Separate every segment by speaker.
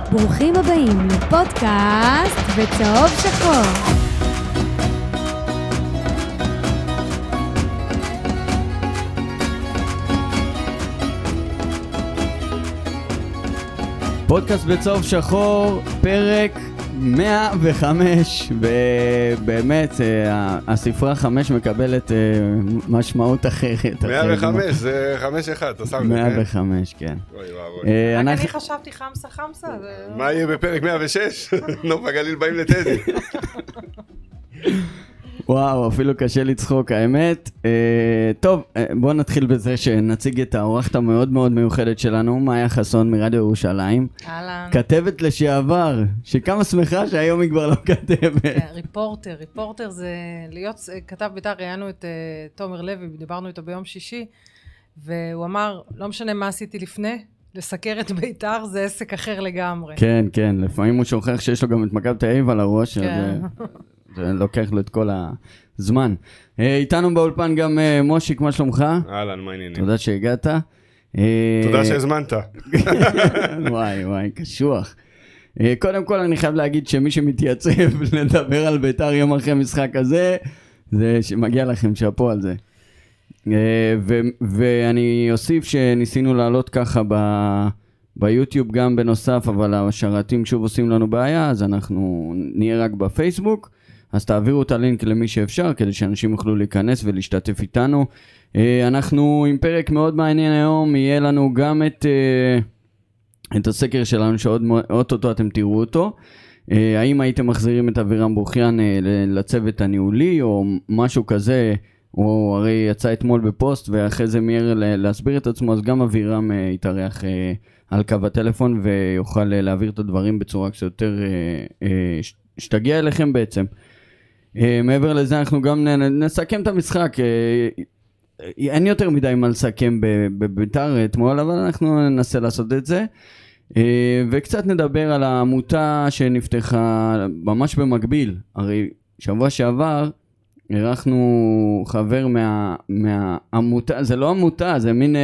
Speaker 1: ברוכים הבאים לפודקאסט בצהוב שחור.
Speaker 2: פודקאסט בצהוב שחור, פרק 105, ובאמת הספרה 5 מקבלת משמעות אחרת.
Speaker 3: 105, זה 5-1, אתה שם את זה, כן?
Speaker 2: 105, כן.
Speaker 3: אוי ואבוי.
Speaker 4: אני חשבתי חמסה.
Speaker 3: מה יהיה בפרק 106? נוף הגליל באים לטדי.
Speaker 2: וואו, אפילו קשה לצחוק, האמת. טוב, בואו נתחיל בזה שנציג את האורחת המאוד מאוד מיוחדת שלנו, מאיה חסון מרדיו ירושלים.
Speaker 4: אהלן.
Speaker 2: כתבת לשעבר, שכמה שמחה שהיום היא כבר לא כתבת.
Speaker 4: כן, ריפורטר זה להיות כתב בית"ר. ראיינו את תומר לוי, דיברנו איתו ביום שישי, והוא אמר, לא משנה מה עשיתי לפני, לסקר את בית"ר זה עסק אחר לגמרי.
Speaker 2: כן, כן, לפעמים הוא שוכח שיש לו גם את מכבי תל אביב על הראש,
Speaker 4: כן.
Speaker 2: זה לוקח לו את כל הזמן. איתנו באולפן גם מושיק, מה שלומך?
Speaker 3: אהלן, מה העניינים?
Speaker 2: תודה שהגעת.
Speaker 3: תודה שהזמנת.
Speaker 2: וואי, קשוח. קודם כל אני חייב להגיד שמי שמתייצב לדבר על בית"ר יום אחרי משחק הזה, זה שמגיע לכם שאפו על זה. ואני אוסיף שניסינו לעלות ככה ביוטיוב גם בנוסף, אבל השרתים שוב עושים לנו בעיה, אז אנחנו נהיה רק בפייסבוק, אז תעבירו את הלינק למי שאפשר, כדי שאנשים יוכלו להיכנס ולהשתתף איתנו. אנחנו עם פרק מאוד מעניין היום, יהיה לנו גם את הסקר שלנו, שעוד אותו אתם תראו אותו. האם הייתם מחזירים את אבירם ברוכיאן לצוות הניהולי, או משהו כזה, הוא הרי יצא אתמול בפוסט, ואחרי זה מיהר להסביר את עצמו, אז גם אבירם יתארח על קו הטלפון, ויוכל להעביר את הדברים בצורה קצת יותר שתגיע אליכם בעצם. מעבר לזה אנחנו גם נסכם את המשחק. אין יותר מדי מה לסכם בבית"ר אתמול, אבל אנחנו ננסה לעשות את זה. וקצת נדבר על העמותה שנפתחה ממש במקביל. הרי שבוע שעבר אירחנו חבר מהעמותה, זה לא עמותה, זה מין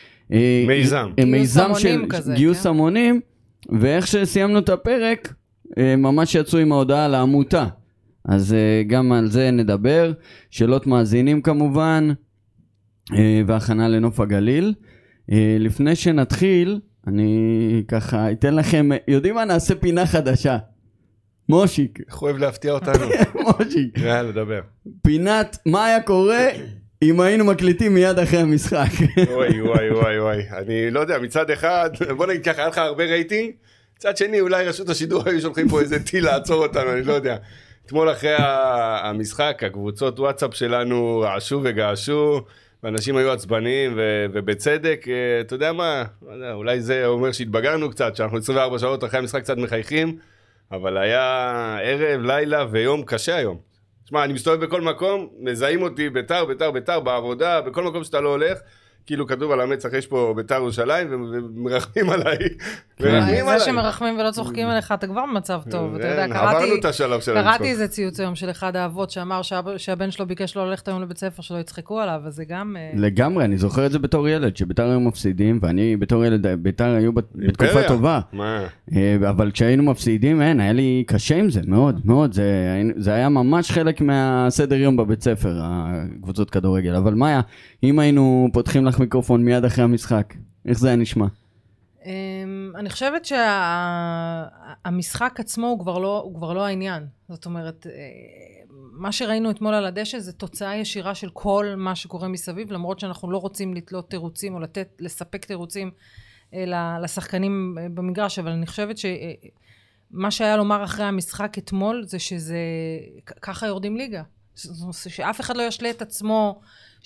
Speaker 2: מיזם של גיוס המונים, ואיך שסיימנו את הפרק, ממש יצאו עם ההודעה על העמותה. אז גם על זה נדבר, שאלות מאזינים כמובן, והכנה לנוף הגליל. לפני שנתחיל, אני ככה אתן לכם, יודעים מה, נעשה פינה חדשה. מושיק.
Speaker 3: איך אוהב להפתיע אותנו.
Speaker 2: מושיק.
Speaker 3: יאללה, לדבר.
Speaker 2: פינת מה היה קורה אם היינו מקליטים מיד אחרי המשחק.
Speaker 3: וואי. אני לא יודע, מצד אחד, בוא נגיד ככה, היה לך הרבה רייטינג, מצד שני, אולי רשות השידור היו שולחים פה איזה טיל לעצור אותנו, אני לא יודע. אתמול אחרי המשחק, הקבוצות וואטסאפ שלנו רעשו וגעשו, ואנשים היו עצבניים ובצדק, אתה יודע מה, אולי זה אומר שהתבגרנו קצת, שאנחנו 24 שעות אחרי המשחק קצת מחייכים, אבל היה ערב, לילה ויום קשה היום. תשמע, אני מסתובב בכל מקום, מזהים אותי בית"ר, בעבודה, בכל מקום שאתה לא הולך, כאילו כתוב על המצח, יש פה בית"ר ירושלים, ומרחמים עליי.
Speaker 4: זה שמרחמים ולא צוחקים עליך, אתה כבר במצב טוב.
Speaker 3: עברנו את השלב של המשחק.
Speaker 4: קראתי איזה ציוץ היום של אחד האבות, שאמר שהבן שלו ביקש לא ללכת היום לבית ספר, שלא יצחקו עליו, אז זה גם...
Speaker 2: לגמרי, אני זוכר את זה בתור ילד, שבית"ר היו מפסידים, ואני בתור ילד, בית"ר היו בתקופה טובה. אבל כשהיינו מפסידים, היה לי קשה עם זה, מאוד, מאוד. זה היה ממש חלק מהסדר יום בבית ספר, הקבוצות כדורגל. אבל מאיה, אם היינו פותחים לך מיקרופון מיד אחרי המשחק, איך זה היה נשמע?
Speaker 4: אני חושבת שהמשחק עצמו הוא כבר לא העניין. זאת אומרת, מה שראינו אתמול על הדשא זה תוצאה ישירה של כל מה שקורה מסביב, למרות שאנחנו לא רוצים לתלות תירוצים או לספק תירוצים לשחקנים במגרש, אבל אני חושבת שמה שהיה לומר אחרי המשחק אתמול זה שזה ככה יורדים ליגה. שאף אחד לא ישלה את עצמו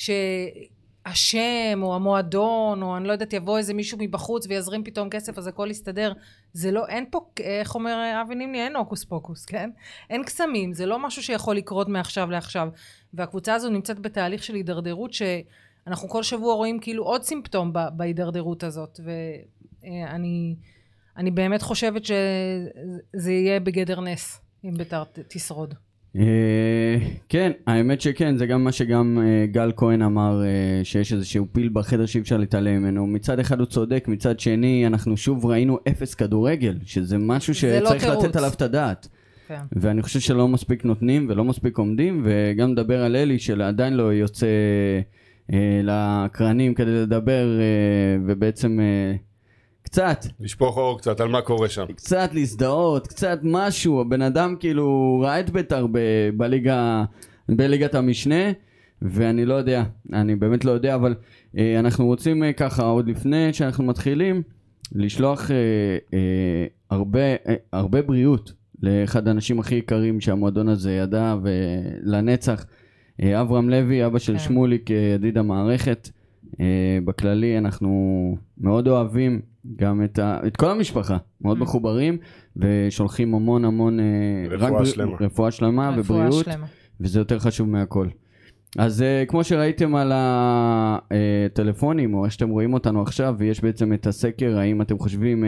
Speaker 4: השם או המועדון או אני לא יודעת יבוא איזה מישהו מבחוץ ויזרים פתאום כסף אז הכל יסתדר. זה לא, אין פה, איך אומר אבי נימני, אין הוקוס פוקוס, כן? אין קסמים, זה לא משהו שיכול לקרות מעכשיו לעכשיו. והקבוצה הזו נמצאת בתהליך של הידרדרות שאנחנו כל שבוע רואים כאילו עוד סימפטום בהידרדרות הזאת. ואני באמת חושבת שזה יהיה בגדר נס אם בית"ר תשרוד.
Speaker 2: כן, האמת שכן, זה גם מה שגם גל כהן אמר, שיש איזשהו פיל בחדר שאי אפשר להתעלם ממנו. מצד אחד הוא צודק, מצד שני אנחנו שוב ראינו אפס כדורגל, שזה משהו שצריך לתת עליו את הדעת. כן. ואני חושב שלא מספיק נותנים ולא מספיק עומדים, וגם מדבר על אלי שעדיין לא יוצא לקרנים כדי לדבר, ובעצם קצת.
Speaker 3: לשפוך אור קצת על מה קורה שם.
Speaker 2: קצת להזדהות, קצת משהו. הבן אדם כאילו ראה את בית"ר בליגת המשנה, ואני לא יודע, אני באמת לא יודע, אבל אנחנו רוצים ככה, עוד לפני שאנחנו מתחילים, לשלוח הרבה בריאות לאחד האנשים הכי יקרים שהמועדון הזה ידע, ולנצח, אברהם לוי, אבא של שמוליק, ידיד המערכת. בכללי אנחנו מאוד אוהבים גם את כל המשפחה, מאוד מחוברים, ושולחים המון רפואה שלמה ובריאות, וזה יותר חשוב מהכל. אז כמו שראיתם על הטלפונים, או איך שאתם רואים אותנו עכשיו, ויש בעצם את הסקר, האם אתם חושבים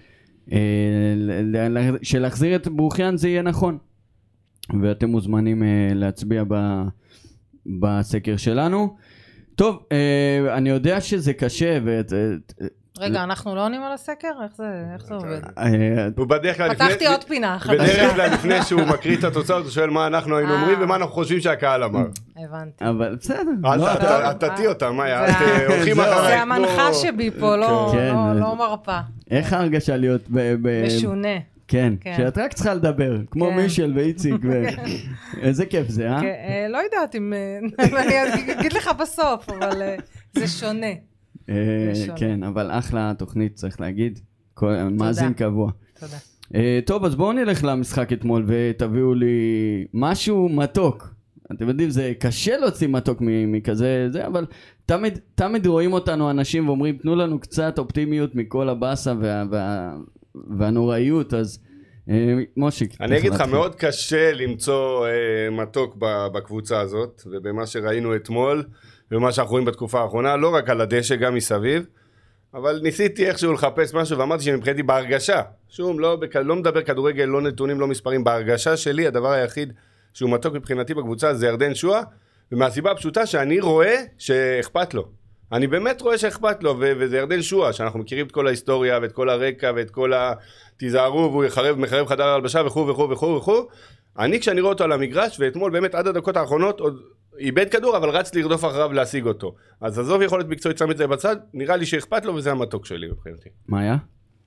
Speaker 2: שלהחזיר את ברוכיאן זה יהיה נכון, ואתם מוזמנים להצביע בסקר שלנו. טוב, אני יודע שזה קשה,
Speaker 4: רגע, אנחנו לא עונים על הסקר? איך זה עובד?
Speaker 3: הוא בדרך כלל
Speaker 4: פתחתי עוד פינה חדשה.
Speaker 3: בדרך כלל לפני שהוא מקריא את התוצאות, הוא שואל מה אנחנו היינו אומרים, ומה אנחנו חושבים שהקהל אמר.
Speaker 4: הבנתי.
Speaker 2: אבל בסדר.
Speaker 3: אל תתיא אותה, מה, את הולכים אחרי.
Speaker 4: זה המנחה שבי פה, לא מרפה.
Speaker 2: איך ההרגשה להיות
Speaker 4: משונה.
Speaker 2: כן, שאת רק צריכה לדבר, כמו מישל ואיציק, איזה כיף זה, אה?
Speaker 4: לא יודעת אם, אני אגיד לך בסוף, אבל זה שונה.
Speaker 2: כן, אבל אחלה תוכנית, צריך להגיד, מאזין קבוע.
Speaker 4: תודה.
Speaker 2: טוב, אז בואו נלך למשחק אתמול, ותביאו לי משהו מתוק. אתם יודעים, זה קשה להוציא מתוק מכזה, אבל תמיד רואים אותנו אנשים ואומרים, תנו לנו קצת אופטימיות מכל הבאסה והנוראיות, אז מושיק.
Speaker 3: אני אגיד לך, מאוד קשה למצוא מתוק בקבוצה הזאת, ובמה שראינו אתמול, ומה שאנחנו רואים בתקופה האחרונה, לא רק על הדשא, גם מסביב, אבל ניסיתי איכשהו לחפש משהו, ואמרתי שמבחינתי בהרגשה, שום, לא מדבר כדורגל, לא נתונים, לא מספרים, בהרגשה שלי, הדבר היחיד שהוא מתוק מבחינתי בקבוצה, זה ירדן שועה, ומהסיבה הפשוטה שאני רואה שאכפת לו. אני באמת רואה שאכפת לו, וזה ירדן שועה, שאנחנו מכירים את כל ההיסטוריה, ואת כל הרקע, ואת כל תיזהרו, והוא מחרב חדר הלבשה, וכו'. אני כשאני רואה אותו על המגרש, ואתמול באמת עד הדקות האחרונות, עוד איבד כדור, אבל רץ לרדוף אחריו להשיג אותו. אז עזוב יכולת מקצועית, שם את זה בצד, נראה לי שאכפת לו, וזה המתוק שלי מבחינתי.
Speaker 2: מה היה?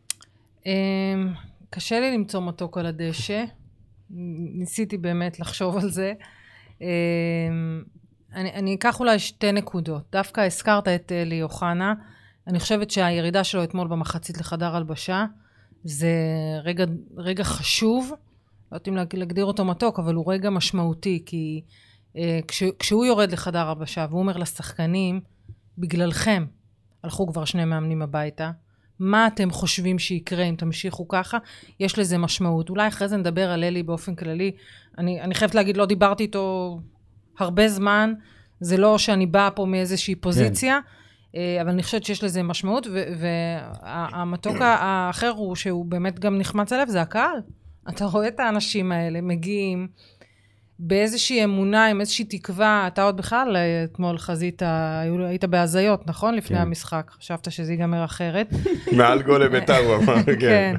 Speaker 4: קשה לי למצוא מתוק על הדשא. ניסיתי באמת לחשוב על זה. אני אקח אולי שתי נקודות. דווקא הזכרת את אלי אוחנה. אני חושבת שהירידה שלו אתמול במחצית לחדר הלבשה, זה רגע חשוב. לא יודעים להגדיר אותו מתוק, אבל הוא רגע משמעותי, כי כשהוא יורד לחדר הלבשה, והוא אומר לשחקנים, בגללכם, הלכו כבר 2 מאמנים הביתה, מה אתם חושבים שיקרה אם תמשיכו ככה? יש לזה משמעות. אולי אחרי זה נדבר על אלי באופן כללי. אני חייבת להגיד, לא דיברתי איתו הרבה זמן, זה לא שאני באה פה מאיזושהי פוזיציה, אבל אני חושבת שיש לזה משמעות, והמתוק האחר הוא שהוא באמת גם נחמץ עליו, זה הקהל. אתה רואה את האנשים האלה, מגיעים באיזושהי אמונה, עם איזושהי תקווה, אתה עוד בכלל אתמול חזית, היית בהזיות, נכון? לפני המשחק, חשבת שזה ייגמר אחרת. מעל
Speaker 3: גול לבית"ר, הוא אמר, כן.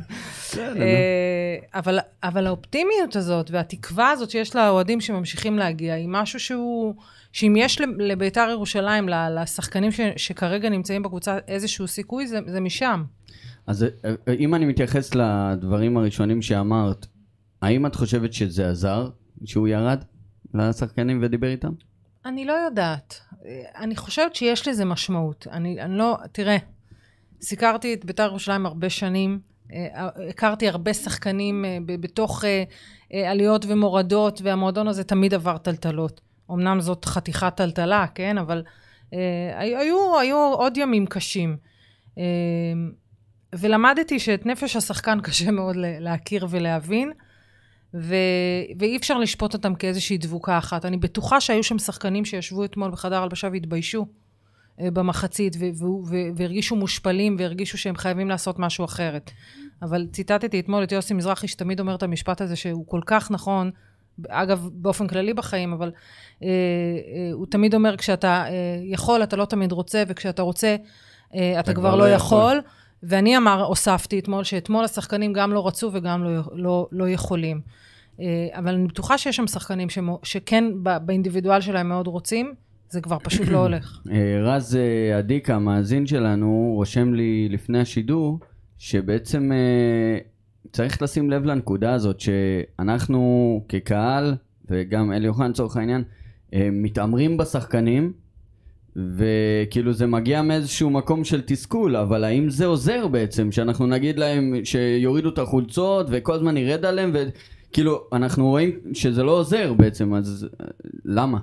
Speaker 4: אבל האופטימיות הזאת, והתקווה הזאת שיש לאוהדים שממשיכים להגיע, היא משהו שאם יש לבית"ר ירושלים, לשחקנים שכרגע נמצאים בקבוצה איזשהו סיכוי, זה משם.
Speaker 2: אז אם אני מתייחס לדברים הראשונים שאמרת, האם את חושבת שזה עזר, שהוא ירד לשחקנים ודיבר איתם?
Speaker 4: אני לא יודעת. אני חושבת שיש לזה משמעות. אני לא, תראה, סיקרתי את בית"ר ירושלים הרבה שנים, הכרתי הרבה שחקנים בתוך עליות ומורדות, והמועדון הזה תמיד עבר טלטלות. אמנם זאת חתיכת טלטלה, כן? אבל היו עוד ימים קשים. ולמדתי שאת נפש השחקן קשה מאוד להכיר ולהבין, ואי אפשר לשפוט אותם כאיזושהי דבוקה אחת. אני בטוחה שהיו שם שחקנים שישבו אתמול בחדר הלבשה והתביישו במחצית, והרגישו מושפלים, והרגישו שהם חייבים לעשות משהו אחרת. אבל ציטטתי אתמול את יוסי מזרחי, שתמיד אומר את המשפט הזה, שהוא כל כך נכון, אגב, באופן כללי בחיים, אבל הוא תמיד אומר, כשאתה יכול, אתה לא תמיד רוצה, וכשאתה רוצה, אתה כבר לא יכול. ואני הוספתי אתמול, שאתמול השחקנים גם לא רצו וגם לא יכולים. אבל אני בטוחה שיש שם שחקנים שכן באינדיבידואל שלהם מאוד רוצים, זה כבר פשוט לא הולך.
Speaker 2: רז עדיקה, המאזין שלנו, רושם לי לפני השידור, שבעצם צריך לשים לב לנקודה הזאת, שאנחנו כקהל, וגם אלי אוחנה צורך העניין, מתאמרים בשחקנים, וכאילו זה מגיע מאיזשהו מקום של תסכול, אבל האם זה עוזר בעצם, שאנחנו נגיד להם שיורידו את החולצות, וכל הזמן ירד עליהם, וכאילו אנחנו רואים שזה לא עוזר בעצם, אז למה?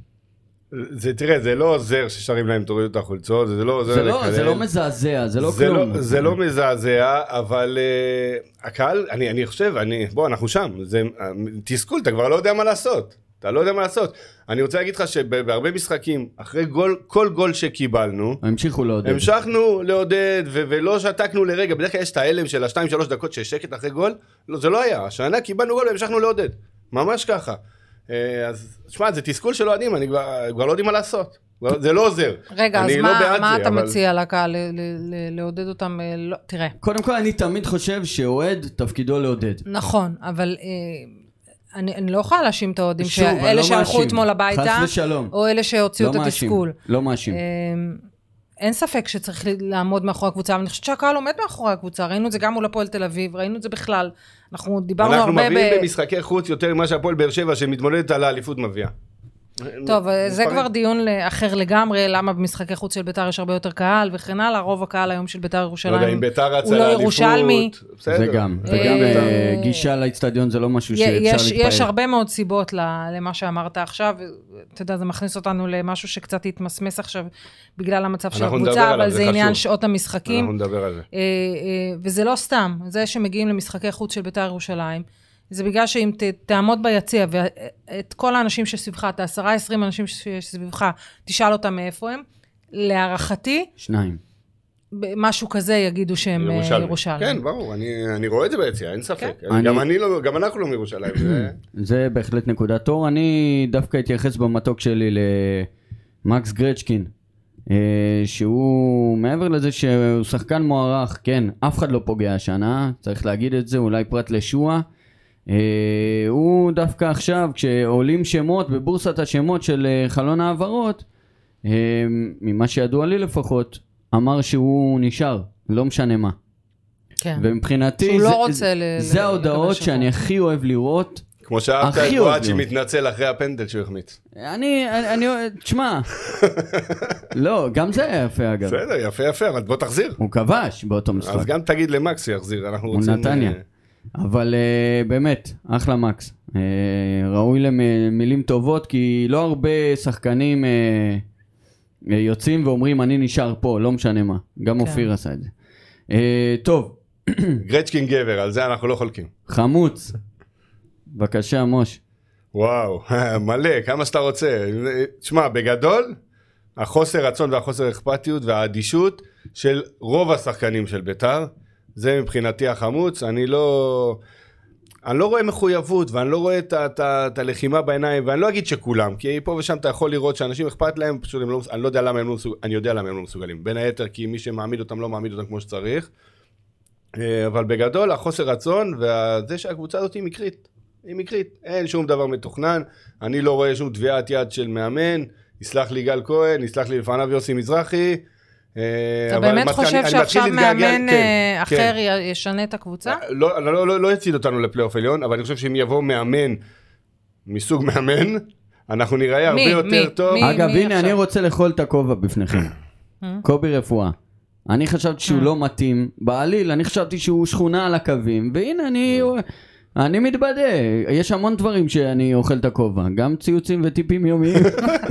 Speaker 3: תראה, זה לא עוזר ששרים להם תורידו את החולצות, זה לא עוזר לקלל.
Speaker 2: זה לא מזעזע, זה לא כלום.
Speaker 3: זה לא מזעזע, אבל הקהל, אני חושב, אנחנו שם, זה תסכול, אתה כבר לא יודע מה לעשות. אתה לא יודע מה לעשות. אני רוצה להגיד לך שבהרבה משחקים, אחרי כל גול שקיבלנו, המשכנו לעודד, ולא שתקנו לרגע. בדרך כלל יש את האלם של 2-3 דקות ששקט אחרי גול. לא, זה לא היה. השנה קיבלנו גול והמשכנו לעודד. ממש ככה. אז, תשמע, זה תסכול של אוהדים, אני כבר לא יודעים מה לעשות. זה לא עוזר.
Speaker 4: רגע, אז מה אתה מציע לקהל? לעודד אותם? תראה.
Speaker 2: קודם כל, אני תמיד חושב שאוהד תפקידו לעודד.
Speaker 4: נכון, אבל אני לא יכולה להאשים את האוהדים, שאלה שהלכו אתמול הביתה, או אלה שהוציאו את התסכול.
Speaker 2: לא מאשים.
Speaker 4: אין ספק שצריך לעמוד מאחורי הקבוצה, אבל אני חושבת שהקהל עומד מאחורי הקבוצה, ראינו את זה גם מול הפועל תל אביב, ראינו את זה בכלל, אנחנו דיברנו הרבה
Speaker 3: אנחנו מביאים במשחקי חוץ יותר ממה שהפועל באר שבע, שמתמודדת על האליפות מביאה.
Speaker 4: טוב, זה כבר דיון אחר לגמרי, למה במשחקי חוץ של ביתר יש הרבה יותר קהל, וכן הלאה, רוב הקהל היום של ביתר ירושלים, הוא לא ירושלמי.
Speaker 2: זה גם, וגם גישה לאצטדיון זה לא משהו שאפשר להתפעל.
Speaker 4: יש הרבה מאוד סיבות למה שאמרת עכשיו, אתה יודע, זה מכניס אותנו למשהו שקצת התמסמס עכשיו, בגלל המצב של הקבוצה, אבל זה עניין שעות המשחקים.
Speaker 3: אנחנו נדבר על זה.
Speaker 4: וזה לא סתם, זה שמגיעים למשחקי חוץ של ביתר ירושלים, זה בגלל שאם תעמוד ביציע, ואת כל האנשים שסביבך, את 10-20 אנשים שסביבך, תשאל אותם מאיפה הם, להערכתי,
Speaker 2: 2.
Speaker 4: משהו כזה יגידו שהם ירושלים.
Speaker 3: כן, ברור, אני רואה את זה ביציע, אין ספק. גם אנחנו לא מירושלים.
Speaker 2: זה בהחלט נקודת אור. אני דווקא אתייחס במתוק שלי למקס גרצ'קין, שהוא מעבר לזה שהוא שחקן מוערך, כן, אף אחד לא פוגע השנה, צריך להגיד את זה, אולי פרט לשועה, הוא דווקא עכשיו כשעולים שמות בבורסת השמות של חלון העברות, ממה שידוע לי לפחות, אמר שהוא נשאר, לא משנה מה.
Speaker 4: כן.
Speaker 2: ומבחינתי זה ההודעות שאני הכי אוהב לראות.
Speaker 3: כמו שאהבת את בועד שמתנצל אחרי הפנדל שהוא החמיץ.
Speaker 2: תשמע, לא, גם זה היה יפה אגב.
Speaker 3: בסדר, יפה, אבל בוא תחזיר.
Speaker 2: הוא כבש באותו משחק.
Speaker 3: אז גם תגיד למקס שיחזיר, אנחנו רוצים...
Speaker 2: הוא נתניה. אבל באמת, אחלה מקס. ראוי למילים טובות, כי לא הרבה שחקנים יוצאים ואומרים, אני נשאר פה, לא משנה מה. גם אופיר עשה את זה. טוב.
Speaker 3: גרצ'קין גבר, על זה אנחנו לא חולקים.
Speaker 2: חמוץ. בבקשה, מוש.
Speaker 3: וואו, מלא, כמה שאתה רוצה. תשמע, בגדול, החוסר רצון והחוסר אכפתיות והאדישות של רוב השחקנים של ביתר, זה מבחינתי החמוץ. אני לא רואה מחויבות, ואני לא רואה את הלחימה בעיניים, ואני לא אגיד שכולם, כי פה ושם אתה יכול לראות שאנשים אכפת להם, פשוט אני לא יודע למה הם לא מסוגלים, אני יודע למה הם לא מסוגלים. בין היתר, כי מי שמעמיד אותם לא מעמיד אותם כמו שצריך. אבל בגדול, החוסר רצון, וזה שהקבוצה הזאת היא מקרית. היא מקרית. אין שום דבר מתוכנן. אני לא רואה שום תביעת יד של מאמן. יסלח לי גל כהן, יסלח לי לפניו יוסי מזרחי.
Speaker 4: אתה באמת חושב שעכשיו מאמן אחר ישנה את הקבוצה?
Speaker 3: לא יציד אותנו לפלייאוף עליון, אבל אני חושב שאם יבוא מאמן מסוג מאמן, אנחנו נראה הרבה יותר טוב.
Speaker 2: אגב, הנה, אני רוצה לאכול את הכובע בפניכם. קובי רפואה. אני חשבתי שהוא לא מתאים בעליל, אני חשבתי שהוא שכונה על הקווים, והנה אני מתבדה. יש המון דברים שאני אוכל את הכובע, גם ציוצים וטיפים יומיים.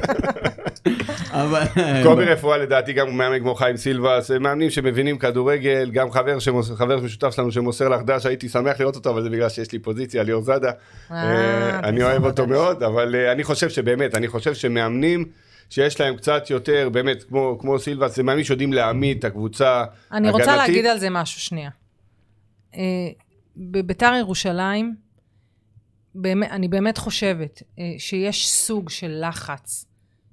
Speaker 3: קובי רפואה לדעתי גם מאמן כמו חיים סילבס, מאמנים שמבינים כדורגל, גם חבר משותף שלנו שמוסר לך דש, הייתי שמח לראות אותו, אבל זה בגלל שיש לי פוזיציה, ליאור זאדה, אני אוהב אותו מאוד, אבל אני חושב שבאמת, אני חושב שמאמנים שיש להם קצת יותר, באמת, כמו סילבס, זה מאמנים שיודעים להעמיד את הקבוצה הגנתית.
Speaker 4: אני רוצה להגיד על זה משהו שנייה. בביתר ירושלים, אני באמת חושבת שיש סוג של לחץ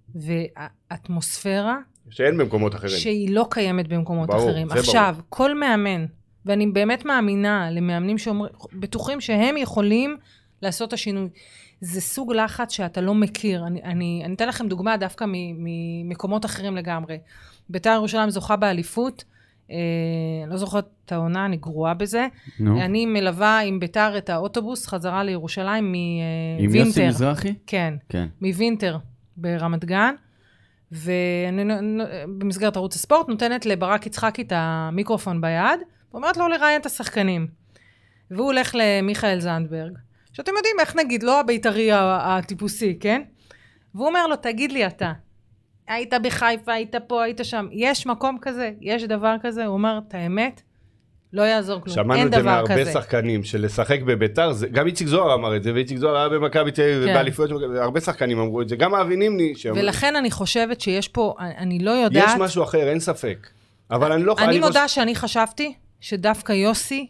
Speaker 4: ואטמוספירה,
Speaker 3: שאין במקומות אחרים.
Speaker 4: שהיא לא קיימת במקומות
Speaker 3: ברור,
Speaker 4: אחרים.
Speaker 3: זה
Speaker 4: עכשיו,
Speaker 3: ברור.
Speaker 4: כל מאמן, ואני באמת מאמינה למאמנים בטוחים שהם יכולים לעשות את השינוי. זה סוג לחץ שאתה לא מכיר. אני אתן לכם דוגמה דווקא ממקומות אחרים לגמרי. בית"ר ירושלים זוכה באליפות, לא זוכרת את העונה, אני גרועה בזה. אני מלווה עם בית"ר את האוטובוס חזרה לירושלים מווינטר.
Speaker 2: עם יוסי מזרחי?
Speaker 4: כן, מווינטר ברמת גן. ואני במסגרת ערוץ הספורט נותנת לברק יצחקי את המיקרופון ביד, ואומרת לו לראיין את השחקנים. והוא הולך למיכאל זנדברג, שאתם יודעים איך נגיד, לא הבית"רי הטיפוסי, כן? והוא אומר לו, תגיד לי אתה, היית בחיפה, היית פה, היית שם, יש מקום כזה, יש דבר כזה? הוא אומר, את האמת, לא יעזור כלום, אין דבר כזה.
Speaker 3: שמענו את זה מהרבה שחקנים, שלשחק בבית"ר, גם איציק זוהר אמר את זה, ואיציק זוהר היה במכבי תל אביב, ובאליפויות, הרבה שחקנים אמרו את זה, גם מאבינים לי.
Speaker 4: ולכן אני חושבת שיש פה, אני לא יודעת...
Speaker 3: יש משהו אחר, אין ספק. אבל אני לא...
Speaker 4: אני מודה שאני חשבתי שדווקא יוסי,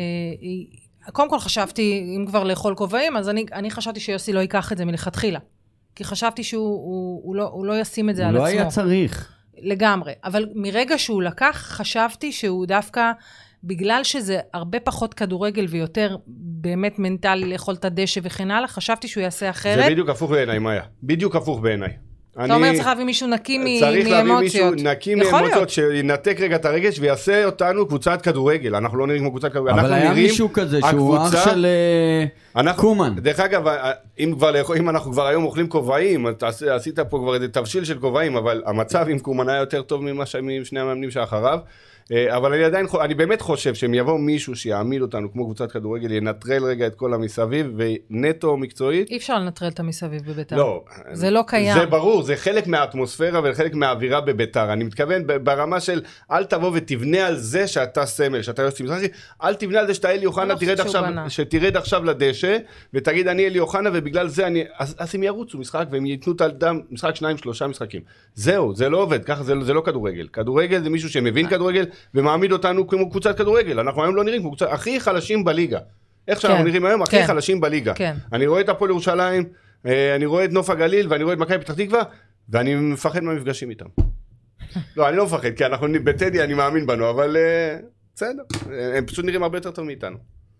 Speaker 4: קודם כל חשבתי, אם כבר לאכול כובעים, אז אני חשבתי שיוסי לא ייקח את זה מלכתחילה. כי חשבתי שהוא לא ישים את זה על עצמו.
Speaker 2: הוא לא היה צריך.
Speaker 4: לגמרי. אבל מרגע שהוא לקח, חשבתי שהוא דווקא, בגלל שזה הרבה פחות כדורגל ויותר באמת מנטלי לאכול את הדשא וכן הלאה, חשבתי שהוא יעשה אחרת.
Speaker 3: זה בדיוק הפוך בעיניי, מאיה. בדיוק הפוך בעיניי.
Speaker 4: אתה אומר, צריך להביא מישהו נקי מאמוציות.
Speaker 3: צריך להביא מישהו נקי מאמוציות, שינתק רגע את הרגש ויעשה אותנו קבוצת כדורגל. אנחנו לא נראים כמו קבוצת כדורגל.
Speaker 2: אבל היה מישהו כזה שהוא אח של קומן.
Speaker 3: דרך אגב, אם אנחנו כבר היום אוכלים כובעים, עשית פה כבר איזה תבשיל של כובעים, אבל המצב עם קומן היה יותר טוב משני המאמנים שאחריו. אבל אני באמת חושב שהם יבוא מישהו שיעמיד אותנו כמו קבוצת כדורגל, ינטרל רגע את כל המסביב, ונטו מקצועית.
Speaker 4: אי אפשר לנטרל את המסביב בביתר.
Speaker 3: לא.
Speaker 4: זה לא קיים.
Speaker 3: זה ברור, זה חלק מהאטמוספירה וחלק מהאווירה בביתר. אני מתכוון ברמה של, אל תבוא ותבנה על זה שאתה סמל, שאתה יוסי מזרחי, אל תבנה על זה שאתה אלי אוחנה, שתרד עכשיו לדשא, ותגיד אני אלי אוחנה, ובגלל זה אז הם ירוצו משחק, והם ייתנו את הדם, משחק 2-3 משחקים. זהו, זה לא עובד, ככה זה לא כדורגל. כדורגל זה מישהו שמבין כדורגל, ומעמיד אותנו כמו קבוצת כדורגל. אנחנו היום לא נראים כמו קבוצת הכי חלשים בליגה. איך שאנחנו נראים היום, הכי חלשים בליגה. אני רואה את הפועל ירושלים, אני רואה את נוף הגליל, ואני רואה את מכבי פתח תקווה, ואני מפחד מהמפגשים איתם. לא, אני לא מפחד, כי אנחנו בטדי, אני מאמין בנו, אבל בסדר. הם פשוט נראים הרבה יותר טוב מאיתנו.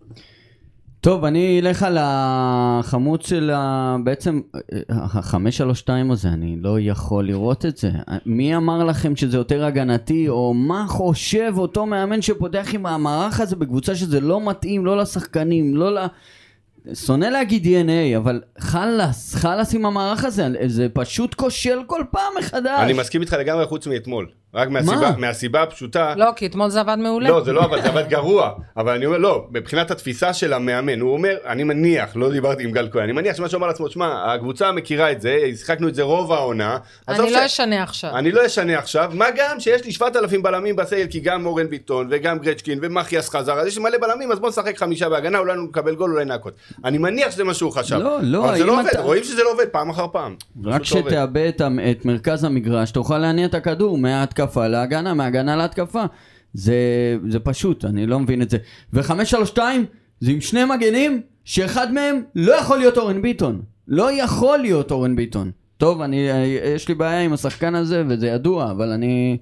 Speaker 2: טוב, אני אלך על החמוץ של בעצם, 5-3-2 הזה, אני לא יכול לראות את זה. מי אמר לכם שזה יותר הגנתי, או מה חושב אותו מאמן שפותח עם המערך הזה בקבוצה שזה לא מתאים, לא לשחקנים, לא שונא להגיד DNA, אבל חלס עם המערך הזה, זה פשוט כושל כל פעם מחדש.
Speaker 3: אני מסכים איתך לגמרי חוץ מאתמול. רק מהסיבה הפשוטה...
Speaker 4: לא, כי אתמול זה עבד מעולה.
Speaker 3: לא, זה לא עבד, זה עבד גרוע. אבל אני אומר, לא, מבחינת התפיסה של המאמן, הוא אומר, אני מניח, לא דיברתי עם גל כהן, אני מניח שמה שאומר לעצמו, שמה, הקבוצה מכירה את זה, שחקנו את זה רוב העונה.
Speaker 4: אני לא אשנה עכשיו.
Speaker 3: אני לא אשנה עכשיו, מה גם שיש לי 7,000 בלמים בסייל, כי גם מורן ביטון, וגם גרצ'קין, ומחיאס חזר, אז יש מלא בלמים, אז בוא נשחק 5 בהגנה, אולי נקבל גול, אולי נעקות. אני מניח שזה מה שהוא חשב. אבל זה לא עובד, רואים שזה לא עובד פעם אחר פעם.
Speaker 2: רק שתאבד את מרכז המגרש, תוכל להניע את הכדור מההתקפה להגנה, מהגנה להתקפה. זה פשוט, אני לא מבין את זה. ו5-3-2 זה עם שני מגנים, שאחד מהם לא יכול להיות אורן ביטון. לא יכול להיות אורן ביטון. טוב, יש לי בעיה עם השחקן הזה, וזה ידוע, אבל אני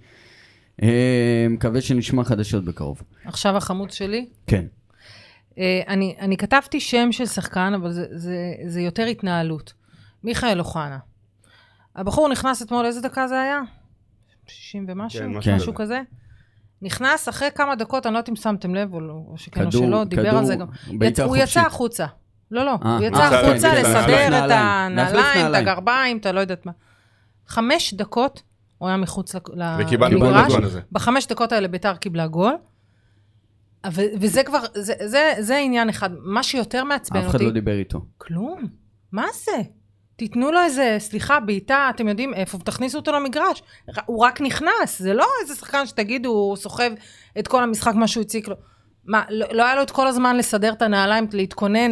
Speaker 2: מקווה שנשמע חדשות בקרוב.
Speaker 4: עכשיו החמוץ שלי?
Speaker 2: כן.
Speaker 4: אני כתבתי שם של שחקן, אבל זה יותר התנהלות. מיכאל אוחנה. הבחור נכנס אתמול, איזה דקה זה היה? 60 ומשהו?
Speaker 3: כן,
Speaker 4: משהו כזה? נכנס אחרי כמה דקות, אני לא יודעת אם שמתם לב או שכן או שלא, דיבר על זה גם. הוא יצא החוצה. לא, הוא יצא החוצה לסדר את הנעליים, את הגרביים, אתה לא יודעת מה. 5 דקות הוא היה מחוץ למגרש. ב5 דקות האלה ביתר קיבלה גול. וזה כבר, זה עניין אחד. מה שיותר מעצבן אותי...
Speaker 2: אף אחד לא דיבר איתו.
Speaker 4: כלום. מה זה? תיתנו לו איזה, סליחה, בעיטה, אתם יודעים איפה, תכניסו אותו למגרש. הוא רק נכנס, זה לא איזה שחקן שתגידו, הוא סוחב את כל המשחק, מה שהוא הציק לו. מה, לא היה לו את כל הזמן לסדר את הנעליים, להתכונן,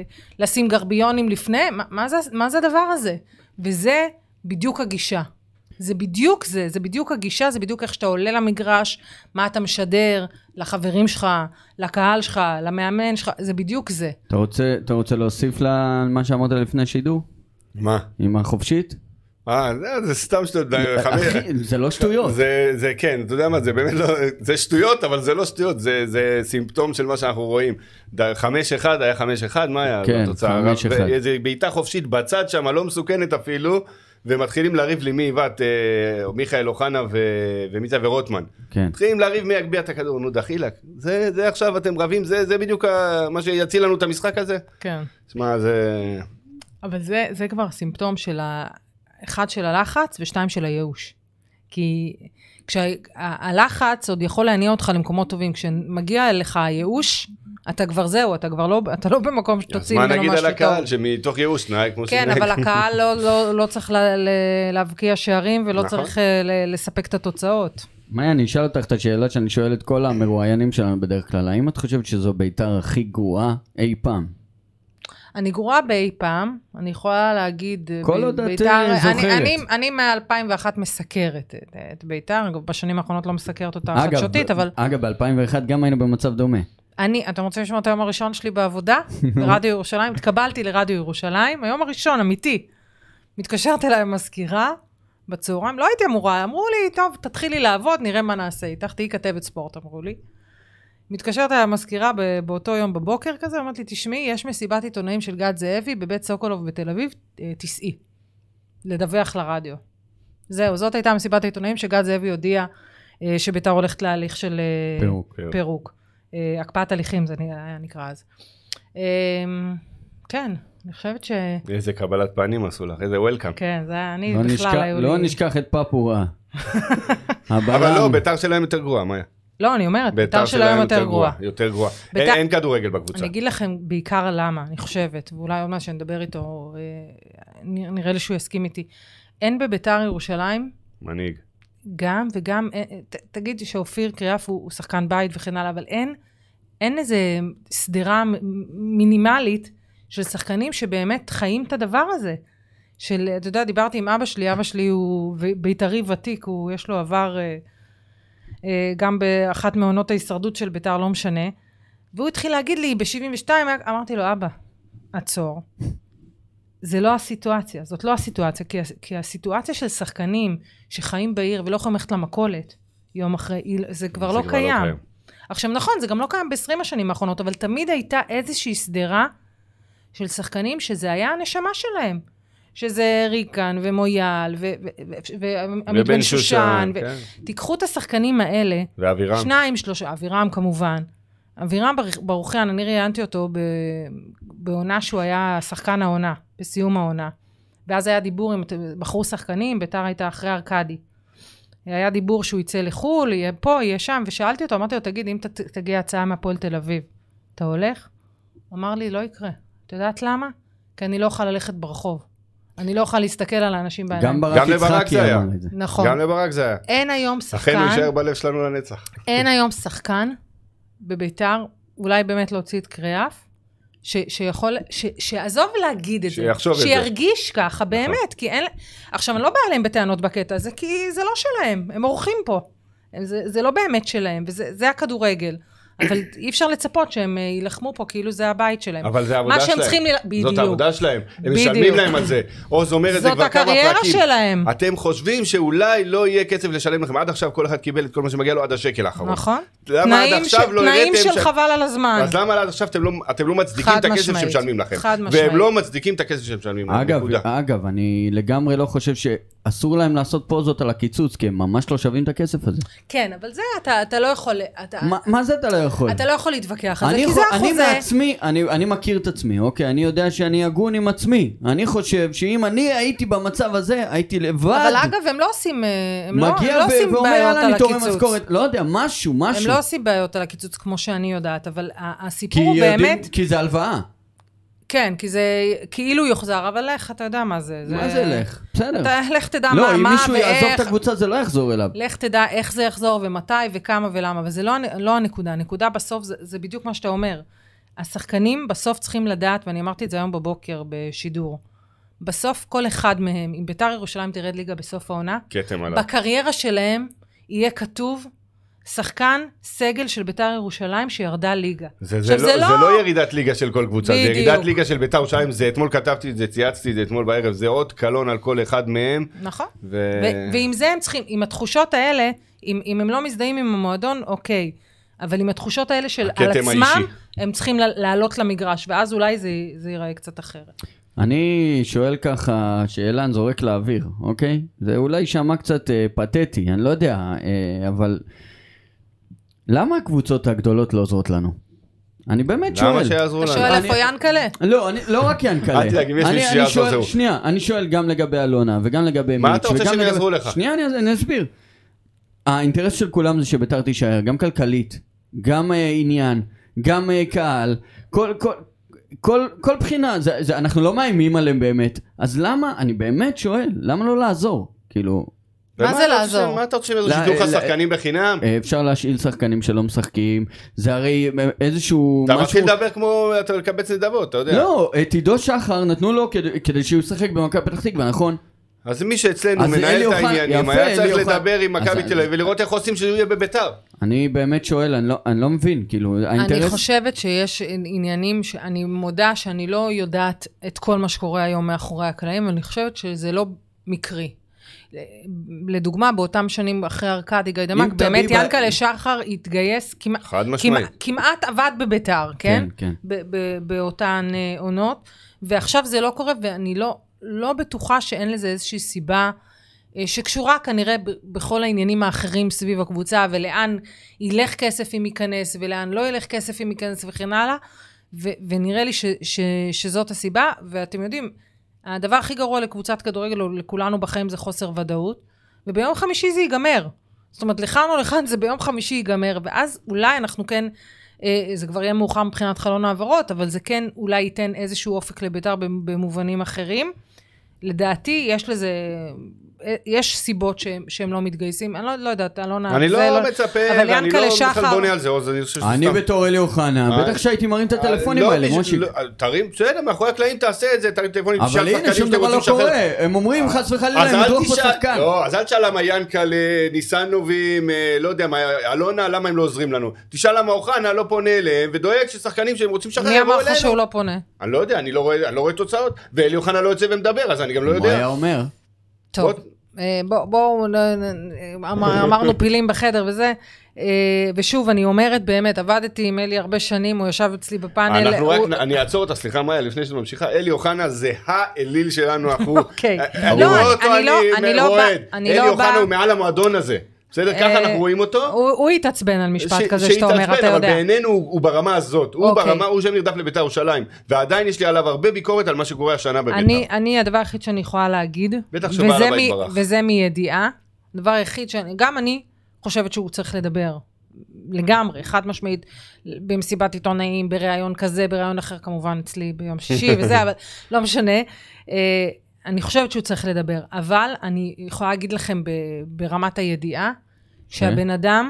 Speaker 4: לשים גרביונים לפני? מה זה הדבר הזה? וזה בדיוק הגישה. זה בדיוק זה בדיוק הגישה, זה בדיוק איך שאתה עולה למגרש, מה אתה משדר לחברים שלך, לקהל שלך, למאמן שלך, זה בדיוק זה.
Speaker 2: אתה רוצה להוסיף למה שאמרת לפני שידור?
Speaker 3: מה?
Speaker 2: עם החופשית?
Speaker 3: זה סתם שטויות.
Speaker 2: זה לא שטויות.
Speaker 3: זה כן, אתה יודע מה, זה באמת לא, זה שטויות, אבל זה לא שטויות, זה סימפטום של מה שאנחנו רואים. 5-1 היה 5-1, מה היה?
Speaker 2: כן, 5-1.
Speaker 3: איזה בעיטה חופשית בצד שם, לא מסוכנת אפילו, ומתחילים לריב לי מעיבת, מיכאל אוחנה ומיצה ורוטמן.
Speaker 2: כן. מתחילים
Speaker 3: לריב מי יגביע את הכדור, נו דחילק. זה עכשיו אתם רבים, זה בדיוק מה שיציל לנו את המשחק הזה.
Speaker 4: כן.
Speaker 3: תשמע, זה...
Speaker 4: אבל זה כבר סימפטום של אחד של הלחץ ושתיים של הייאוש. כי כשהלחץ עוד יכול להניע אותך למקומות טובים, כשמגיע אליך הייאוש, אתה כבר זהו, אתה לא במקום שתוצאים ממש
Speaker 3: לטוב. מה נגיד על הקהל,
Speaker 4: טוב.
Speaker 3: שמתוך ייאוש נהג כמו
Speaker 4: כן, אבל הקהל לא צריך להבקיע שערים, ולא צריך לספק את התוצאות.
Speaker 2: מאיה, אני אשאל אותך את השאלה שאני שואל את כל המרואיינים שלנו בדרך כלל, האם את חושבת שזו בית"ר הכי גרועה אי פעם?
Speaker 4: אני גרועה באי פעם, אני יכולה להגיד...
Speaker 2: כל עוד את זוכרת.
Speaker 4: אני מ-2001 מסקרת את בית"ר, בשנים האחרונות לא מסקרת אותה חדשותית, אבל...
Speaker 2: אגב, ב-2001 גם היינו במצב דומה.
Speaker 4: אתם רוצים לשמוע את היום הראשון שלי בעבודה? ברדיו ירושלים, התקבלתי לרדיו ירושלים, היום הראשון, אמיתי. מתקשרת אליי המזכירה, בצהריים, לא הייתי אמורה, אמרו לי, טוב, תתחילי לעבוד, נראה מה נעשה איתך, תהי כתבת ספורט, אמרו לי. מתקשרת אליי המזכירה באותו יום בבוקר כזה, אמרת לי, תשמעי, יש מסיבת עיתונאים של גד זאבי בבית סוקולוב בתל אביב, תסעי, לדווח לרדיו. זהו, זאת הייתה מסיבת העיתונאים שגד זאבי הודיע שבית"ר הולכת להליך של פירוק. הקפאת הליכים, זה היה נקרא אז. כן, אני חושבת
Speaker 3: איזה קבלת פנים עשו לך, איזה וולקאם.
Speaker 4: כן, זה היה, אני בכלל היו לי...
Speaker 2: לא נשכח את פפורה.
Speaker 3: אבל לא, בית"ר שלהם יותר גרועה, מאיה.
Speaker 4: לא, אני אומרת, בית"ר של היום יותר גרועה.
Speaker 3: יותר גרועה. אין כדורגל בקבוצה.
Speaker 4: אני אגיד לכם בעיקר למה, אני חושבת, ואולי עוד מה שנדבר איתו, נראה לי שהוא יסכים איתי. אין בבית"ר ירושלים...
Speaker 3: מנהיג.
Speaker 4: גם וגם, תגיד שאופיר קריאף הוא שחקן בית וכן הלאה, אבל אין איזה סדרה מינימלית של שחקנים שבאמת חיים את הדבר הזה. אתה יודע, דיברתי עם אבא שלי הוא בית"רי ותיק, יש לו עבר... גם באחת מעונות ההישרדות של בית"ר, לא משנה, והוא התחיל להגיד לי, ב-72, אמרתי לו, אבא, עצור, זה לא הסיטואציה, זאת לא הסיטואציה, כי הסיטואציה של שחקנים שחיים בעיר ולא יכולים ללכת למכולת יום אחרי, זה כבר לא קיים. עכשיו נכון, זה גם לא קיים ב-20 השנים האחרונות, אבל תמיד הייתה איזושהי סדרה של שחקנים שזה היה הנשמה שלהם. שזה ריקן ומויאל ועמית בן שושן. תיקחו את השחקנים האלה.
Speaker 3: ואווירם.
Speaker 4: 2, 3, אווירם כמובן. אווירם ברוכיאן, אני ראיינתי אותו בעונה שהוא היה שחקן העונה, בסיום העונה. ואז היה דיבור עם בחור שחקנים, בית"ר הייתה אחרי ארקדי. היה דיבור שהוא יצא לחול, יהיה פה, יהיה שם, ושאלתי אותו, אמרתי לו, תגיד, אם תגיע הצעה מהפועל תל אביב, אתה הולך? הוא אמר לי, לא יקרה. את יודעת למה? כי אני לא אוכל ללכת ברחוב. אני לא אוכל להסתכל על האנשים בעיניים.
Speaker 3: גם לברק זה היה.
Speaker 4: נכון.
Speaker 3: גם לברק זה היה.
Speaker 4: אין היום שחקן.
Speaker 3: אכן הוא יישאר בלב שלנו לנצח.
Speaker 4: אין היום שחקן בבית"ר, אולי באמת להוציא את קריאף, שיכול, שעזוב להגיד את זה. שירגיש ככה, באמת. כי אין, עכשיו, אני לא באה עליהם בטענות בקטע הזה, כי זה לא שלהם. הם אורחים פה. זה לא באמת שלהם, וזה הכדורגל. אבל אי אפשר לצפות שהם ילחמו פה, כאילו זה הבית שלהם.
Speaker 3: אבל זה העבודה שלהם.
Speaker 4: בדיוק.
Speaker 3: זאת העבודה שלהם. הם משלמים להם על זה. עוז אומר את זה כבר כמה פרקים.
Speaker 4: זאת הקריירה שלהם.
Speaker 3: אתם חושבים שאולי לא יהיה כסף לשלם לכם. עד עכשיו כל אחד קיבל את כל מה שמגיע לו עד השקל האחרון.
Speaker 4: נכון.
Speaker 3: למה עד עכשיו לא הראיתם...
Speaker 4: תנאים של חבל על הזמן.
Speaker 3: אז למה עד עכשיו אתם לא מצדיקים את הכסף שמשלמים לכם?
Speaker 4: חד משמעית.
Speaker 3: והם לא מצדיקים את הכסף שמשלמים לכם.
Speaker 2: אגב, אני לגמרי לא חושב אסור להם לעשות פוזות על הקיצוץ, כי הם ממש לא שווים את הכסף הזה.
Speaker 4: כן, אבל זה אתה לא יכול...
Speaker 2: מה זה אתה לא יכול?
Speaker 4: אתה לא יכול להתווכח על זה, כי זה החוזה.
Speaker 2: אני מעצמי, אני מכיר את עצמי, אוקיי? אני יודע שאני אגון עם עצמי. אני חושב שאם אני הייתי במצב הזה, הייתי לבד.
Speaker 4: אבל אגב, הם לא עושים
Speaker 2: בעיות על הקיצוץ. לא יודע, משהו.
Speaker 4: הם לא עושים בעיות על הקיצוץ כמו שאני יודעת, אבל הסיפור הוא באמת...
Speaker 2: כי זה הלוואה.
Speaker 4: כן, כי זה כאילו יוחזר, אבל לך, אתה יודע מה זה.
Speaker 2: מה זה לך? בסדר.
Speaker 4: לך תדע מה
Speaker 2: ואיך.
Speaker 4: ואיך.
Speaker 2: לא, אם מישהו יעזוב את הקבוצה, זה לא יחזור אליו.
Speaker 4: לך תדע איך זה יחזור ומתי וכמה ולמה, וזה לא הנקודה. הנקודה בסוף זה בדיוק מה שאתה אומר. השחקנים בסוף צריכים לדעת, ואני אמרתי את זה היום בבוקר בשידור, בסוף כל אחד מהם, אם בית"ר ירושלים תרד ליגה בסוף העונה,
Speaker 3: כתם עליו.
Speaker 4: בקריירה שלהם יהיה כתוב שחקן סגל של בית"ר ירושלים שירדה ליגה.
Speaker 3: זה לא ירידת ליגה של כל קבוצה, זה ירידת ליגה של בית"ר ירושלים, זה אתמול כתבתי את זה, צייצתי את זה אתמול בערב, זה עוד קלון על כל אחד מהם.
Speaker 4: נכון. ועם זה הם צריכים, עם התחושות האלה, אם הם לא מזדהים עם המועדון, אוקיי. אבל עם התחושות האלה של על עצמם, הם צריכים לעלות למגרש, ואז אולי זה ייראה קצת אחרת.
Speaker 2: אני שואל ככה, שאלן זורק לאוויר, אוקיי? זה אולי שמע קצת פתטי, אני לא יודע, אבל למה הקבוצות הגדולות לא עוזרות לנו? אני באמת שואל.
Speaker 3: למה שיעזרו לנו?
Speaker 4: אתה שואל איפה ינקלה?
Speaker 2: לא רק ינקלה.
Speaker 3: אל תדאג, אם יש מישהו שיעזור זהו.
Speaker 2: שנייה, אני שואל גם לגבי אלונה, וגם לגבי מיץ'.
Speaker 3: מה אתה רוצה שהם יעזרו לך?
Speaker 2: שנייה, אני אסביר. האינטרס של כולם זה שבית"ר תישאר, גם כלכלית, גם עניין, גם קהל, כל בחינה, אנחנו לא מאיימים עליהם באמת. אז למה, אני באמת שואל, למה לא לעזור? כאילו...
Speaker 4: מה זה לעזור?
Speaker 3: מה אתה רוצה שידעו לך שחקנים בחינם?
Speaker 2: אפשר להשאיל שחקנים שלא משחקים, זה הרי איזשהו...
Speaker 3: אתה מתחיל לדבר כמו, אתה מקבץ נדבות, אתה יודע.
Speaker 2: לא, את עידו שחר נתנו לו כדי שהוא ישחק במכבי פתח תקווה, נכון?
Speaker 3: אז מי שאצלנו מנהל את העניינים, היה צריך לדבר עם מכבי תל אביב ולראות איך עושים שהוא יהיה בביתר.
Speaker 2: אני באמת שואל, אני לא מבין, כאילו, האינטרס...
Speaker 4: אני חושבת שיש עניינים שאני מודה שאני לא יודעת את כל מה שקורה היום מאחורי הקלעים, אני חושבת שזה לא מקרי. לדוגמה, באותם שנים אחרי ארקדי גיידמק, באמת ינקלה שחר התגייס, כמעט עבד בביתר, כן? כן. באותן עונות, ועכשיו זה לא קורה, ואני לא בטוחה שאין לזה איזושהי סיבה, שקשורה כנראה בכל העניינים האחרים סביב הקבוצה, ולאן ילך כסף אם ייכנס, ולאן לא ילך כסף אם ייכנס וכן הלאה, ונראה לי שזאת הסיבה, ואתם יודעים, הדבר הכי גרוע לקבוצת כדורגל, או לכולנו בחיים, זה חוסר ודאות, וביום חמישי זה ייגמר. זאת אומרת, לכאן או לכאן זה ביום חמישי ייגמר, ואז אולי אנחנו כן, זה כבר יהיה מאוחר מבחינת חלון העברות, אבל זה כן אולי ייתן איזשהו אופק לביתר במובנים אחרים. לדעתי, יש סיבות שהם לא מתגייסים, אני לא יודעת,
Speaker 3: אני לא מצפה, ואני לא בכלל בונה על זה,
Speaker 2: אני בתור אלי אוחנה, בטח שהייתי מרים את הטלפונים האלה, מושיק.
Speaker 3: תרים, בסדר, מאחורי הקלעים תעשה את זה, תרים טלפונים,
Speaker 2: אבל הנה, שום דבר לא קורה, הם אומרים חס וחלילה, הם מדרוך פה שחקן.
Speaker 3: לא, אז אל תשאל למה ינקלה, ניסנובים, לא יודע, אלונה, למה הם לא עוזרים לנו? תשאל למה אוחנה לא פונה אליהם, ודואג ששחקנים שהם רוצים שחרר,
Speaker 4: מי אמר לך שהוא לא פונה?
Speaker 3: אני לא יודע, אני לא רואה תוצאות, ואלי אוחנה לא יוצא ומדבר, אז אני גם לא יודע.
Speaker 2: מה היה אומר?
Speaker 4: טוב, בואו, אמרנו פילים בחדר וזה, ושוב, אני אומרת באמת, עבדתי עם אלי הרבה שנים, הוא ישב אצלי בפאנל.
Speaker 3: אני אעצור אותה, סליחה מאיה, לפני שאת ממשיכה, אלי אוחנה זה האליל שלנו,
Speaker 4: אוקיי.
Speaker 3: אני רואה אותו, אני רועד. אלי אוחנה הוא מעל המועדון הזה. בסדר, ככה אנחנו רואים אותו.
Speaker 4: הוא יתעצבן על משפט כזה שאתה אומר, אתה יודע.
Speaker 3: אבל בעינינו הוא ברמה הזאת, הוא שם נרדף לבית"ר ירושלים, ועדיין יש לי עליו הרבה ביקורת על מה שקורה השנה בבית"ר.
Speaker 4: אני הדבר היחיד שאני יכולה להגיד, וזה מידיעה, הדבר היחיד גם אני חושבת שהוא צריך לדבר, לגמרי, חד משמעית, במסיבת עיתונאים, בראיון כזה, בראיון אחר כמובן אצלי ביום שישי וזה, אבל לא משנה. אני חושבת שהוא צריך לדבר, אבל אני יכולה להגיד לכם ברמת הידיעה, שהבן אדם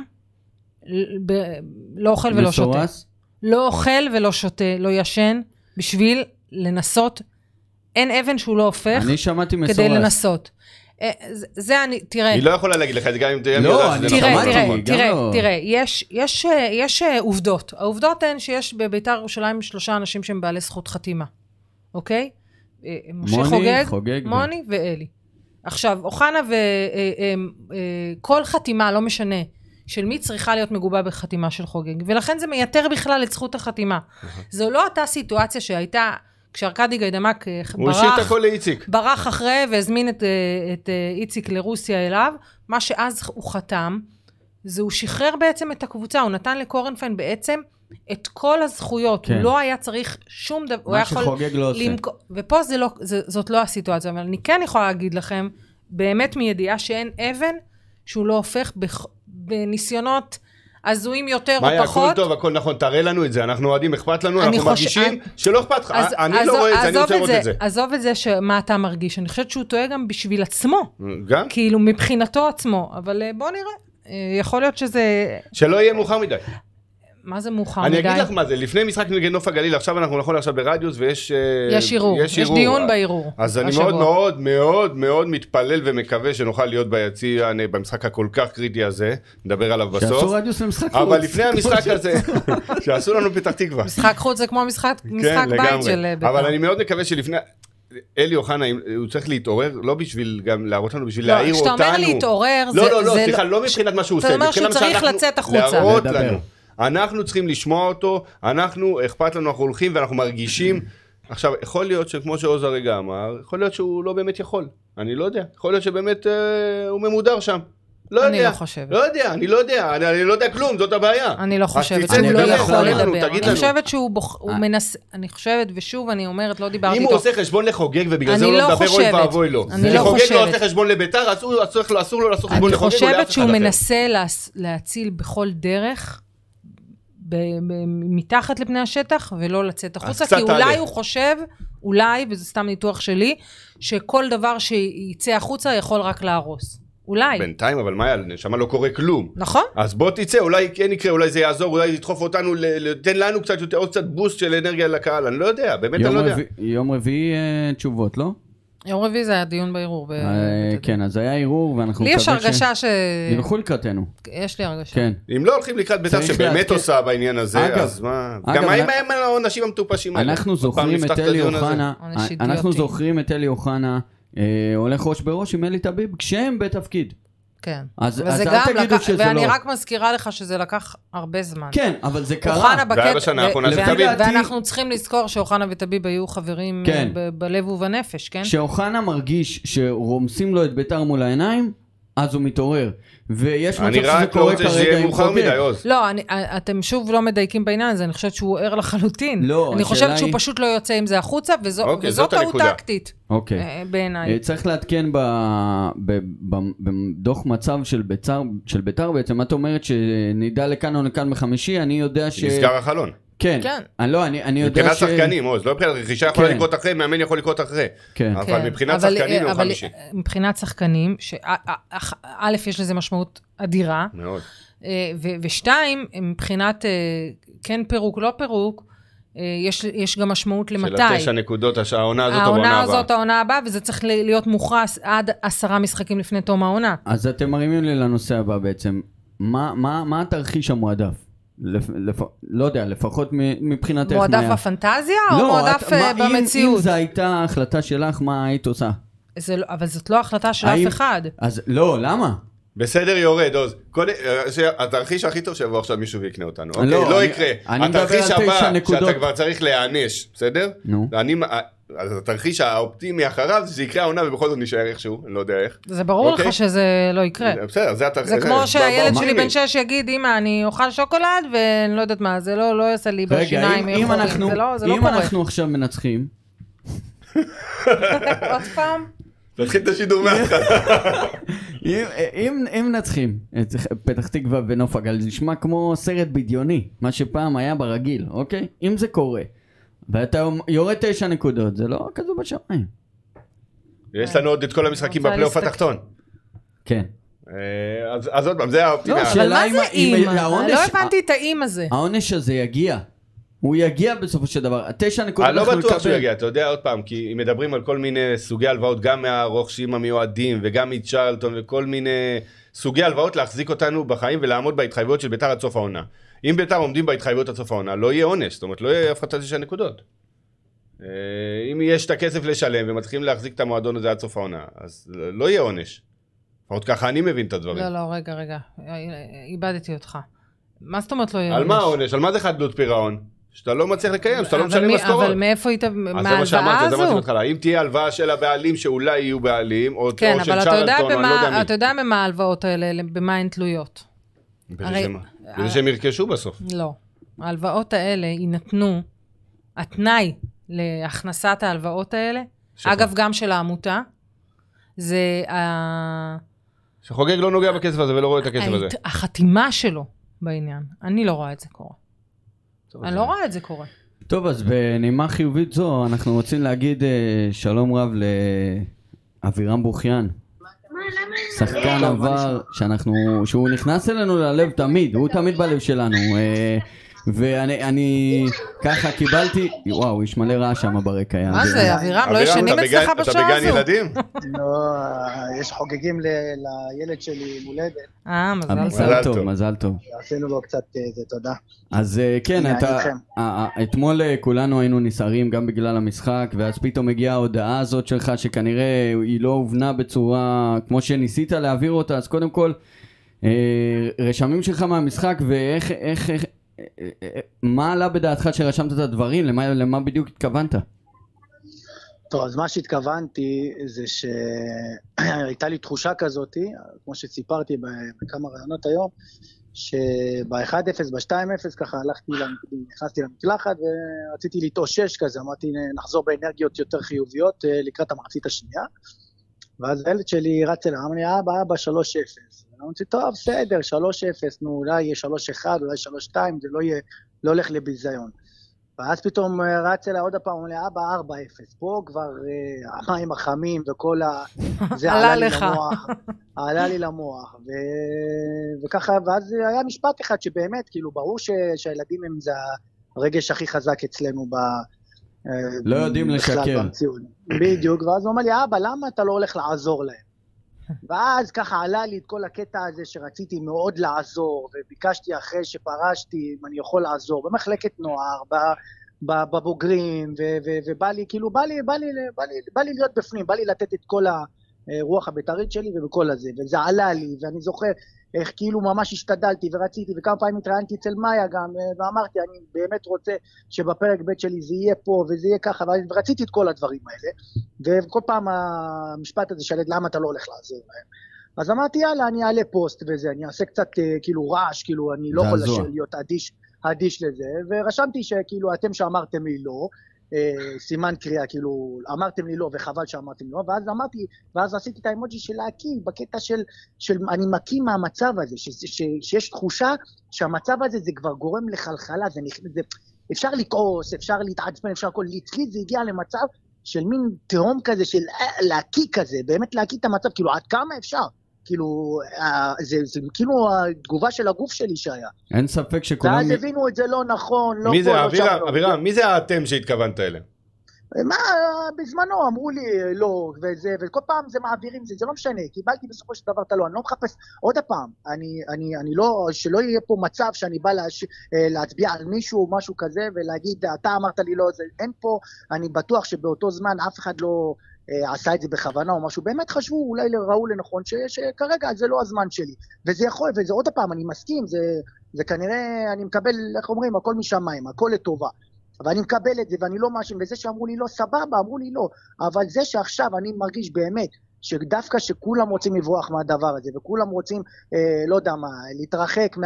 Speaker 4: לא אוכל ולא שותה. לא אוכל ולא שותה, לא ישן, בשביל לנסות, אין אבן שהוא לא הופך,
Speaker 2: אני שמעתי מסורס.
Speaker 4: כדי לנסות. זה אני, תראה.
Speaker 3: היא לא יכולה להגיד לך את זה גם אם תהיה
Speaker 2: לא,
Speaker 4: תראה, יש עובדות. העובדות הן שיש בבית"ר ירושלים 3 אנשים שהם בעלי זכות חתימה. אוקיי? משה חוגג, מוני ואלי. עכשיו, אוחנה וכל חתימה, לא משנה, של מי צריכה להיות מגובה בחתימה של חוגג, ולכן זה מייתר בכלל את זכות החתימה. זו לא אותה סיטואציה שהייתה, כשארקדי גיידמק ברח אחרי והזמין את איציק לרוסיה אליו, מה שאז הוא חתם, זה הוא שחרר בעצם את הקבוצה, הוא נתן לקורנפיין בעצם את כל הזכויות, הוא לא היה צריך שום דבר,
Speaker 2: מה שחוגג לא עושה.
Speaker 4: ופה זאת לא הסיטואציה, אבל אני כן יכולה להגיד לכם, באמת מידיעה שאין אבן, שהוא לא הופך בניסיונות הזויים יותר או פחות.
Speaker 3: מה, הכל טוב, הכל נכון, תראה לנו את זה, אנחנו אוהדים, אכפת לנו, אנחנו מרגישים שלא אכפת לך, אני לא רואה את זה, אני רוצה לראות את זה.
Speaker 4: עזוב את זה מה אתה מרגיש, אני חושבת שהוא טועה גם בשביל עצמו,
Speaker 3: גם?
Speaker 4: כאילו מבחינתו עצמו, אבל בוא נראה, יכול להיות שזה...
Speaker 3: שלא יהיה מאוחר מדי.
Speaker 4: מה זה מאוחר מדי?
Speaker 3: אני אגיד לך מה זה, לפני משחק נגד נוף הגליל, עכשיו אנחנו נכון עכשיו ברדיוס, ויש...
Speaker 4: יש ערעור, יש דיון בערעור.
Speaker 3: אז אני מאוד מאוד מאוד מאוד מתפלל ומקווה שנוכל להיות ביציע במשחק הכל כך קריטי הזה, נדבר עליו בסוף.
Speaker 2: שעשו רדיוס למשחק חוץ.
Speaker 3: אבל לפני המשחק הזה, שעשו לנו פתח תקווה.
Speaker 4: משחק חוץ זה כמו משחק בית של בית"ר.
Speaker 3: אבל אני מאוד מקווה שלפני... אלי אוחנה, הוא צריך להתעורר, לא בשביל גם להראות לנו, בשביל להעיר אותנו.
Speaker 4: כשאתה אומר להתעורר, זה...
Speaker 3: לא, סליחה, לא מבחינת מה שהוא עושה.
Speaker 4: אתה אומר שהוא צריך לצאת החוצה.
Speaker 3: להראות לנו. אנחנו צריכים לשמוע אותו, אכפת לנו, אנחנו הולכים ואנחנו מרגישים. עכשיו, יכול להיות שכמו שעוז הרגע אמר, יכול להיות שהוא לא באמת יכול. אני לא יודע. יכול להיות שבאמת הוא ממודר שם.
Speaker 4: אני לא חושבת.
Speaker 3: אני לא יודע כלום, זאת הבעיה.
Speaker 4: אני לא חושבת שהוא לא יכול לדבר. אני חושבת שהוא מנסה, אני חושבת, ושוב אני אומרת, לא דיברתי איתו.
Speaker 3: אם הוא עושה חשבון לחוגג ובגלל זה הוא לא מדבר אוי ואבוי לו. כי חוגג לא עושה חשבון לביתר, אסור לו לעשות חשבון לחוגג.
Speaker 4: אני חושבת שהוא מנסה להציל בכל דרך, מתחת לפני השטח, ולא לצאת החוצה, כי אולי הוא חושב, אולי, וזה סתם ניתוח שלי, שכל דבר שיצא החוצה יכול רק להרוס. אולי.
Speaker 3: בינתיים, אבל מה, שמה לא קורה כלום.
Speaker 4: נכון.
Speaker 3: אז בוא תצא, אולי כן יקרה, אולי זה יעזור, אולי ידחוף אותנו, תן לנו קצת יותר, עוד קצת בוסט של אנרגיה לקהל, אני לא יודע, באמת אני לא יודע.
Speaker 2: יום רביעי תשובות, לא?
Speaker 4: יום רביעי זה היה דיון בערעור.
Speaker 2: כן, אז היה ערעור, ואנחנו...
Speaker 4: לי יש הרגשה ש...
Speaker 2: ילכו לקראתנו.
Speaker 4: יש לי הרגשה.
Speaker 2: כן.
Speaker 3: אם לא הולכים לקראת בית"ר שבאמת עושה בעניין הזה, אז מה... גם האם הם האנשים המטופשים האלה?
Speaker 2: אנחנו זוכרים את אלי אוחנה, הולך ראש בראש עם אלי טביב, כשהם בתפקיד.
Speaker 4: כן.
Speaker 2: אז אל תגידו שזה לא.
Speaker 4: ואני רק מזכירה לך שזה לקח הרבה זמן.
Speaker 2: כן, אבל זה קרה.
Speaker 4: ואנחנו צריכים לזכור שאוחנה וטביב היו חברים בלב ובנפש, כן?
Speaker 2: שאוחנה מרגיש שרומסים לו את בית"ר מול העיניים, אז הוא מתעורר. ויש מצב שזה קורה כרגע עם חוגג.
Speaker 4: לא, אתם שוב לא מדייקים בעניין הזה, אני חושבת שהוא ער לחלוטין. אני חושבת שהוא פשוט לא יוצא עם זה החוצה, וזאת טעות טקטית. בעיניי.
Speaker 2: צריך לעדכן בדוח מצב של בית"ר בעצם, את אומרת שנדע לכאן או לכאן בחמישי, אני יודע
Speaker 3: נסגר החלון.
Speaker 2: כן, אני יודע
Speaker 3: מבחינת שחקנים, עוז, לא מבחינת רכישה יכולה לקרות אחרי, מאמן יכול לקרות אחרי, אבל מבחינת שחקנים הוא חמישי.
Speaker 4: מבחינת שחקנים, שא' יש לזה משמעות אדירה,
Speaker 3: מאוד.
Speaker 4: ושתיים, מבחינת כן פירוק, לא פירוק, יש גם משמעות למתי.
Speaker 3: של 9 נקודות, העונה הזאת או
Speaker 4: העונה הזאת, העונה הבאה, וזה צריך להיות מוכרס עד 10 משחקים לפני תום העונה.
Speaker 2: אז אתם מרימים לי לנושא הבא בעצם, מה התרחיש המועדף? לא יודע, לפחות מבחינתך
Speaker 4: מועדף בפנטזיה או מועדף במציאות?
Speaker 2: אם זו הייתה החלטה שלך, מה היית עושה?
Speaker 4: אבל זאת לא החלטה של אף אחד.
Speaker 2: אז לא, למה?
Speaker 3: בסדר יורד, עוז. התרחיש הכי טוב שיבוא עכשיו מישהו ויקנה אותנו. לא יקרה. התרחיש הבא שאתה כבר צריך להיענש, בסדר? אז התרחיש האופטימי אחריו זה יקרה העונה ובכל זאת נשאר איכשהו, אני לא יודע איך.
Speaker 4: זה ברור לך שזה לא יקרה.
Speaker 3: בסדר, זה התרחיש.
Speaker 4: זה כמו שהילד שלי בן 6 יגיד, אמא, אני אוכל שוקולד ואני לא יודעת מה, זה לא יעשה לי בשיניים.
Speaker 2: רגע, אם אנחנו עכשיו מנצחים...
Speaker 4: עוד פעם?
Speaker 3: נתחיל את השידור מהתחלה.
Speaker 2: אם נצחים את פתח תקווה ונוף הגליל, זה נשמע כמו סרט בדיוני, מה שפעם היה ברגיל, אוקיי? אם זה קורה, ואתה יורד 9 נקודות, זה לא כזו בשמיים.
Speaker 3: יש לנו עוד את כל המשחקים בפלייאוף התחתון.
Speaker 2: כן.
Speaker 3: אז עוד פעם, זה האופטימיה.
Speaker 4: אבל מה זה אימא? לא הבנתי את האימא הזה.
Speaker 2: העונש הזה יגיע. הוא יגיע בסופו של דבר. 9 נקודות
Speaker 3: אנחנו נקבל. לא בטוח שהוא יגיע, אתה יודע עוד פעם, כי אם מדברים על כל מיני סוגי הלוואות, גם מהרוכשים המיועדים, וגם מצ'רלטון, וכל מיני סוגי הלוואות להחזיק אותנו בחיים, ולעמוד בהתחייבויות של בית"ר עד סוף העונה. אם בית"ר עומדים בהתחייבויות עד סוף העונה, לא יהיה עונש, זאת אומרת, לא יהיה הפחתת 9 נקודות. אם יש את הכסף לשלם, ומתחילים להחזיק את המועדון הזה עד סוף העונה, אז לא יהיה עונש. עוד ככה אני מבין את הדברים.
Speaker 4: לא, רגע, איבדתי אותך. מה זאת אומרת לא יהיה
Speaker 3: עונש? על מה העונש? על מה זה חדלות פירעון? שאתה לא מצליח לקיים, שאתה לא משלם משכורות.
Speaker 4: אבל מאיפה היית, מההלוואה הזו?
Speaker 3: אם תהיה הלוואה של הבעלים שאולי יהיו בעלים, או של צ'רלטון,
Speaker 4: כן, אבל אתה יודע במה ההלוואות האלה, במה הן תלויות?
Speaker 3: בזה שהם ירכשו בסוף.
Speaker 4: לא. ההלוואות האלה יינתנו, התנאי להכנסת ההלוואות האלה, אגב גם של העמותה, זה
Speaker 3: שחוגג לא נוגע בכסף הזה ולא רואה את הכסף הזה.
Speaker 4: החתימה שלו בעניין. אני לא רואה את זה קורה. אני לא רואה את זה קורה.
Speaker 2: טוב, אז בנימה חיובית זו, אנחנו רוצים להגיד שלום רב לאבירם ברוכיאן. שחקן עבר שהוא נכנס אלינו ללב תמיד, הוא תמיד בלב שלנו. ואני ככה קיבלתי, וואו, יש מלא רעש שם ברקע.
Speaker 4: מה זה, אבירם? לא ישנים אצלך בשעה הזו?
Speaker 3: אתה בגן ילדים?
Speaker 5: לא, יש חוגגים לילד שלי מולדת.
Speaker 2: מזל טוב, מזל טוב.
Speaker 5: עשינו לו קצת זה, תודה.
Speaker 2: אז כן, אתמול כולנו היינו נסערים גם בגלל המשחק, ואז פתאום הגיעה ההודעה הזאת שלך, שכנראה היא לא הובנה בצורה כמו שניסית להעביר אותה, אז קודם כל, רשמים שלך מהמשחק, ואיך, מה עלה בדעתך שרשמת את הדברים? למה בדיוק התכוונת?
Speaker 5: טוב, אז מה שהתכוונתי זה שהייתה לי תחושה כזאת, כמו שסיפרתי בכמה רעיונות היום, שב-1-0, ב-2-0 ככה נכנסתי למקלחת ורציתי להתאושש כזה, אמרתי נחזור באנרגיות יותר חיוביות לקראת המחצית השנייה, ואז הילד שלי רץ אליי, אמר לי, אבא 3-0. אמרתי, טוב, בסדר, 3-0, נו, אולי יהיה 3-1, אולי 3-2, זה לא הולך לביזיון. ואז פתאום רץ אליי עוד הפעם, אמר לי, אבא 4-0, פה כבר המים החמים וכל זה עלה לי למוח, וככה, ואז היה משפט אחד שבאמת, כאילו, ברור שהילדים הם זה הרגש הכי חזק אצלנו
Speaker 2: לא יודעים לשקר.
Speaker 5: בדיוק, ואז הוא אמר לי, אבא, למה אתה לא הולך לעזור להם? ואז ככה עלה לי את כל הקטע הזה שרציתי מאוד לעזור, וביקשתי אחרי שפרשתי אם אני יכול לעזור, במחלקת נוער, בבוגרים, ובא לי, כאילו, בא לי להיות בפנים, בא לי לתת את כל הרוח הבית"רית שלי ובכל הזה, וזה עלה לי, ואני זוכר איך כאילו ממש השתדלתי ורציתי, וכמה פעמים התראיינתי אצל מאיה גם, ואמרתי, אני באמת רוצה שבפרק ב' שלי זה יהיה פה, וזה יהיה ככה, ורציתי את כל הדברים האלה, וכל פעם המשפט הזה שאלת, למה אתה לא הולך לעזור להם? אז אמרתי, יאללה, אני אעלה פוסט וזה, אני אעשה קצת כאילו רעש, כאילו אני לא יכול להיות אדיש לזה, ורשמתי שכאילו אתם שאמרתם לי לא, סימן קריאה, כאילו, אמרתם לי לא, וחבל שאמרתם לא, ואז עשיתי את האמוג'י של להקיא, בקטע של אני מקיא מהמצב הזה, שיש תחושה שהמצב הזה זה כבר גורם לחלחלה, זה אפשר לכעוס, אפשר להתעצבן, אפשר הכל, אצלי זה הגיע למצב של מין תהום כזה, של להקיא כזה, באמת להקיא את המצב, כאילו, עד כמה אפשר? כאילו, זה כאילו התגובה של הגוף שלי שהיה.
Speaker 2: אין ספק שכולם...
Speaker 5: ואז הבינו את זה לא נכון, לא...
Speaker 3: מי זה, אבירם, מי זה האתם שהתכוונת אליהם?
Speaker 5: מה, בזמנו אמרו לי לא, וזה, וכל פעם זה מעבירים, זה לא משנה, קיבלתי בסופו של דבר את הלא, אני לא מחפש, עוד הפעם, אני לא, שלא יהיה פה מצב שאני בא להצביע על מישהו או משהו כזה, ולהגיד, אתה אמרת לי לא, זה, אין פה, אני בטוח שבאותו זמן אף אחד לא עשה את זה בכוונה או משהו, באמת חשבו, אולי ראו לנכון, שכרגע זה לא הזמן שלי, וזה יכול, וזה עוד הפעם, אני מסכים, זה כנראה, אני מקבל, איך אומרים, הכל משמיים, הכל לטובה, אבל אני מקבל את זה, ואני לא משהו, וזה שאמרו לי לא, סבבה, אמרו לי לא, אבל זה שעכשיו אני מרגיש באמת, שדווקא שכולם רוצים לברוח מהדבר הזה, וכולם רוצים, לא יודע מה, להתרחק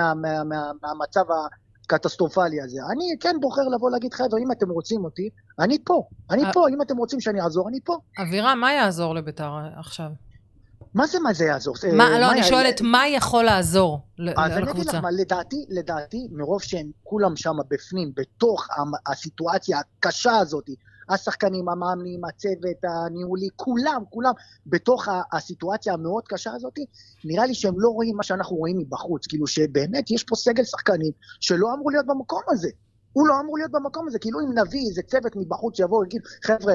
Speaker 5: מהמצב הקטסטרופלי הזה, אני כן בוחר לבוא להגיד, חבר'ה, אם אתם רוצים אותי, אני פה, אם אתם רוצים שאני אעזור, אני פה.
Speaker 4: אבירם, מה יעזור לבית"ר עכשיו?
Speaker 5: מה זה יעזור?
Speaker 4: לא, אני שואלת, מה יכול לעזור לקבוצה?
Speaker 5: אז אני אגיד לך מה, לדעתי, מרוב שהם כולם שם בפנים, בתוך הסיטואציה הקשה הזאת, השחקנים, המאמנים, הצוות, הניהולי, כולם, בתוך הסיטואציה המאוד קשה הזאת, נראה לי שהם לא רואים מה שאנחנו רואים מבחוץ, כאילו שבאמת יש פה סגל שחקנים שלא אמרו להיות במקום הזה. הוא לא אמור להיות במקום הזה, כאילו אם נביא איזה צוות מבחוץ שיבוא ויגיד, חבר'ה,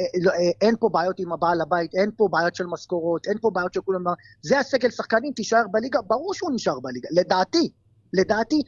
Speaker 5: אין פה בעיות עם הבעל הבית, אין פה בעיות של משכורות, אין פה בעיות של כולם, זה הסגל שחקנים, תישאר בליגה, ברור שהוא נשאר בליגה, לדעתי,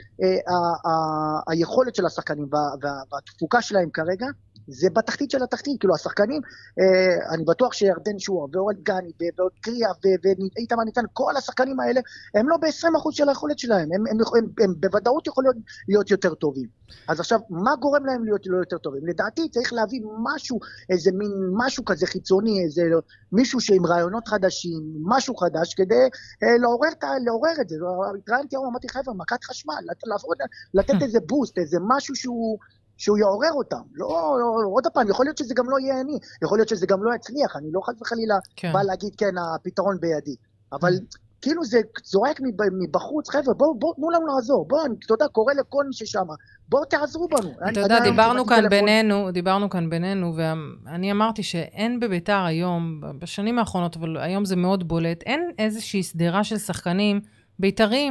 Speaker 5: היכולת של השחקנים והתפוקה שלהם כרגע, זה בתחתית של התחתית, כאילו השחקנים, אני בטוח שירדן שועה, ואורל גני, ועוד קריאה, ואיתמר ניצן, כל השחקנים האלה, הם לא ב-20% של היכולת שלהם, הם בוודאות יכולים להיות יותר טובים. אז עכשיו, מה גורם להם להיות לא יותר טובים? לדעתי צריך להביא משהו, איזה מין משהו כזה חיצוני, איזה מישהו שעם רעיונות חדשים, משהו חדש, כדי לעורר את זה. התראיינתי היום, אמרתי חבר'ה, מכת חשמל, לתת איזה בוסט, איזה משהו שהוא יעורר אותם. לא, עוד הפעם, יכול להיות שזה גם לא יהיה אני, יכול להיות שזה גם לא יצליח, אני לא חס וחלילה בא להגיד, כן, הפתרון בידי. אבל כאילו זה זורק מבחוץ, חבר'ה, בואו, תנו לנו לעזור, בואו, אתה יודע, קורא לכל מי ששם, בואו תעזרו בנו.
Speaker 4: אתה יודע, דיברנו כאן בינינו, ואני אמרתי שאין בבית"ר היום, בשנים האחרונות, אבל היום זה מאוד בולט, אין איזושהי סדרה של שחקנים בית"רים,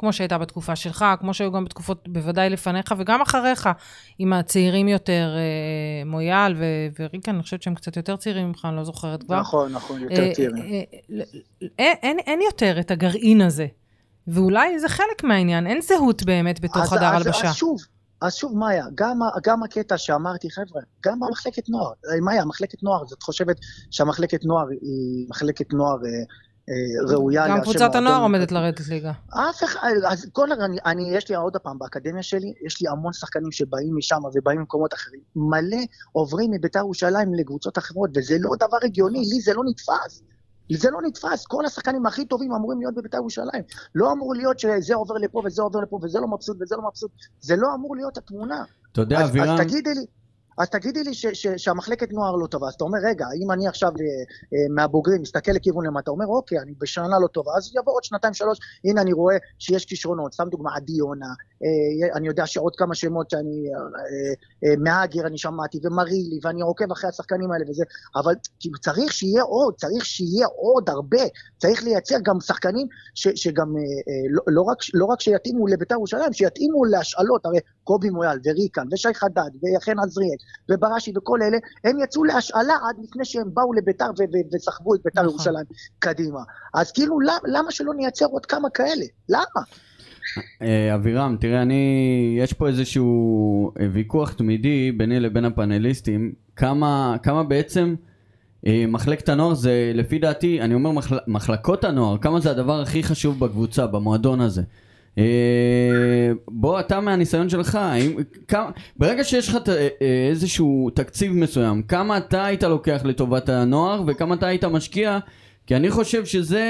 Speaker 4: כמו שהייתה בתקופה שלך, כמו שהיו גם בתקופות בוודאי לפניך, וגם אחריך, עם הצעירים יותר, מויאל וריקן, אני חושבת שהם קצת יותר צעירים ממך, אני לא זוכרת כבר.
Speaker 5: נכון, יותר צעירים.
Speaker 4: אין יותר את הגרעין הזה, ואולי זה חלק מהעניין, אין זהות באמת בתוך חדר הלבשה.
Speaker 5: אז שוב, מאיה, גם הקטע שאמרתי, חבר'ה, גם במחלקת נוער, מאיה, מחלקת נוער, זאת חושבת שהמחלקת נוער היא מחלקת נוער ראויה.
Speaker 4: גם קבוצת הנוער עומדת לרדת ליגה.
Speaker 5: אף אחד, אז יש לי עוד הפעם באקדמיה שלי, יש לי המון שחקנים שבאים משם ובאים ממקומות אחרים, מלא עוברים מבית"ר ירושלים לקבוצות אחרות, וזה לא דבר הגיוני, לי זה לא נתפס. זה לא נתפס, כל השחקנים הכי טובים אמורים להיות בבית"ר ירושלים. לא אמור להיות שזה עובר לפה וזה עובר לפה וזה לא מבסוט וזה לא מבסוט. זה לא אמור להיות התמונה.
Speaker 2: אתה יודע, אבירם...
Speaker 5: אז תגידי לי שהמחלקת נוער לא טובה, אז אתה אומר, רגע, אם אני עכשיו מהבוגרים, מסתכל לכיוון למטה, אומר, אוקיי, אני בשנה לא טובה, אז יבוא עוד 2-3, הנה אני רואה שיש כישרונות, סתם דוגמה, עדיונה, אני יודע שעוד כמה שמות שאני, מהאגר אני שמעתי, ומרילי, ואני עוקב אחרי השחקנים האלה וזה, אבל צריך שיהיה עוד הרבה, צריך לייצר גם שחקנים שגם, לא רק שיתאימו לבית"ר ירושלים, שיתאימו להשאלות, הרי קובי מויאל וריקן ושי חדד ויחן עזריאל ובראשי וכל אלה, הם יצאו להשאלה עד לפני שהם באו לביתר וסחבו את ביתר ירושלים קדימה. אז כאילו, למה שלא נייצר עוד כמה כאלה? למה?
Speaker 2: אבירם, תראה, יש פה איזשהו ויכוח תמידי ביני לבין הפאנליסטים, כמה בעצם מחלקת הנוער זה, לפי דעתי, אני אומר מחלקות הנוער, כמה זה הדבר הכי חשוב בקבוצה, במועדון הזה. בוא, אתה מהניסיון שלך, ברגע שיש לך איזשהו תקציב מסוים, כמה אתה היית לוקח לטובת הנוער וכמה אתה היית משקיע, כי אני חושב שזה,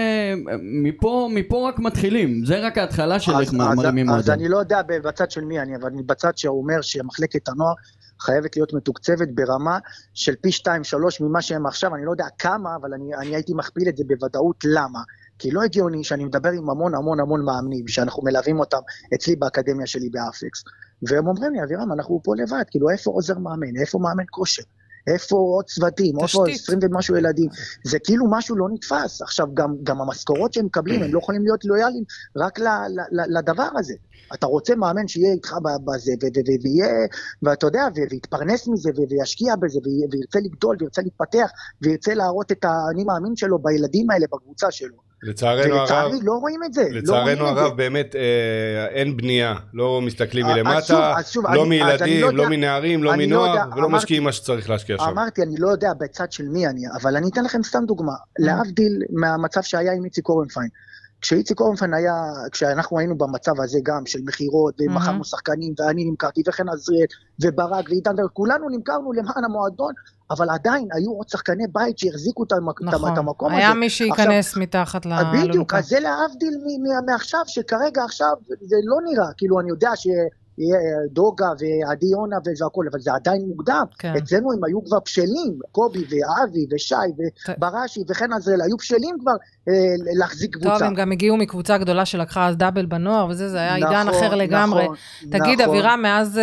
Speaker 2: מפה רק מתחילים, זה רק ההתחלה של איך מרימים מועדון.
Speaker 5: אז אני לא יודע בצד של מי אני, אבל בצד שאומר שמחלקת הנוער חייבת להיות מתוקצבת ברמה של פי 2-3 ממה שהם עכשיו, אני לא יודע כמה, אבל אני הייתי מכפיל את זה בוודאות. למה? כי לא הגיוני שאני מדבר עם המון מאמנים, שאנחנו מלווים אותם אצלי באקדמיה שלי באפליקס, והם אומרים לי, אבירם, אנחנו פה לבד, כאילו איפה עוזר מאמן, איפה מאמן כושר, איפה עוד צוותים, איפה 20 ומשהו ילדים, זה כאילו משהו לא נתפס. עכשיו גם המשכורות שהם מקבלים, הם לא יכולים להיות לויאליים רק לדבר הזה. אתה רוצה מאמן שיהיה איתך בזה, ואתה יודע, ויתפרנס מזה, וישקיע בזה, וירצה לגדול, וירצה להתפתח, וירצה להראות את האני מאמין שלו בילדים האלה בקבוצה שלו.
Speaker 3: לצערנו הרב,
Speaker 5: לא רואים את זה.
Speaker 3: לצערנו הרב באמת אין בנייה, לא מסתכלים מלמטה, לא מילדים, לא מנערים, לא מנוער, ולא משקיעים מה שצריך להשקיע שם.
Speaker 5: אמרתי, אני לא יודע בצד של מי אני, אבל אני אתן לכם סתם דוגמה, להבדיל מהמצב שהיה עם איציק אורנפיין. כשאיציק אורנפיין היה, כשאנחנו היינו במצב הזה גם של מחירות, ומחרנו שחקנים, ואני נמכרתי, וכן עזריאל, וברק, ועידן, כולנו נמכרנו למען המועדון, אבל עדיין היו עוד שחקני בית שהחזיקו את המקום הזה.
Speaker 4: היה מי שייכנס מתחת לאלונקה.
Speaker 5: בדיוק, אז זה להבדיל מעכשיו, שכרגע עכשיו זה לא נראה, כאילו אני יודע יהיה דוגה ועדיונה וזה הכל, אבל זה עדיין מוקדם. אצלנו הם היו כבר בשלים, קובי ואבי ושי ובראשי וכן עזראל, היו בשלים כבר להחזיק קבוצה.
Speaker 4: טוב, הם גם הגיעו מקבוצה גדולה שלקחה אז דאבל בנוער, וזה היה עידן אחר לגמרי. תגיד, אבירם, מאז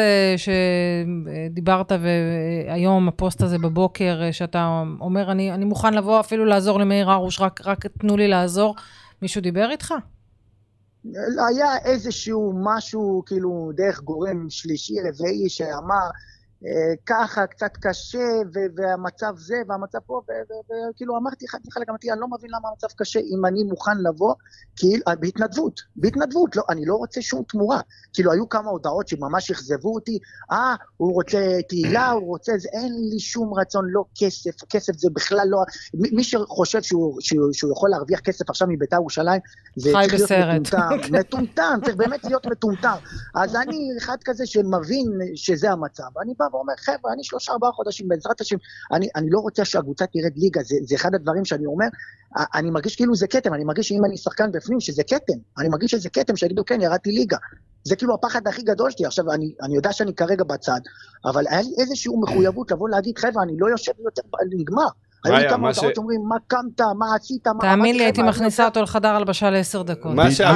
Speaker 4: שדיברת והיום הפוסט הזה בבוקר, שאתה אומר, אני מוכן לבוא אפילו לעזור למאיר הרוש, רק תנו לי לעזור, מישהו דיבר איתך?
Speaker 5: היה איזשהו משהו, כאילו, דרך גורם שלישי, רביעי, שאמר, ככה, קצת קשה, והמצב זה, והמצב פה, וכאילו, אמרתי, אני לא מבין למה המצב קשה, אם אני מוכן לבוא, כאילו, בהתנדבות, לא, אני לא רוצה שום תמורה, כאילו, היו כמה הודעות שממש יחזבו אותי, הוא רוצה תהילה, הוא רוצה, אין לי שום רצון, לא כסף זה בכלל לא, מי שחושב שהוא יכול להרוויח כסף עכשיו מבית"ר ירושלים, זה צריך להיות מטומטם, צריך באמת להיות מטומטם, אז אני אחד כזה שמבין שזה המצב, אני בא ואומר, חבר'ה, אני 3-4 חודשים בעזרת השם, אני לא רוצה שהקבוצה תרד ליגה, זה אחד הדברים שאני אומר, אני מרגיש כאילו זה קטם, אני מרגיש שאם אני שחקן בפנים, שזה קטם, אני מרגיש שזה קטם, שיגידו, כן, ירדתי ליגה, זה כאילו הפחד הכי גדול שלי, עכשיו אני יודע שאני כרגע בצד, אבל היה לי איזשהו מחויבות לבוא להגיד, חבר'ה, אני לא יושב יותר, נגמר, היו כמה הודעות שאומרים, מה קמת, מה עשית,
Speaker 4: תאמין לי, הייתי מכניסה אותו לחדר הלבשה ל10 דקות.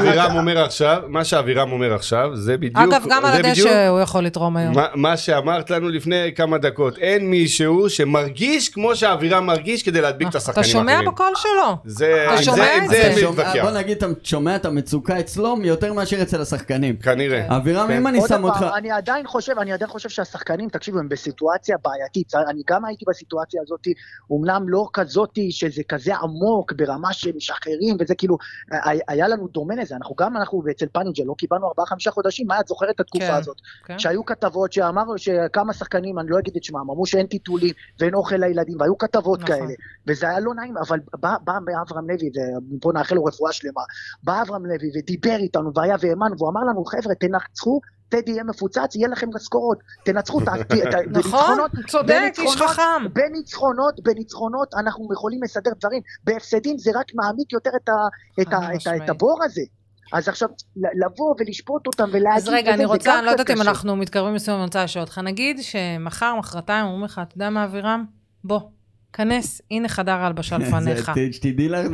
Speaker 3: מה שאבירם אומר עכשיו, זה בדיוק...
Speaker 4: אגב, גם על הדשא הוא יכול לתרום היום.
Speaker 3: מה שאמרת לנו לפני כמה דקות, אין מישהו שמרגיש כמו שאבירם מרגיש כדי להדביק את השחקנים האחרים.
Speaker 4: אתה שומע בקול שלו.
Speaker 3: אתה שומע את זה.
Speaker 2: בוא נגיד, אתה שומע את המצוקה אצלו יותר מאשר אצל השחקנים.
Speaker 3: כנראה.
Speaker 2: אבירם, אם אני שם אותך...
Speaker 5: אני עדיין חושב שהשחקנים, תקשיבו, הם בסיטואציה בעייתית. אני גם הייתי בסיטואציה הזאת, אומנם לא כזאת שזה כזה עמוק ברמה שמשחררים, וזה כאילו, היה לנו דומה לזה. אנחנו אצל פאנינג'ל, לא קיבלנו 4-5 חודשים, מה את זוכרת את התקופה הזאת? שהיו כתבות שאמרו שכמה שחקנים, אני לא אגיד את שמם, אמרו שאין טיטולים ואין אוכל לילדים, והיו כתבות כאלה, וזה היה לא נעים, אבל בא אברהם לוי, ופה נאחל לו רפואה שלמה, בא אברהם לוי ודיבר איתנו, והיה ואמן, והוא אמר לנו, חבר'ה, תנצחו, טדי יהיה מפוצץ, יהיה לכם משכורות, תנצחו,
Speaker 4: נכון, צודק, איש חכם.
Speaker 5: בניצחונות אנחנו יכולים לסדר דברים, בהפסדים זה רק מעמיק יותר את הבור הזה. אז עכשיו, לבוא ולשפוט אותם ולהגיד...
Speaker 4: אז רגע, אני רוצה, אני לא יודעת אם אנחנו מתקרבים לסיום, אני רוצה לשאול אותך, נגיד שמחר, מחרתיים, אומרים לך, אתה יודע מה אבירם? בוא, כנס, הנה חדר ההלבשה לפניך.
Speaker 2: שתדעי לך,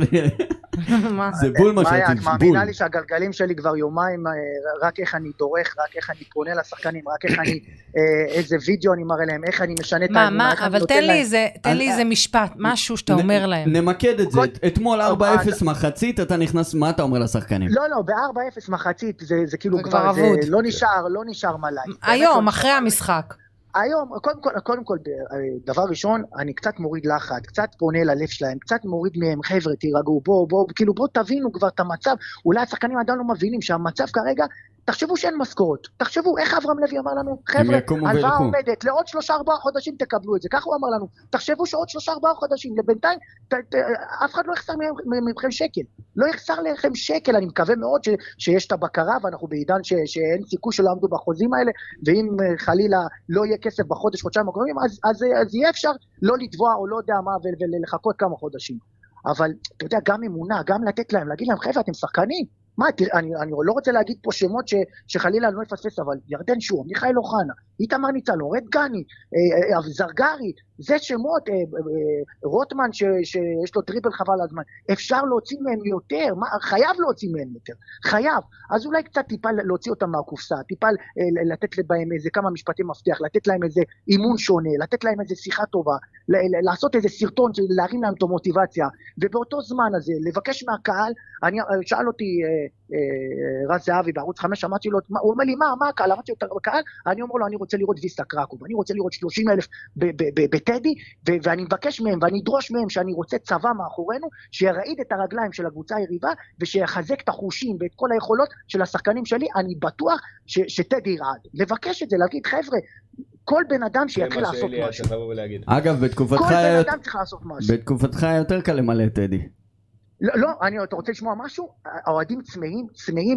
Speaker 2: זה בול מה שרציתי,
Speaker 5: את מאמינה לי שהגלגלים שלי כבר יומיים, רק איך אני דורך, רק איך אני פונה לשחקנים, רק איך אני, איזה וידאו אני מראה להם, איך אני משנה את האמונה.
Speaker 4: מה, אבל תן לי איזה משפט, משהו שאתה אומר להם.
Speaker 2: נמקד את זה, אתמול 4-0 מחצית, אתה נכנס, מה אתה אומר לשחקנים?
Speaker 5: לא, ב-4-0 מחצית, זה כאילו כבר, לא נשאר מלאי.
Speaker 4: היום, אחרי המשחק.
Speaker 5: היום, קודם כל, דבר ראשון, אני קצת מוריד לחץ, קצת פונה ללב שלהם, קצת מוריד מהם, חבר'ה, תירגעו, בוא תבינו כבר את המצב, אולי השחקנים עדיין לא מבינים שהמצב כרגע, תחשבו שאין משכורת, תחשבו איך אברהם לוי אמר לנו, חבר'ה, הלוואה עומדת, לעוד 3-4 חודשים תקבלו את זה, ככה הוא אמר לנו, תחשבו שעוד 3-4 חודשים, לבינתיים, אף אחד לא יחסר מכם שקל, לא יחסר לכם שקל, אני מקווה מאוד שיש את הבקרה, ואנחנו בעידן שאין סיכוי שלא עמדו בחוזים האלה, ואם חלילה לא יהיה כסף בחודש, חודשיים הקרובים, אז יהיה אפשר לא לתבוע או לא יודע מה, ולחכות כמה חודשים. אבל, אתה יודע, גם אמונה, גם לתת להם, להגיד להם, חבר'ה, אתם שחקנים, מה, אני לא רוצה להגיד פה שמות שחלילה אני לא אפספס, אבל ירדן שור, מיכאל אוחנה, איתמר ניצן, אורד גני, זרגרי, זה שמות, רוטמן שיש לו טריפל חבל הזמן, אפשר להוציא מהם יותר, חייב להוציא מהם יותר, חייב, אז אולי קצת טיפה להוציא אותם מהקופסה, טיפה לתת להם איזה כמה משפטים מפתח, לתת להם איזה אימון שונה, לתת להם איזה שיחה טובה, לעשות איזה סרטון, להרים להם את המוטיבציה, ובאותו זמן הזה, לבקש מהקהל, שאל אותי רז זהבי בערוץ 5, אמרתי לו, הוא אומר לי, מה הקהל? אמרתי לו, בקהל, אני אומר לו, אני רוצה לראות ויסטה קרקוב, אני רוצה לראות 30,000 בטדי, ואני מבקש מהם, ואני אדרוש מהם שאני רוצה צבא מאחורינו, שירעיד את הרגליים של הקבוצה היריבה, ושיחזק את החושים ואת כל היכולות של השחקנים שלי, אני בטוח שטדי ירעד. לבקש את זה, להגיד, חבר'ה, כל בן אדם שיתחיל לעשות משהו.
Speaker 2: אגב, בתקופתך יותר קל למלא טדי.
Speaker 5: לא, אתה רוצה לשמוע משהו? האוהדים צמאים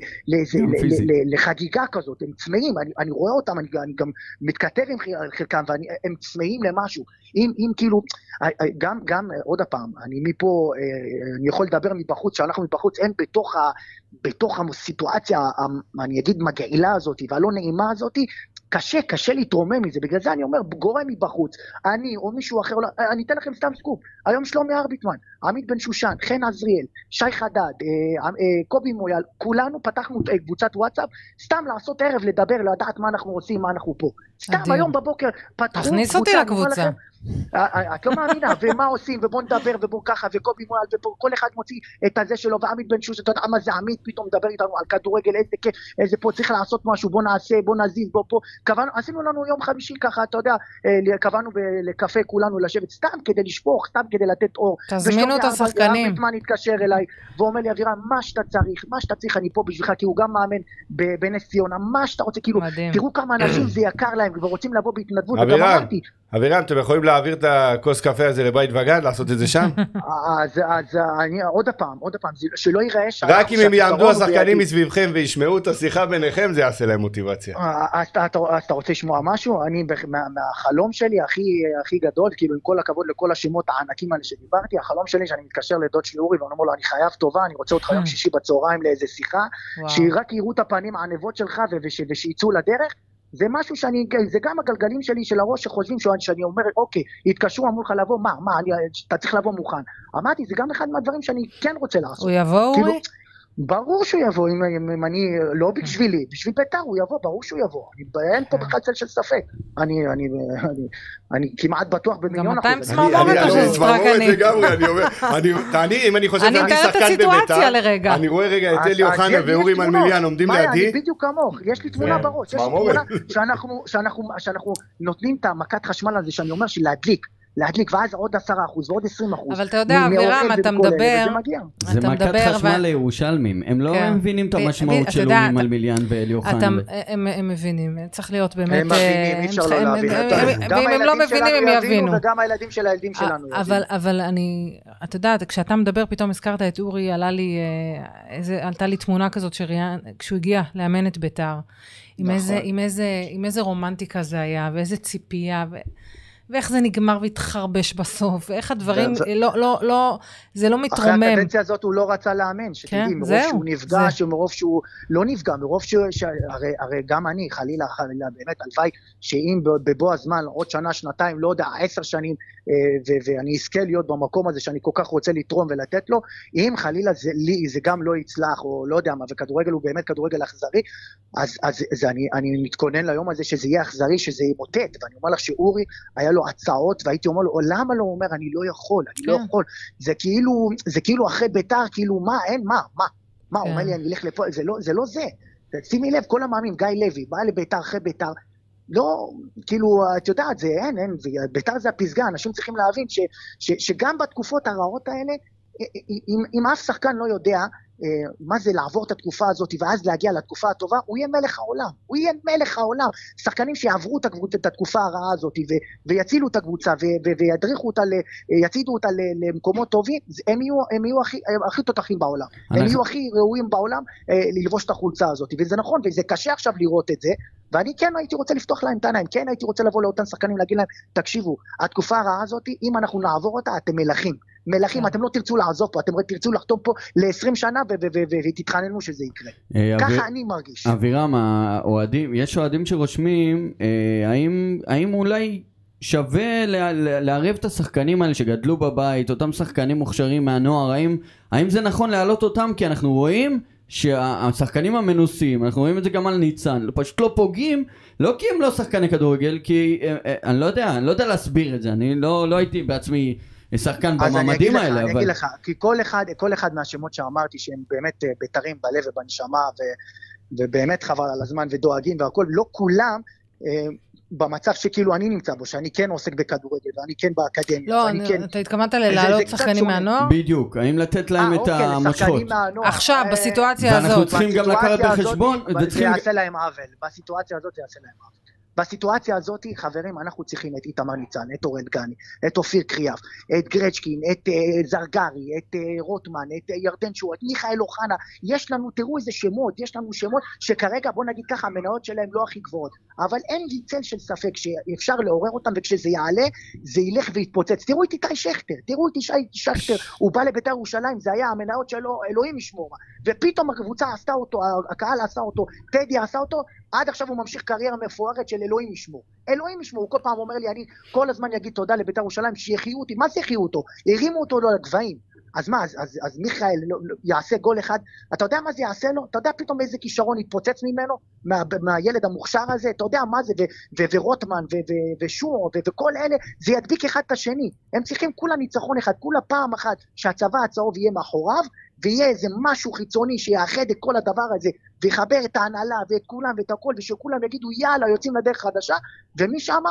Speaker 5: לחגיגה כזאת, הם צמאים, אני רואה אותם, אני גם מתכתב עם חלקם, והם צמאים למשהו. אם כאילו, גם עוד הפעם, אני מפה, אני יכול לדבר מבחוץ, שאנחנו מבחוץ, אין בתוך הסיטואציה, אני אגיד מגעילה הזאת, והלא נעימה הזאת, קשה להתרומם מזה, בגלל זה אני אומר, גורם מבחוץ, אני או מישהו אחר, אני אתן לכם סתם סקופ, היום שלומי ארביטמן, עמית בן שושן, חן עזריאל, שי חדד, קובי מויאל, כולנו פתחנו קבוצת וואטסאפ, סתם לעשות ערב, לדבר, לדעת מה אנחנו עושים, מה אנחנו פה. סתם היום בבוקר פתחו...
Speaker 4: תכניס אותי לקבוצה.
Speaker 5: את לא מאמינה, ומה עושים, ובוא נדבר, ובוא ככה, וקובי מויאל, וכל אחד מוציא את הזה שלו, ועמית בן שושן, אתה יודע מה זה עמית, פתאום מדבר איתנו על כדורגל, איזה פה צריך לעשות משהו, בוא נעשה, בוא נזיז, בוא פה. עשינו לנו יום חמישי ככה, אתה יודע, קבענו לקפה כולנו לשבת סתם כדי לשפוך, סתם כדי לתת אור.
Speaker 4: תזמינו את השחקנים.
Speaker 5: ארביטמן התקשר אליי, ואומר לי, אבירם, מה שאתה צריך, אני פה בשבילך, כי הוא גם מאמן בנס ציונה, מה שאתה רוצה, כאילו, תראו כמה אנשים זה יקר להם, כבר רוצים לבוא בהתנדבות,
Speaker 3: אבירם, אתם יכולים להעביר את הכוס קפה הזה לבית וגן, לעשות את זה שם?
Speaker 5: אז אני עוד פעם, שלא ייראה
Speaker 3: רק אם הם יעמדו השחקנים מסביבכם וישמעו את השיחה ביניכם, זה יעשה להם מוטיבציה.
Speaker 5: אז אתה רוצה לשמוע משהו? אני מהחלום שלי הכי גדול, כאילו עם כל הכבוד לכל השמות הענקים האלה שדיברתי, החלום שלי שאני מתקשר לדוד שלי אורי, ואומר לו, אני חייב טובה, אני רוצה אותך יום שישי בצהריים לאיזה שיחה, שרק יראו את הפנים הענבות שלך ושיצאו לדרך, זה משהו זה גם הגלגלים שלי של הראש שחושבים שאני אומר, אוקיי, התקשרו, אמרו לך לבוא, אתה צריך לבוא מוכן. אמרתי, זה גם אחד מהדברים שאני כן רוצה לעשות.
Speaker 4: הוא יבוא, אורי?
Speaker 5: ברור שהוא יבוא, אם אני, לא בשבילי, בשביל בית"ר הוא יבוא, ברור שהוא יבוא. אין פה בכלל צל של ספק. אני כמעט בטוח במיליון אחוז.
Speaker 4: גם אתה עם צמרמורת או שזה רק אני?
Speaker 3: אני אומר, אם אני חושב
Speaker 4: אני מתארת את הסיטואציה לרגע.
Speaker 3: אני רואה רגע את אלי אוחנה ואורי מלמיליאן עומדים לידי.
Speaker 5: אני בדיוק כמוך, יש לי תמונה בראש, יש לי תמונה שאנחנו נותנים את המכת חשמל הזה, שאני אומר להדליק, ואז עוד 10% ועוד 20%.
Speaker 4: אבל אתה יודע, אבירם, אתה מדבר...
Speaker 2: זה מכת חשמל לירושלמים. הם לא מבינים את המשמעות של אורי מלמיליאן ואלי אוחנה.
Speaker 4: הם מבינים, צריך להיות באמת...
Speaker 5: הם מבינים, אי אפשר לא להבין.
Speaker 4: ואם הם לא מבינים, הם יבינו.
Speaker 5: וגם הילדים של הילדים שלנו יבינו.
Speaker 4: אבל אתה יודע, כשאתה מדבר, פתאום הזכרת את אורי, עלתה לי תמונה כזאת, כשהוא הגיע לאמן את בית"ר, עם איזה רומנטיקה זה היה, ואיזה ציפייה, ואיך זה נגמר והתחרבש בסוף, ואיך הדברים, זה לא מתרומם.
Speaker 5: אחרי הקדנציה הזאת הוא לא רצה לאמן, שתדעי, מרוב שהוא נפגע, מרוב שהוא לא נפגע, מרוב הרי גם אני, חלילה, באמת, הלוואי, שאם בבוא הזמן, עוד שנה, שנתיים, לא יודע, 10 שנים, ואני אזכה להיות במקום הזה, שאני כל כך רוצה לתרום ולתת לו, אם חלילה זה גם לא יצלח, או לא יודע מה, וכדורגל הוא באמת כדורגל אכזרי, אז אני מתכונן ליום הזה, שזה יהיה אכזרי, שזה ימוטט, ואני אומר לך שאורי היה לו הצעות, והייתי אומר לו, למה לא? הוא אומר, אני לא יכול. זה כאילו אחרי בית"ר, כאילו מה? הוא אומר לי, אני אלך לפה, זה לא זה. שימי לב, כל המאמין, גיא לוי, בא לבית"ר אחרי בית"ר, לא, כאילו, את יודעת, זה אין, בית"ר זה הפסגה, אנשים צריכים להבין שגם בתקופות הרעות האלה, אם אף שחקן לא יודע מה זה לעבור את התקופה הזאת ואז להגיע לתקופה הטובה, הוא יהיה מלך העולם, שחקנים שיעברו את התקופה הרעה הזאת ויצילו את הקבוצה וידריכו אותה, יצידו אותה למקומות טובים, הם יהיו הכי תותחים בעולם, הם יהיו הכי ראויים בעולם ללבוש את החולצה הזאת, וזה נכון, וזה קשה עכשיו לראות את זה, ואני כן הייתי רוצה לפתוח להם את העיניים, כן הייתי רוצה לבוא לאותם שחקנים להגיד להם, תקשיבו, התקופה הרעה הזאת, אם אנחנו נעבור אותה, אתם מלכים, אתם לא תרצו לעזוב פה, אתם תרצו לחתום פה ל-20 שנה ותתחננו שזה יקרה. ככה אני מרגיש.
Speaker 2: אבירם, יש אוהדים שרושמים, האם אולי שווה לערב את השחקנים האלה שגדלו בבית, אותם שחקנים מוכשרים מהנוער, האם זה נכון להעלות אותם? כי אנחנו רואים שהשחקנים המנוסים, אנחנו רואים את זה גם על ניצן, פשוט לא פוגעים, לא כי הם לא שחקני כדורגל, כי אני לא יודע להסביר את זה, אני לא הייתי בעצמי שחקן במעמדים האלה.
Speaker 5: אני אגיד לך, כי כל אחד מהשמות שאמרתי שהם באמת בית"רים בלב ובנשמה ובאמת חבל על הזמן ודואגים והכל, לא כולם במצב שכאילו אני נמצא בו, שאני כן עוסק בכדורגל ואני כן באקדמיה.
Speaker 4: לא, אתה התכוונת להעלות שחקנים מהנוער?
Speaker 2: בדיוק, האם לתת להם את המושכות?
Speaker 4: עכשיו, בסיטואציה הזאת.
Speaker 2: ואנחנו צריכים גם לקחת בחשבון.
Speaker 5: זה יעשה להם עוול, בסיטואציה הזאת זה יעשה להם עוול. בסיטואציה הזאת, חברים, אנחנו צריכים את איתמר ניצן, את אורן דגני, את אופיר קריאף, את גרצ'קין, את זרגרי, את רוטמן, את ירדן שועה, את מיכאל אוחנה, יש לנו, תראו איזה שמות, יש לנו שמות שכרגע, בוא נגיד ככה, המניות שלהם לא הכי גבוהות, אבל אין לי צל של ספק שאפשר לעורר אותם, וכשזה יעלה, זה ילך ויתפוצץ. תראו את איתי שכטר, הוא בא לבית"ר ירושלים, זה היה המניות שלו, אלוהים ישמור, ופתאום הקבוצה עשתה אותו, הקהל עשה אותו, טדי עשה אותו, עד עכשיו הוא ממשיך קריירה מפוארת של אלוהים ישמור. אלוהים ישמור, הוא כל פעם אומר לי, אני כל הזמן יגיד תודה לבית"ר ירושלים, שיחיו אותי. מה זה יחיו אותו? הרימו אותו לו לגבהים. אז מה, אז מיכאל יעשה גול אחד, אתה יודע מה זה יעשה לו? אתה יודע פתאום איזה כישרון יתפוצץ ממנו, מהילד המוכשר הזה, אתה יודע מה זה, ורוטמן, ושור, וכל אלה, זה ידביק אחד את השני. הם צריכים כולה ניצחון אחד, כולה פעם אחת, שהצבא הצהוב יהיה מאחוריו, ויהיה איזה משהו חיצוני שיאחד את כל הדבר הזה, ויחבר את ההנהלה ואת כולם ואת הכל, ושכולם יגידו יאללה יוצאים לדרך חדשה, ומשם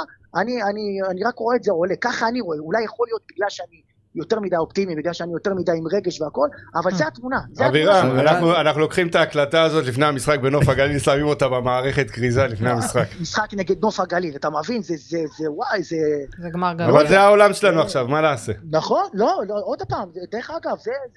Speaker 5: אני רק רואה את זה עולה, ככה אני רואה, אולי יכול להיות בגלל שאני יותר מדי אופטימי, בגלל שאני יותר מדי עם רגש והכל, אבל זה התמונה.
Speaker 3: אבירם, אנחנו לוקחים את ההקלטה הזאת לפני המשחק בנוף הגליל, שמים אותה במערכת כריזה לפני המשחק.
Speaker 5: משחק נגד נוף הגליל, אתה מבין? זה וואי, זה
Speaker 4: גמר גמר.
Speaker 3: אבל זה העולם שלנו עכשיו, מה נעשה?
Speaker 5: נכון, לא, עוד פעם, דרך אגב,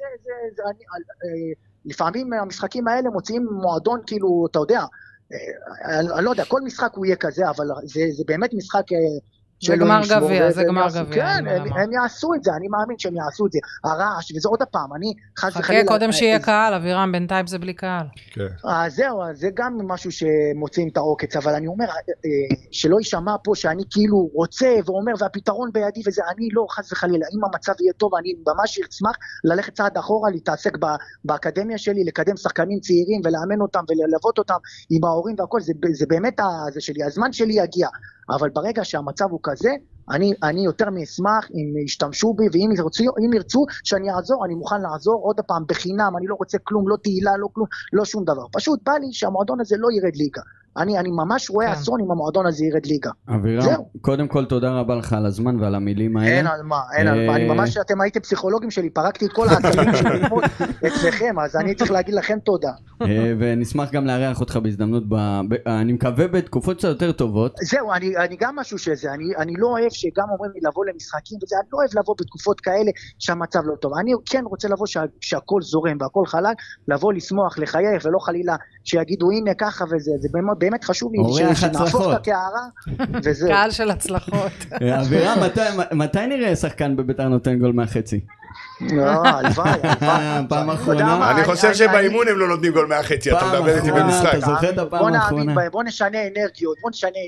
Speaker 5: לפעמים המשחקים האלה מוציאים מועדון, כאילו, אתה יודע, אני לא יודע, כל משחק הוא יהיה כזה, אבל זה באמת משחק
Speaker 4: זה גמר גביע, זה גמר גביע.
Speaker 5: כן, הם יעשו את זה, אני מאמין שהם יעשו את זה. הרעש, וזה עוד הפעם, אני חס וחלילה...
Speaker 4: חכה קודם שיהיה קהל, אבירם, בינתיים זה בלי קהל.
Speaker 5: זהו, זה גם משהו שמוצאים את העוקץ, אבל אני אומר, שלא יישמע פה שאני כאילו רוצה ואומר, והפתרון בידי וזה, אני לא חס וחלילה, אם המצב יהיה טוב, אני ממש אשמח ללכת צעד אחורה, להתעסק באקדמיה שלי, לקדם שחקנים צעירים ולאמן אותם וללוות אותם עם ההורים והכל, זה באמת זה שלי, הזמן שלי יגיע. אבל ברגע שהמצב הוא כזה, אני יותר מאשמח אם ישתמשו בי, ואם ירצו שאני אעזור, אני מוכן לעזור עוד הפעם בחינם, אני לא רוצה כלום, לא תהילה, לא כלום, לא שום דבר. פשוט בא לי שהמועדון הזה לא ירד ליגה. אני ממש רואה אסון אם המועדון הזה ירד ליגה.
Speaker 2: אבירם, קודם כל תודה רבה לך על הזמן ועל המילים האלה.
Speaker 5: אין על מה, אין על מה. אני ממש, אתם הייתם פסיכולוגים שלי, פרקתי את כל העצבים שלי אצלכם, אז אני צריך להגיד לכם תודה.
Speaker 2: ונשמח גם לארח אותך בהזדמנות, אני מקווה בתקופות קצת יותר טובות.
Speaker 5: זהו, אני גם משהו שזה, אני לא אוהב שגם אומרים לי לבוא למשחקים וזה, אני לא אוהב לבוא בתקופות כאלה שהמצב לא טוב. אני כן רוצה לבוא שהכל זורם והכל חלק, לבוא לשמוח, לחייך ולא חלילה שיגידו הנה ככה וזה, זה באמת חשוב לי שנהפוך את הקערה וזהו.
Speaker 4: קהל של הצלחות.
Speaker 2: אבירם, מתי נראה שחקן בביתר נותן גול מהחצי?
Speaker 5: הלוואי.
Speaker 2: פעם אחרונה.
Speaker 3: אני חושב שבאימון הם לא נותנים גול מהחצי, אתה מדבר איתי במשחק.
Speaker 2: אתה זוכר את הפעם האחרונה?
Speaker 5: בוא נשנה אנרגיות,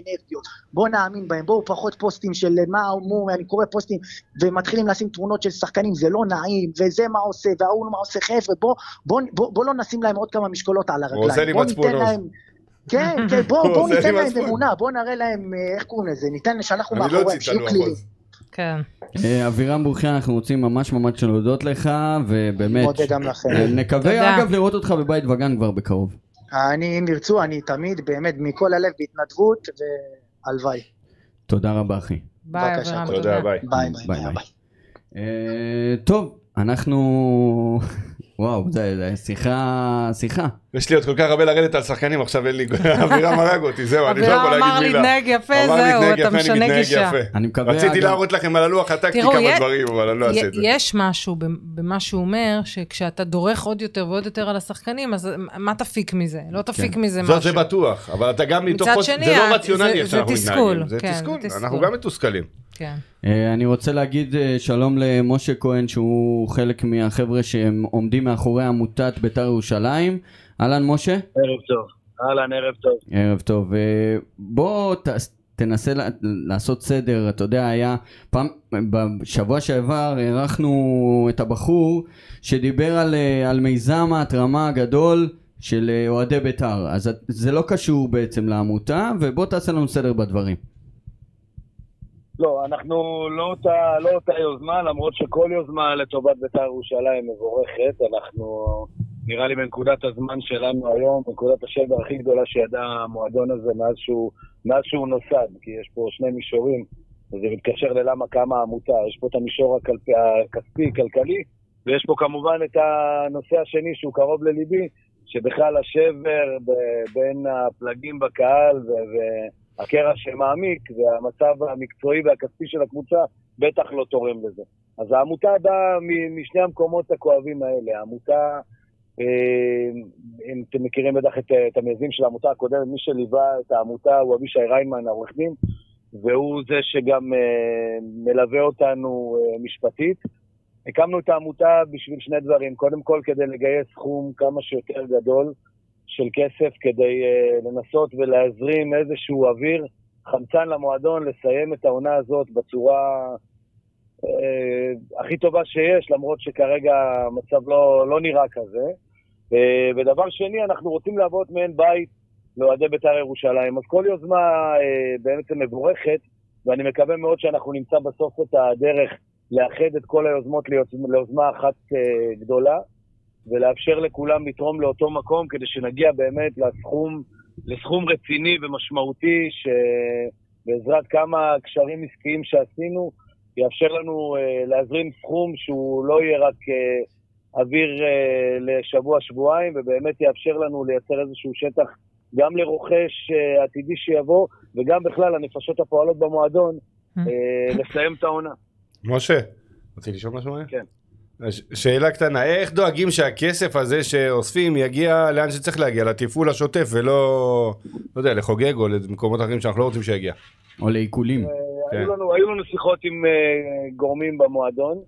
Speaker 5: בוא נאמין בהם, בואו פחות פוסטים של מה אמור, אני קורא פוסטים ומתחילים לשים תמונות של שחקנים, זה לא נעים, וזה מה עושה, והוא מה עושה, חבר'ה, בוא לא נשים להם עוד כמה משקולות על הרגליים.
Speaker 3: הוא עושה לי מצפונות.
Speaker 5: כן, בואו ניתן להם אמונה, בואו נראה להם, איך קוראים לזה, ניתן שאנחנו מאחוריהם, שיהיו כלילים.
Speaker 4: כן.
Speaker 2: אבירם ברוכי, אנחנו רוצים ממש להודות לך, ובאמת,
Speaker 5: מודה גם לכם.
Speaker 2: נקווה אגב לראות אותך בבית וגן כבר בקרוב.
Speaker 5: אם ירצו, אני תמיד באמת מכל הלב בהתנדבות, והלוואי.
Speaker 2: תודה רבה אחי.
Speaker 4: ביי אבירם,
Speaker 3: תודה,
Speaker 5: ביי.
Speaker 2: טוב, אנחנו... וואו, זה שיחה.
Speaker 3: יש לי עוד כל כך הרבה לרדת על שחקנים, עכשיו אין לי, אבירם הרג אותי, זהו, אני לא יכול להגיד מילה.
Speaker 4: אבירם אמר להתנהג יפה, זהו, אתה משנה גישה.
Speaker 3: רציתי להראות לכם על הלוח הטקטי כמה דברים, אבל אני לא אעשה את זה.
Speaker 4: יש משהו במה שהוא אומר, שכשאתה דורך עוד יותר ועוד יותר על השחקנים, אז מה תפיק מזה? לא תפיק מזה משהו.
Speaker 3: זה בטוח, אבל אתה גם מתוך חוץ, זה לא רציונלי איך שאנחנו מתנהגים. זה תסכול, אנחנו גם מתוסכלים.
Speaker 4: כן.
Speaker 2: אני רוצה להגיד שלום למשה כהן, שהוא חלק מהחבר'ה שהם עומדים מאחורי עמותת בית"ר ירושלים. אהלן משה?
Speaker 6: ערב טוב. אהלן, ערב טוב.
Speaker 2: ערב טוב. בוא תנסה לעשות סדר. אתה יודע, היה פעם, בשבוע שעבר ערכנו את הבחור שדיבר על מיזם ההתרמה הגדול של אוהדי בית"ר. אז זה לא קשור בעצם לעמותה, ובוא תעשה לנו סדר בדברים.
Speaker 6: לא, אנחנו לא אותה יוזמה, למרות שכל יוזמה לטובת בית"ר ירושלים מבורכת. אנחנו, נראה לי בנקודת הזמן שלנו היום, בנקודת השבר הכי גדולה שידע המועדון הזה מאז שהוא נוסד, כי יש פה שני מישורים, וזה מתקשר ללמה קמה העמותה. יש פה את המישור הכספי-כלכלי, ויש פה כמובן את הנושא השני שהוא קרוב לליבי, שבכלל השבר בין הפלגים בקהל הקרע שמעמיק, והמצב המקצועי והכספי של הקבוצה בטח לא תורם לזה. אז העמותה באה משני המקומות הכואבים האלה. העמותה, אם אתם מכירים בטח את המייסדים של העמותה הקודמת, מי שליווה את העמותה הוא אבישי ריינמן, העורך דין, והוא זה שגם מלווה אותנו משפטית. הקמנו את העמותה בשביל שני דברים. קודם כל כדי לגייס סכום כמה שיותר גדול של כסף, כדי לנסות ולהזרים איזשהו אוויר, חמצן למועדון, לסיים את העונה הזאת בצורה הכי טובה שיש, למרות שכרגע המצב לא נראה כזה. ודבר שני, אנחנו רוצים לעבוד מעין בית לאוהדי בית"ר ירושלים. אז כל יוזמה בעצם מבורכת, ואני מקווה מאוד שאנחנו נמצא בסוף את הדרך לאחד את כל היוזמות ליוזמה אחת גדולה, ולאפשר לכולם לתרום לאותו מקום, כדי שנגיע באמת לסכום רציני ומשמעותי, שבעזרת כמה קשרים עסקיים שעשינו, יאפשר לנו להזרים סכום שהוא לא יהיה רק אוויר לשבוע-שבועיים, ובאמת יאפשר לנו לייצר איזשהו שטח גם לרוכש עתידי שיבוא, וגם בכלל הנפשות הפועלות במועדון, לסיים את העונה.
Speaker 3: משה, רוצה לשאול משהו?
Speaker 6: כן.
Speaker 3: שאלה קטנה, איך דואגים שהכסף הזה שאוספים יגיע לאן שצריך להגיע, לתפעול השוטף, ולא, לא יודע, לחוגג או למקומות אחרים שאנחנו לא רוצים שיגיע?
Speaker 2: או לעיקולים.
Speaker 6: היו לנו שיחות עם גורמים במועדון.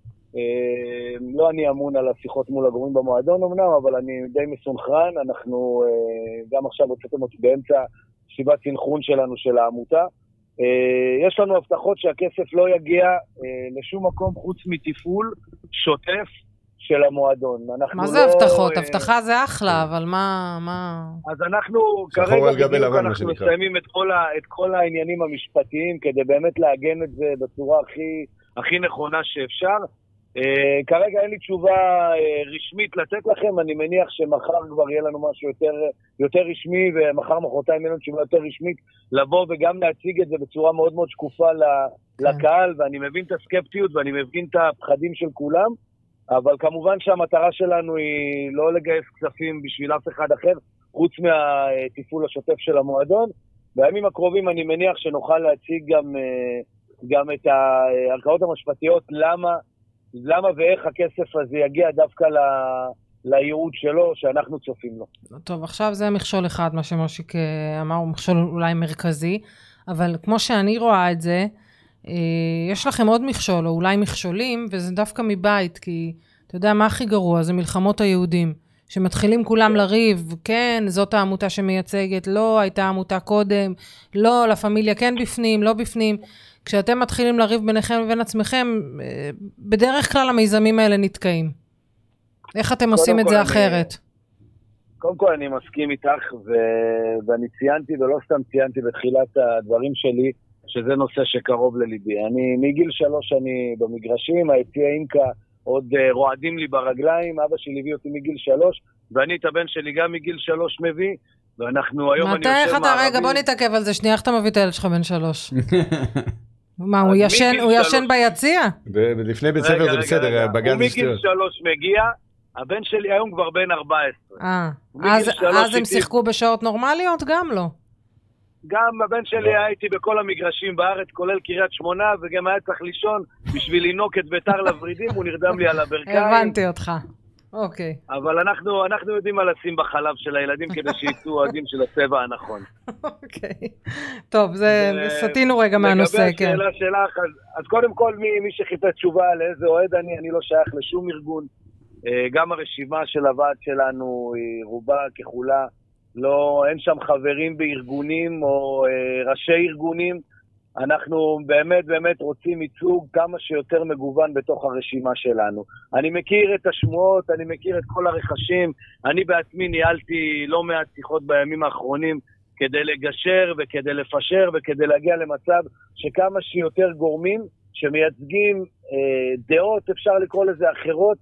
Speaker 6: לא אני אמון על השיחות מול הגורמים במועדון אמנם, אבל אני די מסונכרן. אנחנו גם עכשיו הוצאתם אותי באמצע ישיבת סנכרון שלנו של העמותה. יש לנו הבטחות שהכסף לא יגיע לשום מקום חוץ מתפעול שוטף של המועדון.
Speaker 4: מה זה הבטחות? הבטחה זה אחלה, אבל מה...
Speaker 6: אז אנחנו כרגע בדיוק אנחנו מסיימים את כל העניינים המשפטיים כדי באמת לעגן את זה בצורה הכי נכונה שאפשר. כרגע אין לי תשובה רשמית לתת לכם, אני מניח שמחר כבר יהיה לנו משהו יותר רשמי, ומחר מחרתיים יהיה לנו תשובה יותר רשמית לבוא וגם להציג את זה בצורה מאוד מאוד שקופה לקהל, ואני מבין את הסקפטיות ואני מבין את הפחדים של כולם, אבל כמובן שהמטרה שלנו היא לא לגייס כספים בשביל אף אחד אחר, חוץ מהטיפול השוטף של המועדון. בימים הקרובים אני מניח שנוכל להציג גם את הערכאות המשפטיות, למה ואיך הכסף הזה יגיע דווקא לייעוד שלו, שאנחנו צופים לו.
Speaker 4: טוב, עכשיו זה מכשול אחד, מה שמושיק אמר, הוא מכשול אולי מרכזי, אבל כמו שאני רואה את זה, יש לכם עוד מכשול, או אולי מכשולים, וזה דווקא מבית, כי אתה יודע מה הכי גרוע, זה מלחמות היהודים, שמתחילים כולם לריב, כן, זאת העמותה שמייצגת, לא, הייתה עמותה קודם, לא, לפמיליה כן בפנים, לא בפנים, כשאתם מתחילים לריב ביניכם ובין עצמכם, בדרך כלל המיזמים האלה נתקעים. איך אתם עושים את זה אחרת?
Speaker 6: קודם כל אני מסכים איתך, ואני ציינתי, ולא סתם ציינתי בתחילת הדברים שלי, שזה נושא שקרוב לליבי. אני מגיל 3 אני במגרשים, היציע אינקה עוד רועדים לי ברגליים, אבא שלי הביא אותי מגיל 3, ואני את הבן שלי גם מגיל 3 מביא, ואנחנו היום אני יושב מערבי... רגע,
Speaker 4: בוא נתעכב על זה שנייה, איך אתה מביא את הילד שלך בן 3? מה, הוא ישן ביציע?
Speaker 3: לפני בית ספר זה בסדר, בגן זה שטויות.
Speaker 6: הוא מגיל 3 מגיע, הבן שלי היום כבר בן 14.
Speaker 4: אז הם שיחקו בשעות נורמליות? גם לא.
Speaker 6: גם הבן שלי הייתי בכל המגרשים בארץ, כולל קריית שמונה, וגם היה צריך לישון בשביל לנוק את ביתר לברידים, הוא נרדם לי על הברכיים.
Speaker 4: הבנתי אותך. אוקיי.
Speaker 6: אבל אנחנו יודעים מה לשים בחלב של הילדים כדי שיצאו אוהדים של הצבע הנכון.
Speaker 4: אוקיי. טוב, סתינו רגע מהנושא, כן.
Speaker 6: לגבי השאלה שלך, אז קודם כל מי שחיפש תשובה לאיזה אוהד אני לא שייך לשום ארגון. גם הרשימה של הוועד שלנו היא רובה ככולה. לא, אין שם חברים בארגונים או ראשי ארגונים. אנחנו באמת רוצים ייצוג כמה שיותר מגוון בתוך הרשימה שלנו. אני מכיר את השמועות, אני מכיר את כל הרכשים, אני בעצמי ניהלתי לא מעט שיחות בימים האחרונים כדי לגשר וכדי לפשר וכדי להגיע למצב שכמה שיותר גורמים שמייצגים דעות, אפשר לקרוא לזה אחרות,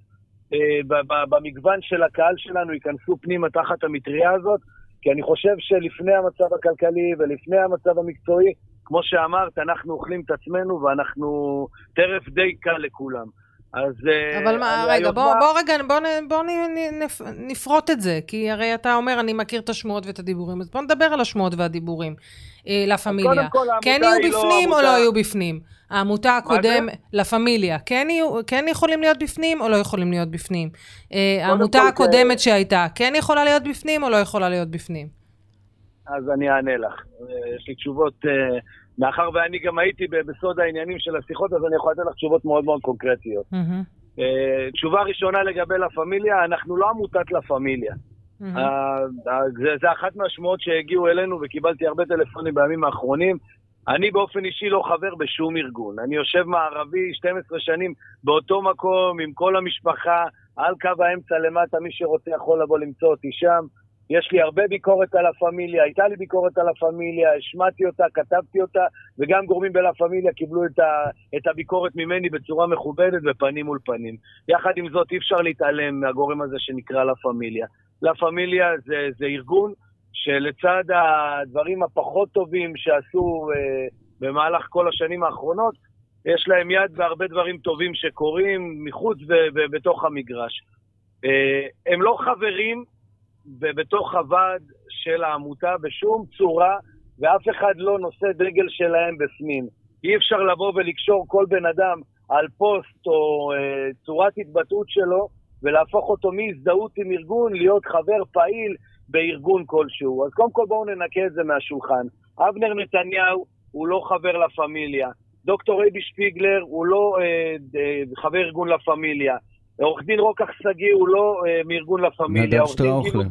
Speaker 6: במגוון של הקהל שלנו ייכנסו פנימה תחת המטריה הזאת, כי אני חושב שלפני המצב הכלכלי ולפני המצב המקצועי, כמו שאמרת, אנחנו אוכלים את עצמנו ואנחנו טרף די קל לכולם.
Speaker 4: אבל מה, רגע, בוא נפרוט את זה, כי הרי אתה אומר, אני מכיר את השמועות ואת הדיבורים, אז בוא נדבר על השמועות והדיבורים לפמיליה. כן יהיו בפנים או לא יהיו בפנים? העמותה הקודם, לפמיליה, כן יכולים להיות בפנים או לא יכולים להיות בפנים? העמותה הקודמת שהייתה, כן יכולה להיות בפנים או לא יכולה להיות בפנים?
Speaker 6: אז אני אענה לך. יש לי תשובות, מאחר ואני גם הייתי בסוד העניינים של השיחות, אז אני יכול לתת לך תשובות מאוד מאוד קונקרטיות. תשובה ראשונה לגבי לפמיליה, אנחנו לא עמותת לפמיליה. זה אחת מהשמועות שהגיעו אלינו וקיבלתי הרבה טלפונים בימים האחרונים. אני באופן אישי לא חבר בשום ארגון. אני יושב מערבי 12 שנים באותו מקום עם כל המשפחה, על קו האמצע למטה, מי שרוצה יכול לבוא למצוא אותי שם. יש לי הרבה ביקורת על הפמיליה, הייתה לי ביקורת על הפמיליה, השמעתי אותה, כתבתי אותה, וגם גורמים בלפמיליה קיבלו את הביקורת ממני בצורה מכובדת ופנים מול פנים. יחד עם זאת, אי אפשר להתעלם מהגורם הזה שנקרא לפמיליה. לפמיליה זה ארגון שלצד הדברים הפחות טובים שעשו במהלך כל השנים האחרונות, יש להם יד בהרבה דברים טובים שקורים מחוץ ובתוך המגרש. הם לא חברים ובתוך הוועד של העמותה בשום צורה, ואף אחד לא נושא דגל שלהם בפנים. אי אפשר לבוא ולקשור כל בן אדם על פוסט או צורת התבטאות שלו, ולהפוך אותו מהזדהות עם ארגון, להיות חבר פעיל בארגון כלשהו. אז קודם כל בואו ננקה את זה מהשולחן. אבנר נתניהו הוא לא חבר לפמיליה. דוקטור אייבי שפיגלר הוא לא חבר ארגון לפמיליה. עורך דין רוקח סגי הוא לא מארגון לפמיליה.
Speaker 2: נדב שטראוכלר.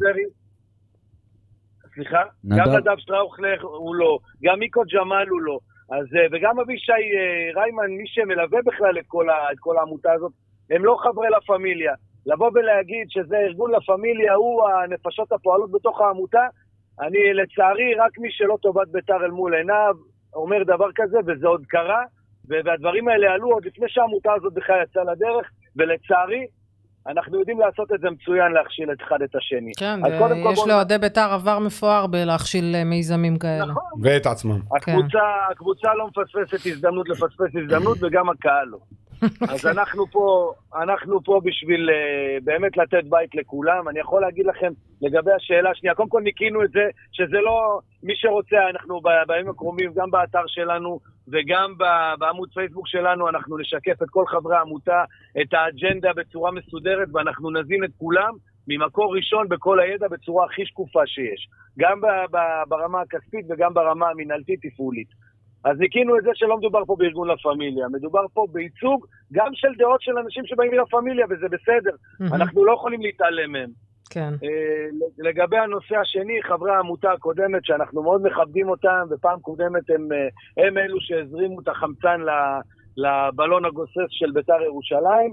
Speaker 6: סליחה? גם נדב שטראוכלר הוא לא. גם מיקו ג'מאל הוא לא. אז, וגם אבישי ריימן, מי שמלווה בכלל את כל העמותה הזאת, הם לא חברי לפמיליה. לבוא ולהגיד שזה ארגון לפמיליה, הוא הנפשות הפועלות בתוך העמותה, אני לצערי, רק מי שלא טובת בית"ר אל מול עיניו, אומר דבר כזה, וזה עוד קרה, והדברים האלה עלו עוד לפני שהעמותה הזאת בכלל יצאה לדרך, ולצערי, אנחנו יודעים לעשות את זה מצוין, להכשיל את אחד את השני.
Speaker 4: כן, יש לאוהדי בית"ר עבר מפואר בלהכשיל מיזמים כאלה.
Speaker 6: נכון.
Speaker 3: ואת עצמם.
Speaker 6: הקבוצה לא מפספסת הזדמנות לפספס הזדמנות, וגם הקהל לא. אז אנחנו פה בשביל באמת לתת בית לכולם. אני יכול להגיד לכם לגבי השאלה השנייה, קודם כל ניקינו את זה, שזה לא מי שרוצה, אנחנו בימים הקרובים, גם באתר שלנו וגם בעמוד פייסבוק שלנו, אנחנו נשקף את כל חברי העמותה, את האג'נדה בצורה מסודרת, ואנחנו נזין את כולם ממקור ראשון בכל הידע בצורה הכי שקופה שיש. גם ברמה הכספית וגם ברמה המנהלתית תפעולית. אז ניקינו את זה שלא מדובר פה בארגון לפמיליה, מדובר פה בייצוג גם של דעות של אנשים שבאים לפמיליה, וזה בסדר. אנחנו לא יכולים להתעלם מהם.
Speaker 4: כן.
Speaker 6: לגבי הנושא השני, חברי העמותה הקודמת, שאנחנו מאוד מכבדים אותם, ופעם קודמת הם אלו שהזרימו את החמצן לבלון הגוסס של בית"ר ירושלים.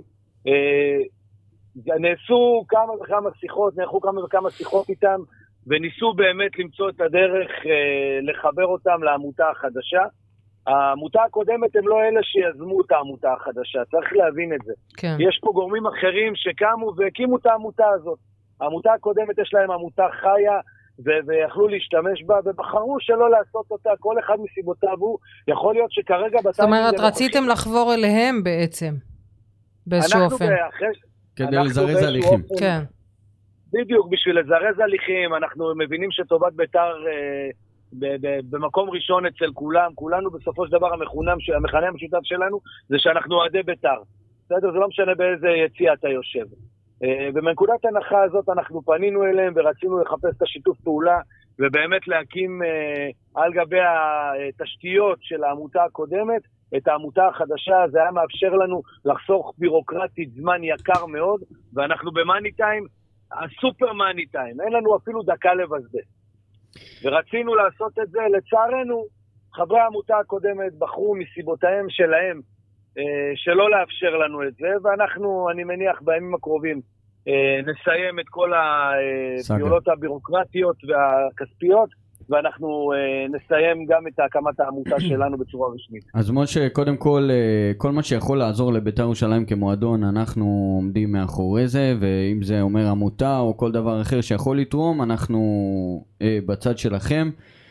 Speaker 6: נעשו כמה וכמה שיחות איתם, וניסו באמת למצוא את הדרך לחבר אותם לעמותה החדשה. העמותה הקודמת הם לא אלה שיזמו את העמותה החדשה, צריך להבין את זה.
Speaker 4: כן. יש
Speaker 6: פה גורמים אחרים שקמו והקימו את העמותה הזאת. העמותה הקודמת יש להם עמותה חיה, ויכלו להשתמש בה, ובחרו שלא לעשות אותה, כל אחד מסיבותיו הוא, יכול להיות שכרגע...
Speaker 4: זאת אומרת, רציתם לחבור אליהם בעצם, באיזשהו אופן.
Speaker 2: כדי לזרז הליכים.
Speaker 4: כן.
Speaker 6: בדיוק, בשביל לזרז הליכים, אנחנו מבינים שטובת בית"ר במקום ראשון אצל כולם, כולנו בסופו של דבר המכנה המשותף שלנו, זה שאנחנו אוהדי בית"ר. בסדר, זה לא משנה באיזה יציאה אתה יושב. ומנקודת הנחה הזאת אנחנו פנינו אליהם ורצינו לחפש את השיתוף פעולה, ובאמת להקים על גבי התשתיות של העמותה הקודמת, את העמותה החדשה. זה היה מאפשר לנו לחסוך בירוקרטית זמן יקר מאוד, ואנחנו במאני טיים, הסופר מאני טיים, אין לנו אפילו דקה לבזבז. ורצינו לעשות את זה, לצערנו, חברי העמותה הקודמת בחרו מסיבותיהם שלהם, שלא לאפשר לנו את זה, ואנחנו, אני מניח, בימים הקרובים, נסיים את כל הפעולות הבירוקרטיות והכספיות, ואנחנו נסיים גם את הקמת העמותה שלנו בצורה רשמית.
Speaker 2: אז משה, קודם כל, כל מה שיכול לעזור לבית"ר ירושלים כמועדון, אנחנו עומדים מאחורי זה, ואם זה אומר עמותה או כל דבר אחר שיכול לתרום, אנחנו בצד שלכם.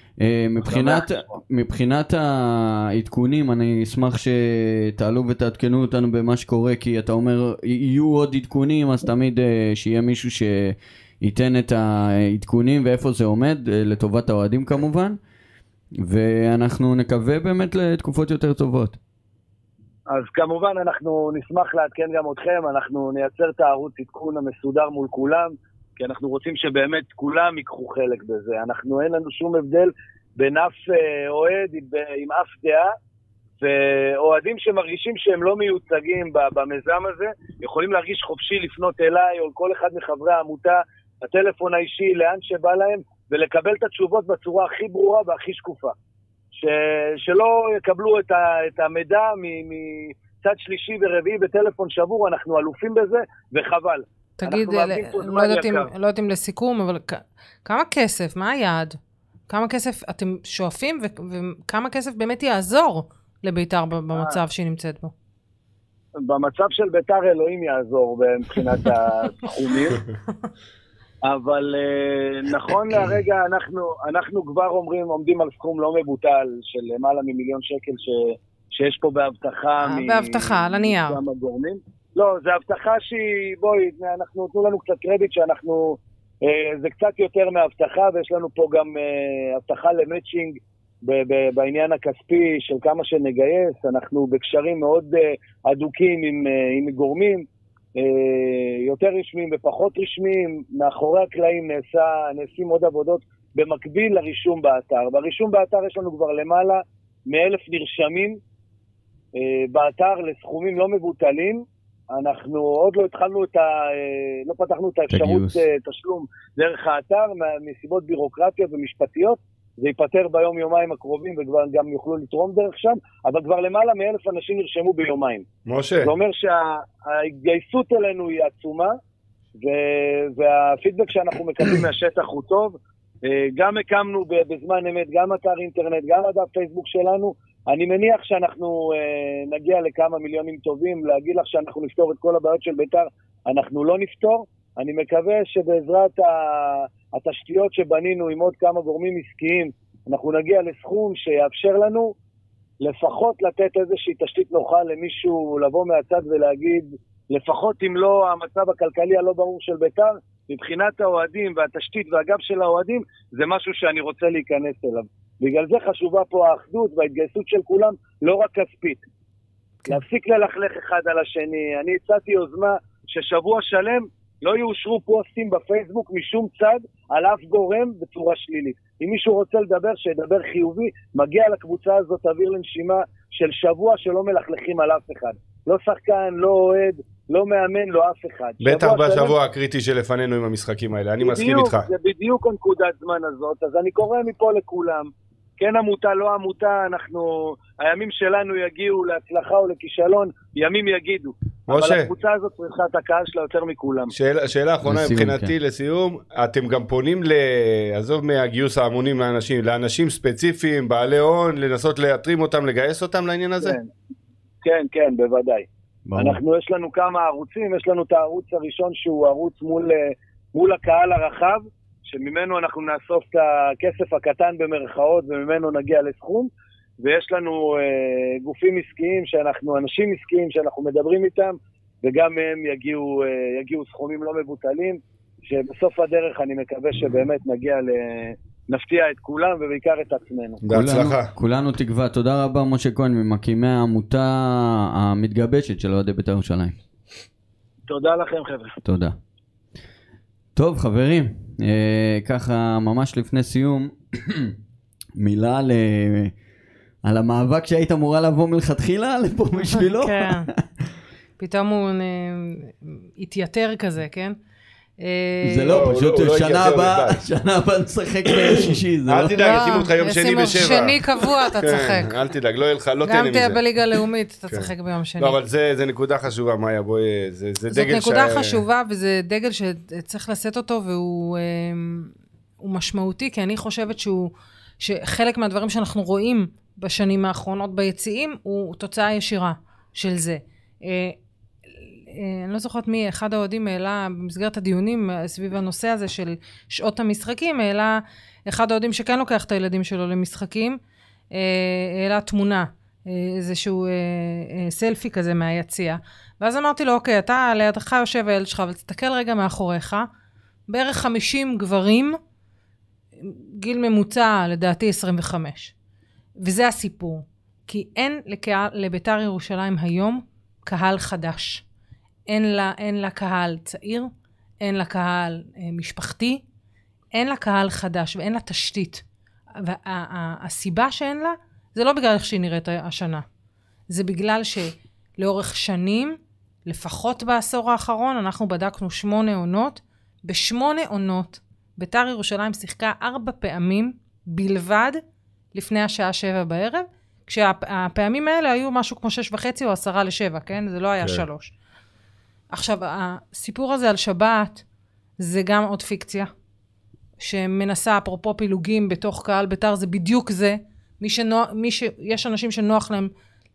Speaker 2: מבחינת העדכונים, אני אשמח שתעלו ותעדכנו אותנו במה שקורה, כי אתה אומר, יהיו עוד עדכונים, אז תמיד שיהיה מישהו ייתן את העדכונים ואיפה זה עומד, לטובת האוהדים כמובן, ואנחנו נקווה באמת לתקופות יותר טובות.
Speaker 6: אז כמובן אנחנו נשמח לעדכן גם אתכם, אנחנו נייצר את הערוץ עדכון המסודר מול כולם, כי אנחנו רוצים שבאמת כולם ייקחו חלק בזה. אין לנו שום הבדל בין אף אוהד עם אף דעה, ואוהדים שמרגישים שהם לא מיוצגים במיזם הזה, יכולים להרגיש חופשי לפנות אליי או כל אחד מחברי העמותה, הטלפון האישי, לאן שבא להם, ולקבל את התשובות בצורה הכי ברורה והכי שקופה. שלא יקבלו את המידע מצד שלישי ורביעי בטלפון שבור, אנחנו אלופים בזה, וחבל.
Speaker 4: תגיד, לא יודעים לסיכום, אבל כמה כסף, מה היעד? כמה כסף אתם שואפים, וכמה כסף באמת יעזור לבית"ר במצב שהיא נמצאת בו?
Speaker 6: במצב של בית"ר אלוהים יעזור מבחינת התחומים, אבל נכון להרגע אנחנו כבר עומדים על סכום לא מבוטל של למעלה מ1,000,000 שקל שיש פה בהבטחה.
Speaker 4: בהבטחה, על הנייר.
Speaker 6: לא, זה הבטחה שהיא, בואי, תנו לנו קצת קרדיט שאנחנו, זה קצת יותר מהבטחה, ויש לנו פה גם הבטחה למאצ'ינג בעניין הכספי של כמה שנגייס. אנחנו בקשרים מאוד אדוקים עם גורמים, יותר רשמיים ופחות רשמיים. מאחורי הקלעים נעשים עוד עבודות במקביל לרישום באתר. ברישום באתר יש לנו כבר למעלה נרשמים באתר לסכומים לא מבוטלים. אנחנו עוד לא התחלנו לא פתחנו את האפשרות תשלום דרך האתר, מסיבות בירוקרטיות ומשפטיות. זה ייפטר ביום יומיים הקרובים, וגם יוכלו לתרום דרך שם, אבל כבר למעלה מ1,000 אנשים נרשמו ביומיים.
Speaker 3: משה.
Speaker 6: זה אומר שההתגייסות אלינו היא עצומה, והפידבק שאנחנו מקבלים מהשטח הוא טוב. גם הקמנו בזמן אמת, גם אתר אינטרנט, גם הדף פייסבוק שלנו. אני מניח שאנחנו נגיע לכמה מיליונים טובים, להגיד לך שאנחנו נפתור את כל הבעיות של ביתר, אנחנו לא נפתור. אני מקווה שבעזרת התשתיות שבנינו עם עוד כמה גורמים עסקיים, אנחנו נגיע לסכום שיאפשר לנו לפחות לתת איזושהי תשתית נוחה למישהו לבוא מהצד ולהגיד, לפחות אם לא המצב הכלכלי הלא ברור של ביתר, מבחינת האוהדים והתשתית והגב של האוהדים, זה משהו שאני רוצה להיכנס אליו. בגלל זה חשובה פה האחדות וההתגייסות של כולם, לא רק כספית. להפסיק ללכלך אחד על השני. אני הצעתי יוזמה ששבוע שלם לא יאושרו פוסטים בפייסבוק משום צד על אף גורם בצורה שלילית. אם מישהו רוצה לדבר, שידבר חיובי, מגיע לקבוצה הזאת אוויר לנשימה של שבוע שלא מלכלכים על אף אחד. לא שחקן, לא אוהד, לא מאמן, לא אף אחד.
Speaker 3: בטח בשבוע הקריטי שלפנינו עם המשחקים האלה, אני מסכים איתך.
Speaker 6: זה בדיוק הנקודת זמן הזאת, אז אני קורא מפה לכולם, כן עמותה, לא עמותה, הימים שלנו יגיעו להצלחה או לכישלון, ימים יגידו.
Speaker 3: משה.
Speaker 6: אבל הקבוצה הזאת צריכה את הקהל שלה יותר מכולם.
Speaker 3: שאלה אחרונה מבחינתי
Speaker 2: כן.
Speaker 3: לסיום, אתם גם פונים לעזוב מהגיוס ההמונים לאנשים ספציפיים, בעלי הון, לנסות להתרים אותם, לגייס אותם לעניין הזה?
Speaker 6: כן, בוודאי.
Speaker 2: ברור.
Speaker 6: יש לנו כמה ערוצים, יש לנו את הערוץ הראשון שהוא ערוץ מול הקהל הרחב, שממנו אנחנו נאסוף את הכסף הקטן במרכאות, וממנו נגיע לסכום, ויש לנו גופים עסקיים, אנשים עסקיים שאנחנו מדברים איתם, וגם הם יגיעו סכומים לא מבוטלים, שבסוף הדרך אני מקווה שבאמת נפתיע את כולם, ובעיקר את עצמנו.
Speaker 3: בהצלחה.
Speaker 2: כולנו תקווה. תודה רבה משה כהן, ממקימי העמותה המתגבשת של אוהדי בית"ר ירושלים.
Speaker 6: תודה לכם חבר'ה.
Speaker 2: תודה. טוב חברים, ככה ממש לפני סיום, מילה על המאבק שהיית אמורה לבוא מלכתחילה לפה בשבילו.
Speaker 4: כן, פתאום הוא התייתר כזה, כן?
Speaker 2: זה לא, פשוט שנה הבאה נשחק בשישי.
Speaker 3: אל תדאג, ישימו אותך יום שני ב7.
Speaker 4: שני קבוע אתה צחק.
Speaker 3: אל תדאג, לא תהנה מזה.
Speaker 4: גם תהיה בליגה הלאומית, אתה צחק ביום שני.
Speaker 3: לא, אבל זה נקודה חשובה, מאיה, בואי, זה דגל
Speaker 4: זאת נקודה חשובה, וזה דגל שצריך לשאת אותו, והוא משמעותי, כי אני חושבת שחלק מהדברים שאנחנו רואים בשנים האחרונות ביציעים, הוא תוצאה ישירה של זה. אני לא זוכרת מי, אחד האוהדים העלה במסגרת הדיונים סביב הנושא הזה של שעות המשחקים, העלה אחד האוהדים שכן לוקח את הילדים שלו למשחקים, העלה תמונה, איזשהו סלפי כזה מהיציע, ואז אמרתי לו, אוקיי, אתה לידך יושב הילד שלך, אבל תסתכל רגע מאחוריך, בערך 50 גברים, גיל ממוצע לדעתי 25, וזה הסיפור, כי אין לבית"ר ירושלים היום קהל חדש. אין לה קהל צעיר, אין לה קהל משפחתי, אין לה קהל חדש ואין לה תשתית. והסיבה שאין לה, זה לא בגלל איך שהיא נראית השנה. זה בגלל שלאורך שנים, לפחות בעשור האחרון, אנחנו בדקנו 8 עונות. ב8 עונות, בית"ר ירושלים שיחקה 4 פעמים בלבד לפני השעה 7 בערב, כשהפעמים האלה היו משהו כמו 6:30 או 6:50, כן? זה לא היה 3. עכשיו, הסיפור הזה על שבת, זה גם עוד פיקציה, שמנסה, אפרופו פילוגים בתוך קהל בית"ר, זה בדיוק זה, יש אנשים שנוח להם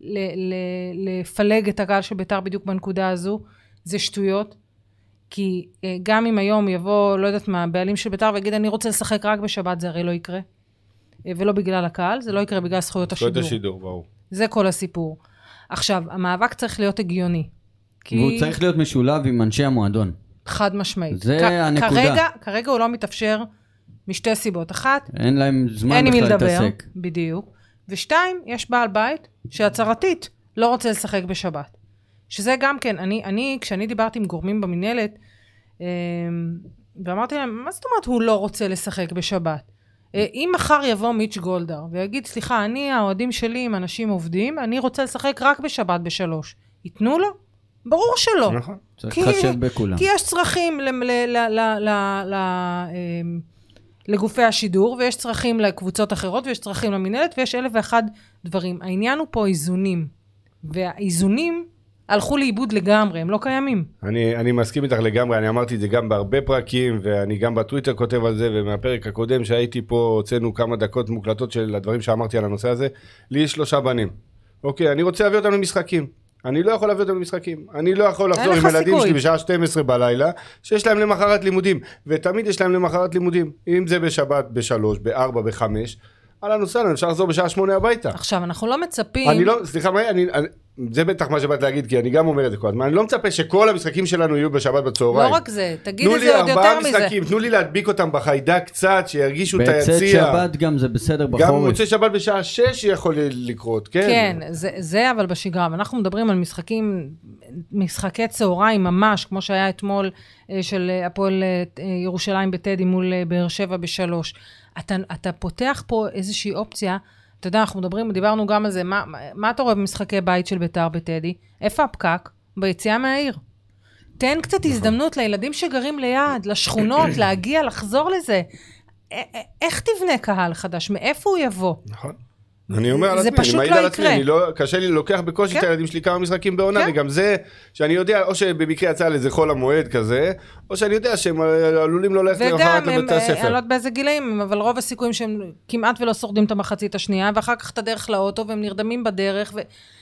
Speaker 4: לפלג את הקהל של בית"ר בדיוק בנקודה הזו, זה שטויות, כי גם אם היום יבוא, לא יודעת מה, בעלים של בית"ר, ויגיד, אני רוצה לשחק רק בשבת, זה הרי לא יקרה, ולא בגלל הקהל, זה לא יקרה בגלל זכויות השידור.
Speaker 3: זכויות השידור, ברור.
Speaker 4: זה כל הסיפור. עכשיו, המאבק צריך להיות הגיוני,
Speaker 2: והוא צריך להיות משולב עם אנשי המועדון.
Speaker 4: חד משמעית.
Speaker 2: זה הנקודה.
Speaker 4: כרגע הוא לא מתאפשר משתי סיבות. אחת,
Speaker 2: אין להם זמן
Speaker 4: אין עם מי
Speaker 2: בכלל
Speaker 4: לדבר,
Speaker 2: להתעסק.
Speaker 4: בדיוק. ושתיים, יש בעל בית שהצהרתית לא רוצה לשחק בשבת. שזה גם כן, כשאני דיברתי עם גורמים במנהלת, ואמרתי להם, מה זאת אומרת הוא לא רוצה לשחק בשבת? אם מחר יבוא מיץ' גולדהר ויגיד, סליחה, אני, האוהדים שלי עם אנשים עובדים, אני רוצה לשחק רק בשבת ב3. ייתנו לו? ברור שלא.
Speaker 3: נכון.
Speaker 2: צריך לחשב בכולם.
Speaker 4: כי יש צרכים לגופי השידור, ויש צרכים לקבוצות אחרות, ויש צרכים למנהלת, ויש 1,001 דברים. העניין הוא פה איזונים, והאיזונים הלכו לאיבוד לגמרי, הם לא קיימים.
Speaker 3: אני מסכים איתך לגמרי, אני אמרתי את זה גם בהרבה פרקים, ואני גם בטוויטר כותב על זה, ומהפרק הקודם שהייתי פה, הוצאנו כמה דקות מוקלטות של הדברים שאמרתי על הנושא הזה. לי יש 3 בנים. אוקיי, אני רוצה להביא אותם למשחקים. אני לא יכול להביא אותם למשחקים. אני לא יכול לחזור עם ילדים שלי בשעה 12 בלילה, שיש להם למחרת לימודים, ותמיד יש להם למחרת לימודים. אם זה בשבת, ב3, ב4, ב5, על הנושא, אפשר לחזור בשעה 8 הביתה.
Speaker 4: עכשיו, אנחנו לא מצפים...
Speaker 3: אני לא, סליחה, זה בטח מה שבאת להגיד, כי אני גם אומר את זה כל הזמן. אני לא מצפה שכל המשחקים שלנו יהיו בשבת בצהריים.
Speaker 4: לא רק זה, תגיד את זה עוד יותר מזה.
Speaker 3: משחקים, תנו לי להדביק אותם בחיידק קצת, שירגישו את היציע.
Speaker 2: בצאת שבת גם זה בסדר בחורף.
Speaker 3: גם מוצא שבת בשעה 6 יכול לקרות, כן?
Speaker 4: כן, זה אבל בשגרה. ואנחנו מדברים על משחקי צהריים ממש, כמו שהיה אתמול של הפועל ירושלים בטדי מול באר שבע ב3. אתה פותח פה איזושהי אופציה, אתה יודע, אנחנו דיברנו גם על זה, מה אתה רואה במשחקי בית של בית"ר בטדי? איפה הפקק? ביציאה מהעיר. תן קצת הזדמנות לילדים שגרים ליד, לשכונות, להגיע, לחזור לזה. איך תבנה קהל חדש? מאיפה הוא יבוא?
Speaker 3: נכון. אני אומר על עצמי, אני מעיד על עצמי, קשה לי לוקח בקושי את הילדים שלי כמה משחקים בעונה, וגם זה שאני יודע, או שבמקרה יצא לזה חול המועד כזה, או שאני יודע שהם עלולים לא ללכת למחרת לבית הספר.
Speaker 4: וגם, אני לא יודעת באיזה גילאים, אבל רוב הסיכויים שהם כמעט ולא שורדים את המחצית השנייה, ואחר כך את הדרך לאוטו, והם נרדמים בדרך,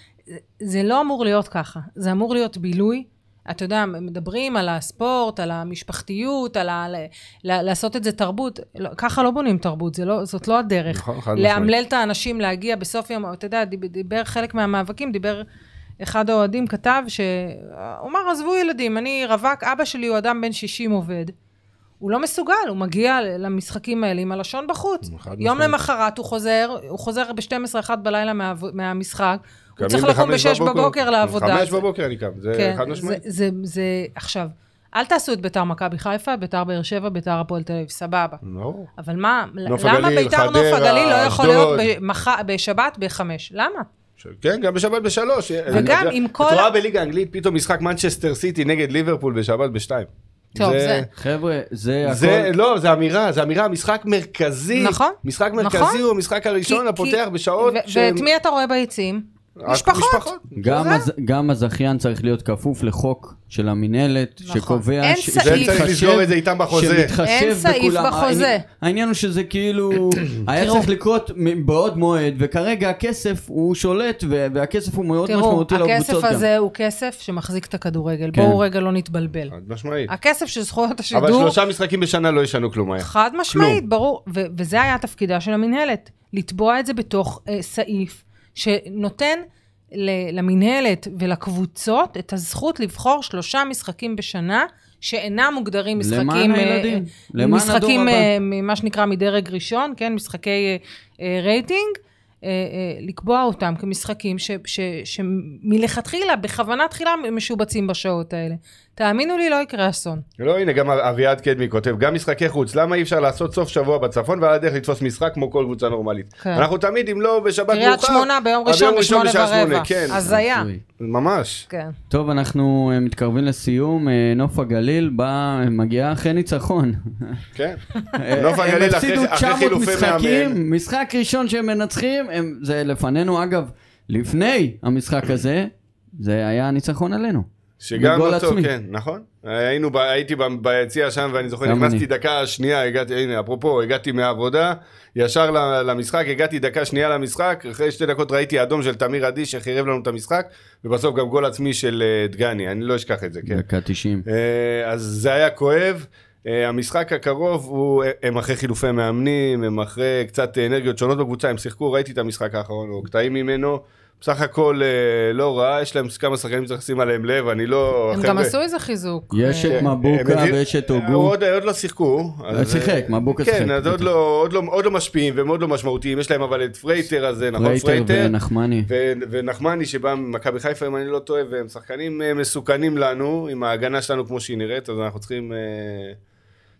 Speaker 4: זה לא אמור להיות ככה, זה אמור להיות בילוי, אתה יודע, מדברים על הספורט, על המשפחתיות, על לעשות את זה תרבות, ככה לא בונים תרבות, זאת לא הדרך. לאמלל את האנשים להגיע בסוף יום, אתה יודע, דיבר חלק מהמאבקים, דיבר אחד האוהדים כתב, הוא אמר, עזבו ילדים, אני רווק, אבא שלי הוא אדם בן 60 עובד, הוא לא מסוגל, הוא מגיע למשחקים האלה עם הלשון בחוץ. יום למחרת הוא חוזר ב-12-1 בלילה מהמשחק, הוא צריך לקום ב-6 בבוקר לעבודה.
Speaker 3: 5 בבוקר אני קם, זה אחד משמעית.
Speaker 4: עכשיו, אל תעשו את בית"ר מכבי חיפה, בית"ר באר שבע, בית"ר הפועל תל אביב, סבבה. אבל מה, למה בית"ר נוף הגליל לא יכול להיות בשבת ב-5? למה?
Speaker 3: כן, גם בשבת ב-3.
Speaker 4: וגם עם כל...
Speaker 3: את רואה בליגה האנגלית, פתאום משחק מנצ'סטר סיטי נגד ליברפול בשבת ב-2.
Speaker 4: טוב, זה...
Speaker 2: חבר'ה, זה הכל...
Speaker 3: לא, זה אמירה, משחק מרכזי.
Speaker 4: נכון.
Speaker 3: משחק מרכזי הוא המשחק הראשון הפותח בשעות...
Speaker 4: ואת מי אתה רואה ביציעים? משפחות.
Speaker 2: גם הזכיין צריך להיות כפוף לחוק של המנהלת, שקובע...
Speaker 4: אין סעיף.
Speaker 3: צריך לסגור את זה איתם בחוזה.
Speaker 4: אין סעיף בחוזה.
Speaker 2: העניין הוא שזה כאילו... היה צריך לקרות בעוד מועד, וכרגע הכסף הוא שולט, והכסף הוא מאוד משמעותי לקבוצות גם.
Speaker 4: הכסף הזה הוא כסף שמחזיק את הכדורגל. בואו רגע לא נתבלבל.
Speaker 3: משמעית.
Speaker 4: הכסף של זכויות השידור...
Speaker 3: אבל 3 משחקים בשנה לא ישנו כלום.
Speaker 4: חד משמעית, ברור. וזה היה התפקידה של המנהלת. לתבוע את זה בתוך סעיף שנותן למנהלת ולקבוצות את הזכות לבחור 3 משחקים בשנה, שאינם מוגדרים משחקים...
Speaker 2: למען הילדים,
Speaker 4: למען הדור הבא. מה שנקרא מדרג ראשון, כן, משחקי רייטינג, לקבוע אותם כמשחקים שמלכתחילה, בכוונת תחילה, משובצים בשעות האלה. תאמינו לי, לא יקרה אסון.
Speaker 3: לא, הנה, גם אביעד קדמי כותב, גם משחקי חוץ, למה אי אפשר לעשות סוף שבוע בצפון, ועל הדרך לתפוס משחק כמו כל קבוצה נורמלית?
Speaker 4: כן.
Speaker 3: אנחנו תמיד, אם לא בשבת מאוחר...
Speaker 4: קריית שמונה ביום ראשון ב8:15.
Speaker 3: כן.
Speaker 4: אז היה.
Speaker 3: ממש.
Speaker 4: כן.
Speaker 2: טוב, אנחנו מתקרבים לסיום. נוף הגליל מגיעה אחרי ניצחון.
Speaker 3: כן. נוף הגליל אחרי חילופי מאמן.
Speaker 2: משחק ראשון שהם מנצחים, זה לפנינו, אגב, לפני המשחק הזה, זה היה ניצחון עלינו.
Speaker 3: שגם אותו, כן, נכון. הייתי ביציע שם, ואני זוכר, נכנסתי דקה שנייה, הנה, אפרופו, הגעתי מהעבודה, ישר למשחק, הגעתי דקה שנייה למשחק, אחרי 2 דקות ראיתי אדום של תמיר עדי, שחירב לנו את המשחק, ובסוף גם גול עצמי של דגני, אני לא אשכח את זה, כן.
Speaker 2: דקה 90.
Speaker 3: אז זה היה כואב. המשחק הקרוב, הם אחרי חילופי מאמנים, הם אחרי קצת אנרגיות שונות בקבוצה, הם שיחקו, ראיתי את המשחק האחרון, או קטעים ממנו, בסך הכל לא רע, יש להם כמה שחקנים שצריך לשים עליהם לב, אני לא...
Speaker 4: הם גם עשו איזה חיזוק.
Speaker 2: יש את מבוקה ויש את אוגו.
Speaker 3: עוד לא שיחקו.
Speaker 2: שיחק, מבוקה שיחק.
Speaker 3: כן, אז עוד לא משפיעים והם עוד לא משמעותיים, יש להם אבל את פרייטר הזה, נכון?
Speaker 2: פרייטר ונחמני.
Speaker 3: ונחמני שבא ממכבי חיפה, אם אני לא טועה, והם שחקנים מסוכנים לנו, עם ההגנה שלנו כמו שהיא נראית, אז אנחנו צריכים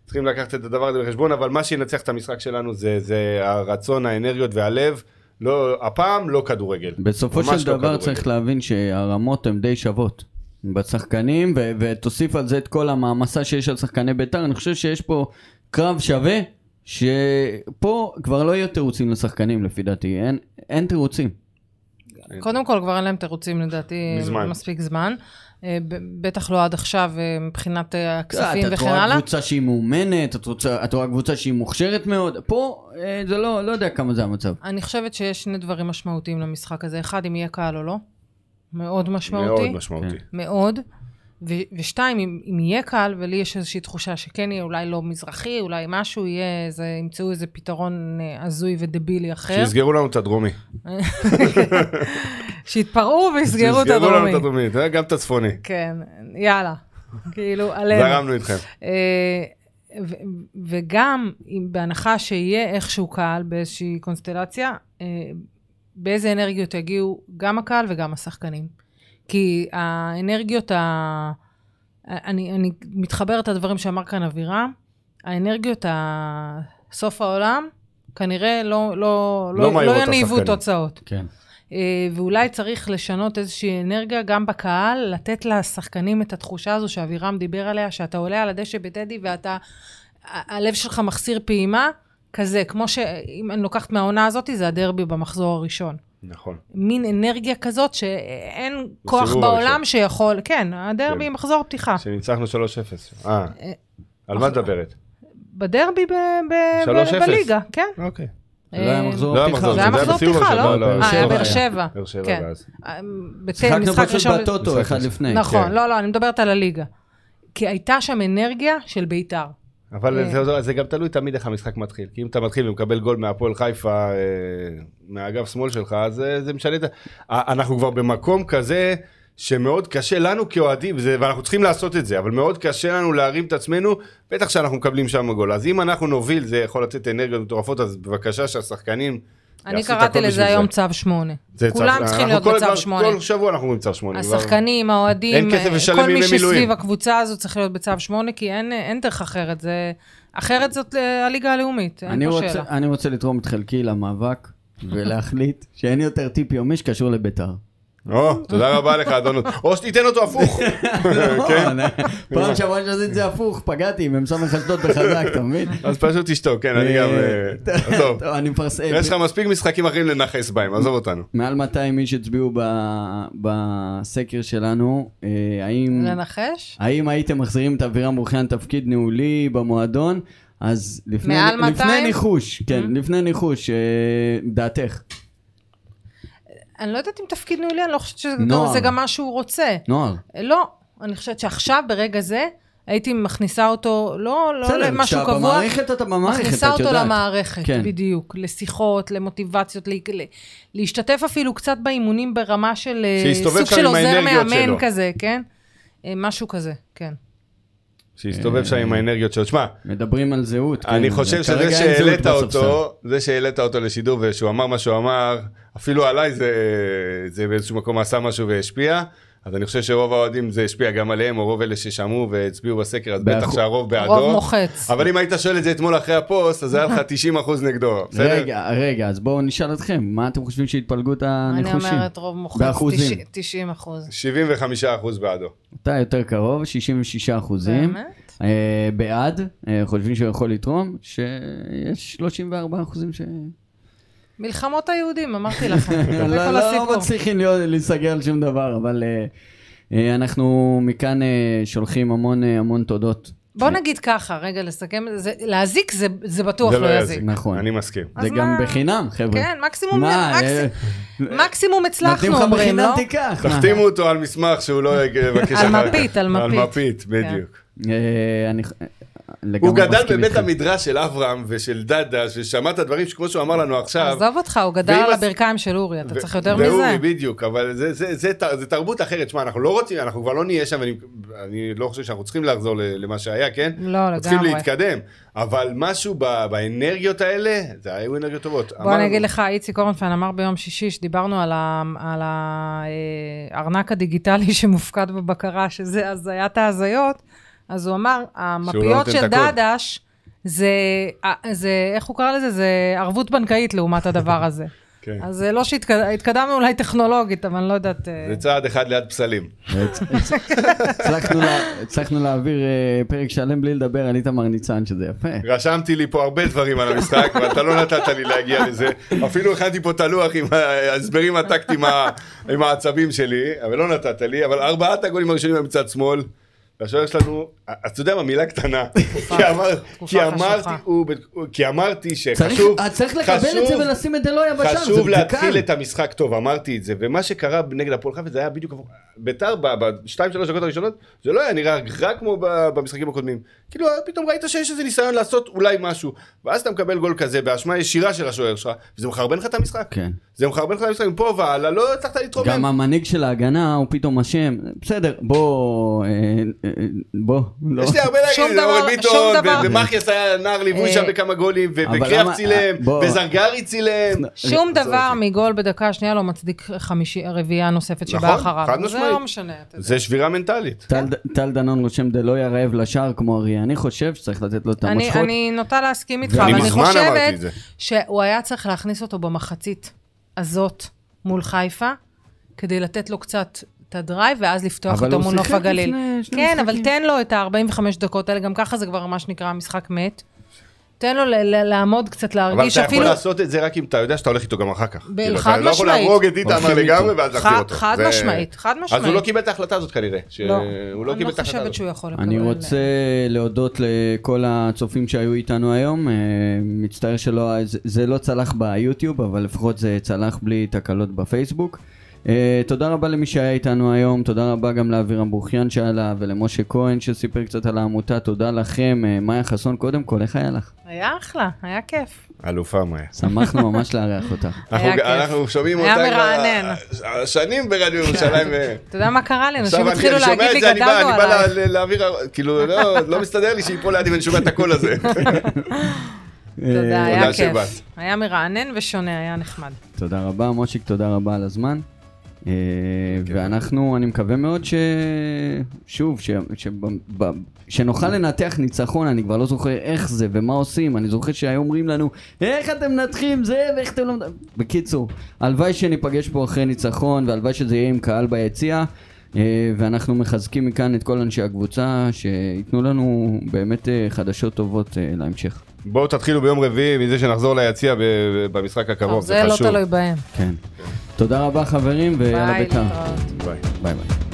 Speaker 3: צריכים לקחת את הדבר הזה בחשבון, אבל מה שינצח את המשחק שלנו זה הרצון, האנרגיות והלב, הפעם לא כדורגל.
Speaker 2: בסופו של דבר צריך להבין שהרמות הן די שוות בשחקנים, ותוסיף על זה את כל המעמסה שיש על שחקני בית"ר. אני חושב שיש פה קרב שווה, שפה כבר לא יהיו תירוצים לשחקנים לפי דעתי, אין תירוצים.
Speaker 4: קודם כל כבר אין להם תירוצים לדעתי מספיק זמן. בטח לא עד עכשיו מבחינת הכספים וכן הלאה.
Speaker 2: את רואה קבוצה שהיא מאומנת, את רואה קבוצה שהיא מוכשרת מאוד, פה זה לא יודע כמה זה המצב.
Speaker 4: אני חושבת שיש שני דברים משמעותיים למשחק הזה, אחד אם יהיה קהל או לא, מאוד משמעותי.
Speaker 3: מאוד משמעותי.
Speaker 4: מאוד, ושתיים אם יהיה קהל, ולי יש איזושהי תחושה שכן יהיה אולי לא מזרחי, אולי משהו יהיה, ימצאו איזה פתרון הזוי ודבילי אחר.
Speaker 3: שיסגרו לנו את הדרומי.
Speaker 4: שיתפרעו ויסגרו את הדרומי.
Speaker 3: שיסגרו לנו את הדרומי, גם את הצפוני.
Speaker 4: כן, יאללה. כאילו, עלינו.
Speaker 3: זרמנו איתכם.
Speaker 4: וגם, בהנחה שיהיה איכשהו קהל באיזושהי קונסטלציה, באיזה אנרגיות יגיעו גם הקהל וגם השחקנים. כי האנרגיות, אני מתחברת לדברים שאמר כאן אווירה, האנרגיות סוף העולם, כנראה לא יניבו תוצאות.
Speaker 2: כן.
Speaker 4: ואולי צריך לשנות איזושהי אנרגיה גם בקהל, לתת לשחקנים את התחושה הזו שאווירם דיבר עליה, שאתה עולה על הדשא בטדי ואתה, הלב שלך מחסיר פעימה, כזה, כמו שאם אני לוקחת מהעונה הזאת, זה הדרבי במחזור הראשון.
Speaker 3: נכון.
Speaker 4: מין אנרגיה כזאת שאין כוח בעולם שיכול, כן, הדרבי מחזור פתיחה.
Speaker 3: שניצחנו 3-0. על מה מדברת?
Speaker 4: בדרבי בליגה, כן.
Speaker 3: אוקיי.
Speaker 2: זה לא היה מחזור פתיחה.
Speaker 4: זה היה מחזור פתיחה, לא? היה באר שבע.
Speaker 3: באר שבע, אז.
Speaker 2: שיחקנו פשוט בטוטו אחד לפני.
Speaker 4: נכון, לא, אני מדברת על הליגה. כי הייתה שם אנרגיה של בית"ר.
Speaker 3: אבל זה גם תלוי תמיד איך המשחק מתחיל. כי אם אתה מתחיל ומקבל גול מהפועל חיפה, מהאגף שמאל שלך, אז זה משנה. אנחנו כבר במקום כזה שמאוד קשה לנו כאוהדים, ואנחנו צריכים לעשות את זה, אבל מאוד קשה לנו להרים את עצמנו, בטח שאנחנו מקבלים שם גול. אז אם אנחנו נוביל, זה יכול לתת אנרגיות מטורפות, אז בבקשה שהשחקנים
Speaker 4: אני קראתי לזה היום צו 8. כולם צריכים להיות בצו 8.
Speaker 3: כל שבוע אנחנו אומרים צו 8.
Speaker 4: השחקנים, האוהדים, כל מי שסביב הקבוצה הזו צריך להיות בצו 8, כי אין דרך אחרת. אחרת זאת הליגה הלאומית.
Speaker 2: אני רוצה לתרום את חלקי למאבק, ולהחליט שאין יותר טיפ יומי שקשור לבית"ר.
Speaker 3: תודה רבה לך אדונות. או שתיתן אותו הפוך.
Speaker 2: פעם שעברה שעשית את זה הפוך, פגעתי, הם שמים חשדות בחזק, אתה מבין?
Speaker 3: אז פשוט תשתוק, כן, אני גם...
Speaker 2: טוב, אני מפרסם.
Speaker 3: יש לך מספיק משחקים אחרים לנחס בהם, עזוב אותנו.
Speaker 2: מעל 200 איש הצביעו בסקר שלנו, האם הייתם מחזירים את אבירם ברוכיאן תפקיד ניהולי במועדון, אז לפני ניחוש, כן, לפני ניחוש, דעתך.
Speaker 4: אני לא יודעת אם תפקיד ניהולי, אני לא חושבת שזה גם מה שהוא רוצה.
Speaker 2: נוער.
Speaker 4: לא, אני חושבת שעכשיו, ברגע זה, הייתי מכניסה אותו, לא למשהו קבוע.
Speaker 2: במערכת אתה במערכת, את יודעת.
Speaker 4: מכניסה אותו למערכת, בדיוק. לשיחות, למוטיבציות, להשתתף אפילו קצת באימונים ברמה של סוג של עוזר מאמן כזה, כן? משהו כזה, כן.
Speaker 3: שיסתובב שם עם האנרגיות שלו. שמה,
Speaker 2: מדברים על זהות.
Speaker 3: אני חושב שזה שהעלית אותו לשידור, ושהוא אמר מה שהוא אמר, אפילו עליי זה באיזשהו מקום עשה משהו והשפיע, אז אני חושב שרוב האוהדים זה השפיע גם עליהם, או רוב אלה ששמעו והצביעו בסקר, אז בטח שהרוב בעדו.
Speaker 4: רוב מוחץ.
Speaker 3: אבל אם היית שואל את זה אתמול אחרי הפוסט, אז היה לך 90% נגדו.
Speaker 2: רגע, אז בואו נשאל אתכם, מה אתם חושבים שהתפלגות הניחושים?
Speaker 4: אני אומרת רוב מוחץ, 90%.
Speaker 3: 75% בעדו.
Speaker 2: אתה יותר קרוב, 66%. באמת? בעד, חושבים שהוא יכול לתרום, שיש 34% ש...
Speaker 4: מלחמות היהודים, אמרתי לכם.
Speaker 2: לא מצליחים להיסגר על שום דבר, אבל אנחנו מכאן שולחים המון תודות.
Speaker 4: בוא נגיד ככה, רגע לסכם, להזיק זה בטוח לא יזיק.
Speaker 2: נכון.
Speaker 3: אני מסכים.
Speaker 2: זה גם בחינם, חבר'ה.
Speaker 4: כן, מקסימום הצלחנו, אומרים, לא?
Speaker 3: תחתימו אותו על מסמך שהוא לא יבקש אחר כך.
Speaker 4: על
Speaker 3: מפית, בדיוק.
Speaker 2: אני
Speaker 3: הוא גדל בבית המדרש של אברהם ושל דדה, ושמע את הדברים שכמו שהוא אמר לנו עכשיו.
Speaker 4: עזוב אותך, הוא גדל על הברכיים של אורי, אתה צריך יותר מזה.
Speaker 3: ואורי, בדיוק, אבל זה תרבות אחרת. שמה, אנחנו לא רוצים, אנחנו כבר לא נהיה שם, ואני לא חושב שאנחנו צריכים לחזור למה שהיה, כן?
Speaker 4: לא, לגמרי.
Speaker 3: צריכים להתקדם, אבל משהו באנרגיות האלה, זה היו אנרגיות טובות.
Speaker 4: בוא אני אגיד לך, איציק אורנפן אמר ביום שישי, שדיברנו על הארנק הדיגיטלי שמופקד בבקרה, שזה הזיית ההזיות, אז הוא אמר, המפיות של דדש, זה, איך הוא קרא לזה? זה ערבות בנקאית לעומת הדבר הזה. אז לא שהתקדמנו אולי טכנולוגית, אבל אני לא יודעת...
Speaker 3: זה צעד אחד ליד פסלים.
Speaker 2: הצלחנו להעביר פרק שלם בלי לדבר על איתמר ניצן, שזה יפה.
Speaker 3: רשמתי לי פה הרבה דברים על המשחק, ואתה לא נתת לי להגיע לזה. אפילו הכנתי פה את הלוח עם ההסברים הטקטיים עם העצבים שלי, אבל לא נתת לי, אבל 4 הגולים הראשונים מצד שמאל. והשוער שלנו, אתה יודע מה, מילה קטנה, כי אמרתי שחשוב,
Speaker 2: צריך לקבל את זה ולשים את דלויה בשער,
Speaker 3: חשוב להתחיל את המשחק טוב, אמרתי את זה, ומה שקרה נגד הפועל חיפה זה היה בדיוק, בית"ר ב-2-3 דקות הראשונות, זה לא היה נראה רק כמו במשחקים הקודמים, כאילו פתאום ראית שיש איזה ניסיון לעשות אולי משהו, ואז אתה מקבל גול כזה באשמה ישירה של השוער שלך, וזה מחרבן לך את המשחק, זה מחרבן לך את המשחק, מפה והלאה, לא הצלחת להתרומם.
Speaker 2: גם המנהיג של ההגנה הוא פתאום אשם, בסדר, בוא,
Speaker 3: יש לי הרבה להגיד, אורן ביטון, ומחיאס היה נער ליווי שם בכמה גולים, וקריאף צילם, וזרגרי צילם.
Speaker 4: שום דבר מגול בדקה השנייה לא מצדיק רביעייה נוספת שבאה אחריו. זה לא משנה.
Speaker 3: זה שבירה מנטלית.
Speaker 2: טל דנון רושם דלויה רעב לשער כמו אריה, אני חושב שצריך לתת לו את המושכות.
Speaker 4: אני נוטה להסכים איתך, אבל אני חושבת שהוא היה צריך להכניס אותו במחצית הזאת מול חיפה, כדי לתת לו קצת את הדרייב, ואז לפתוח אותו מול נוף הגליל. כן, אבל תן לו את ה-45 דקות האלה, גם ככה זה כבר מה שנקרא משחק מת. תן לו לעמוד קצת, להרגיש
Speaker 3: אפילו... אבל אתה יכול לעשות את זה רק אם אתה יודע שאתה הולך איתו גם אחר כך.
Speaker 4: חד משמעית.
Speaker 3: אתה לא יכול להרוג את איתמר לגמרי, ואז להחזיר אותו.
Speaker 4: חד משמעית, חד משמעית.
Speaker 3: אז הוא לא קיבל את ההחלטה הזאת כנראה.
Speaker 4: לא, אני לא חושבת שהוא יכול לקבל.
Speaker 2: אני רוצה להודות לכל הצופים שהיו איתנו היום. מצטער שזה לא צלח ביוטיוב, אבל לפחות זה צלח בלי תקלות בפייסבוק. תודה רבה למי שהיה איתנו היום, תודה רבה גם לאבירם ברוכיאן שעלה ולמשה כהן שסיפר קצת על העמותה, תודה לכם. מאיה חסון, קודם כל, איך היה לך?
Speaker 4: היה אחלה, היה כיף.
Speaker 3: אלופה מאיה.
Speaker 2: שמחנו ממש לארח אותך.
Speaker 3: אנחנו שומעים אותה כבר שנים ברדיו ירושלים.
Speaker 4: אתה יודע מה קרה לי? אנשים התחילו להגיד לי גדלנו עליי.
Speaker 3: אני בא להעביר, כאילו לא מסתדר לי שיפול לידי ואני שומע את הקול הזה.
Speaker 4: תודה, היה כיף. היה מרענן ושונה, היה נחמד.
Speaker 2: תודה רבה, מושיק, תודה רבה על הזמן. ואנחנו, אני מקווה מאוד שוב, שנוכל לנתח ניצחון, אני כבר לא זוכר איך זה ומה עושים, אני זוכר שהיו אומרים לנו, איך אתם נתחים זה ואיך אתם לא... בקיצור, הלוואי שניפגש פה אחרי ניצחון, והלוואי שזה יהיה עם קהל ביציאה, ואנחנו מחזקים מכאן את כל אנשי הקבוצה, שיתנו לנו באמת חדשות טובות להמשך.
Speaker 3: בואו תתחילו ביום רביעי מזה שנחזור ליציאה במשחק הקרוב,
Speaker 4: זה חשוב. זה לא תלוי בהם.
Speaker 2: כן. תודה רבה חברים, ויאללה בית"ר.
Speaker 3: ביי.
Speaker 2: ביי ביי.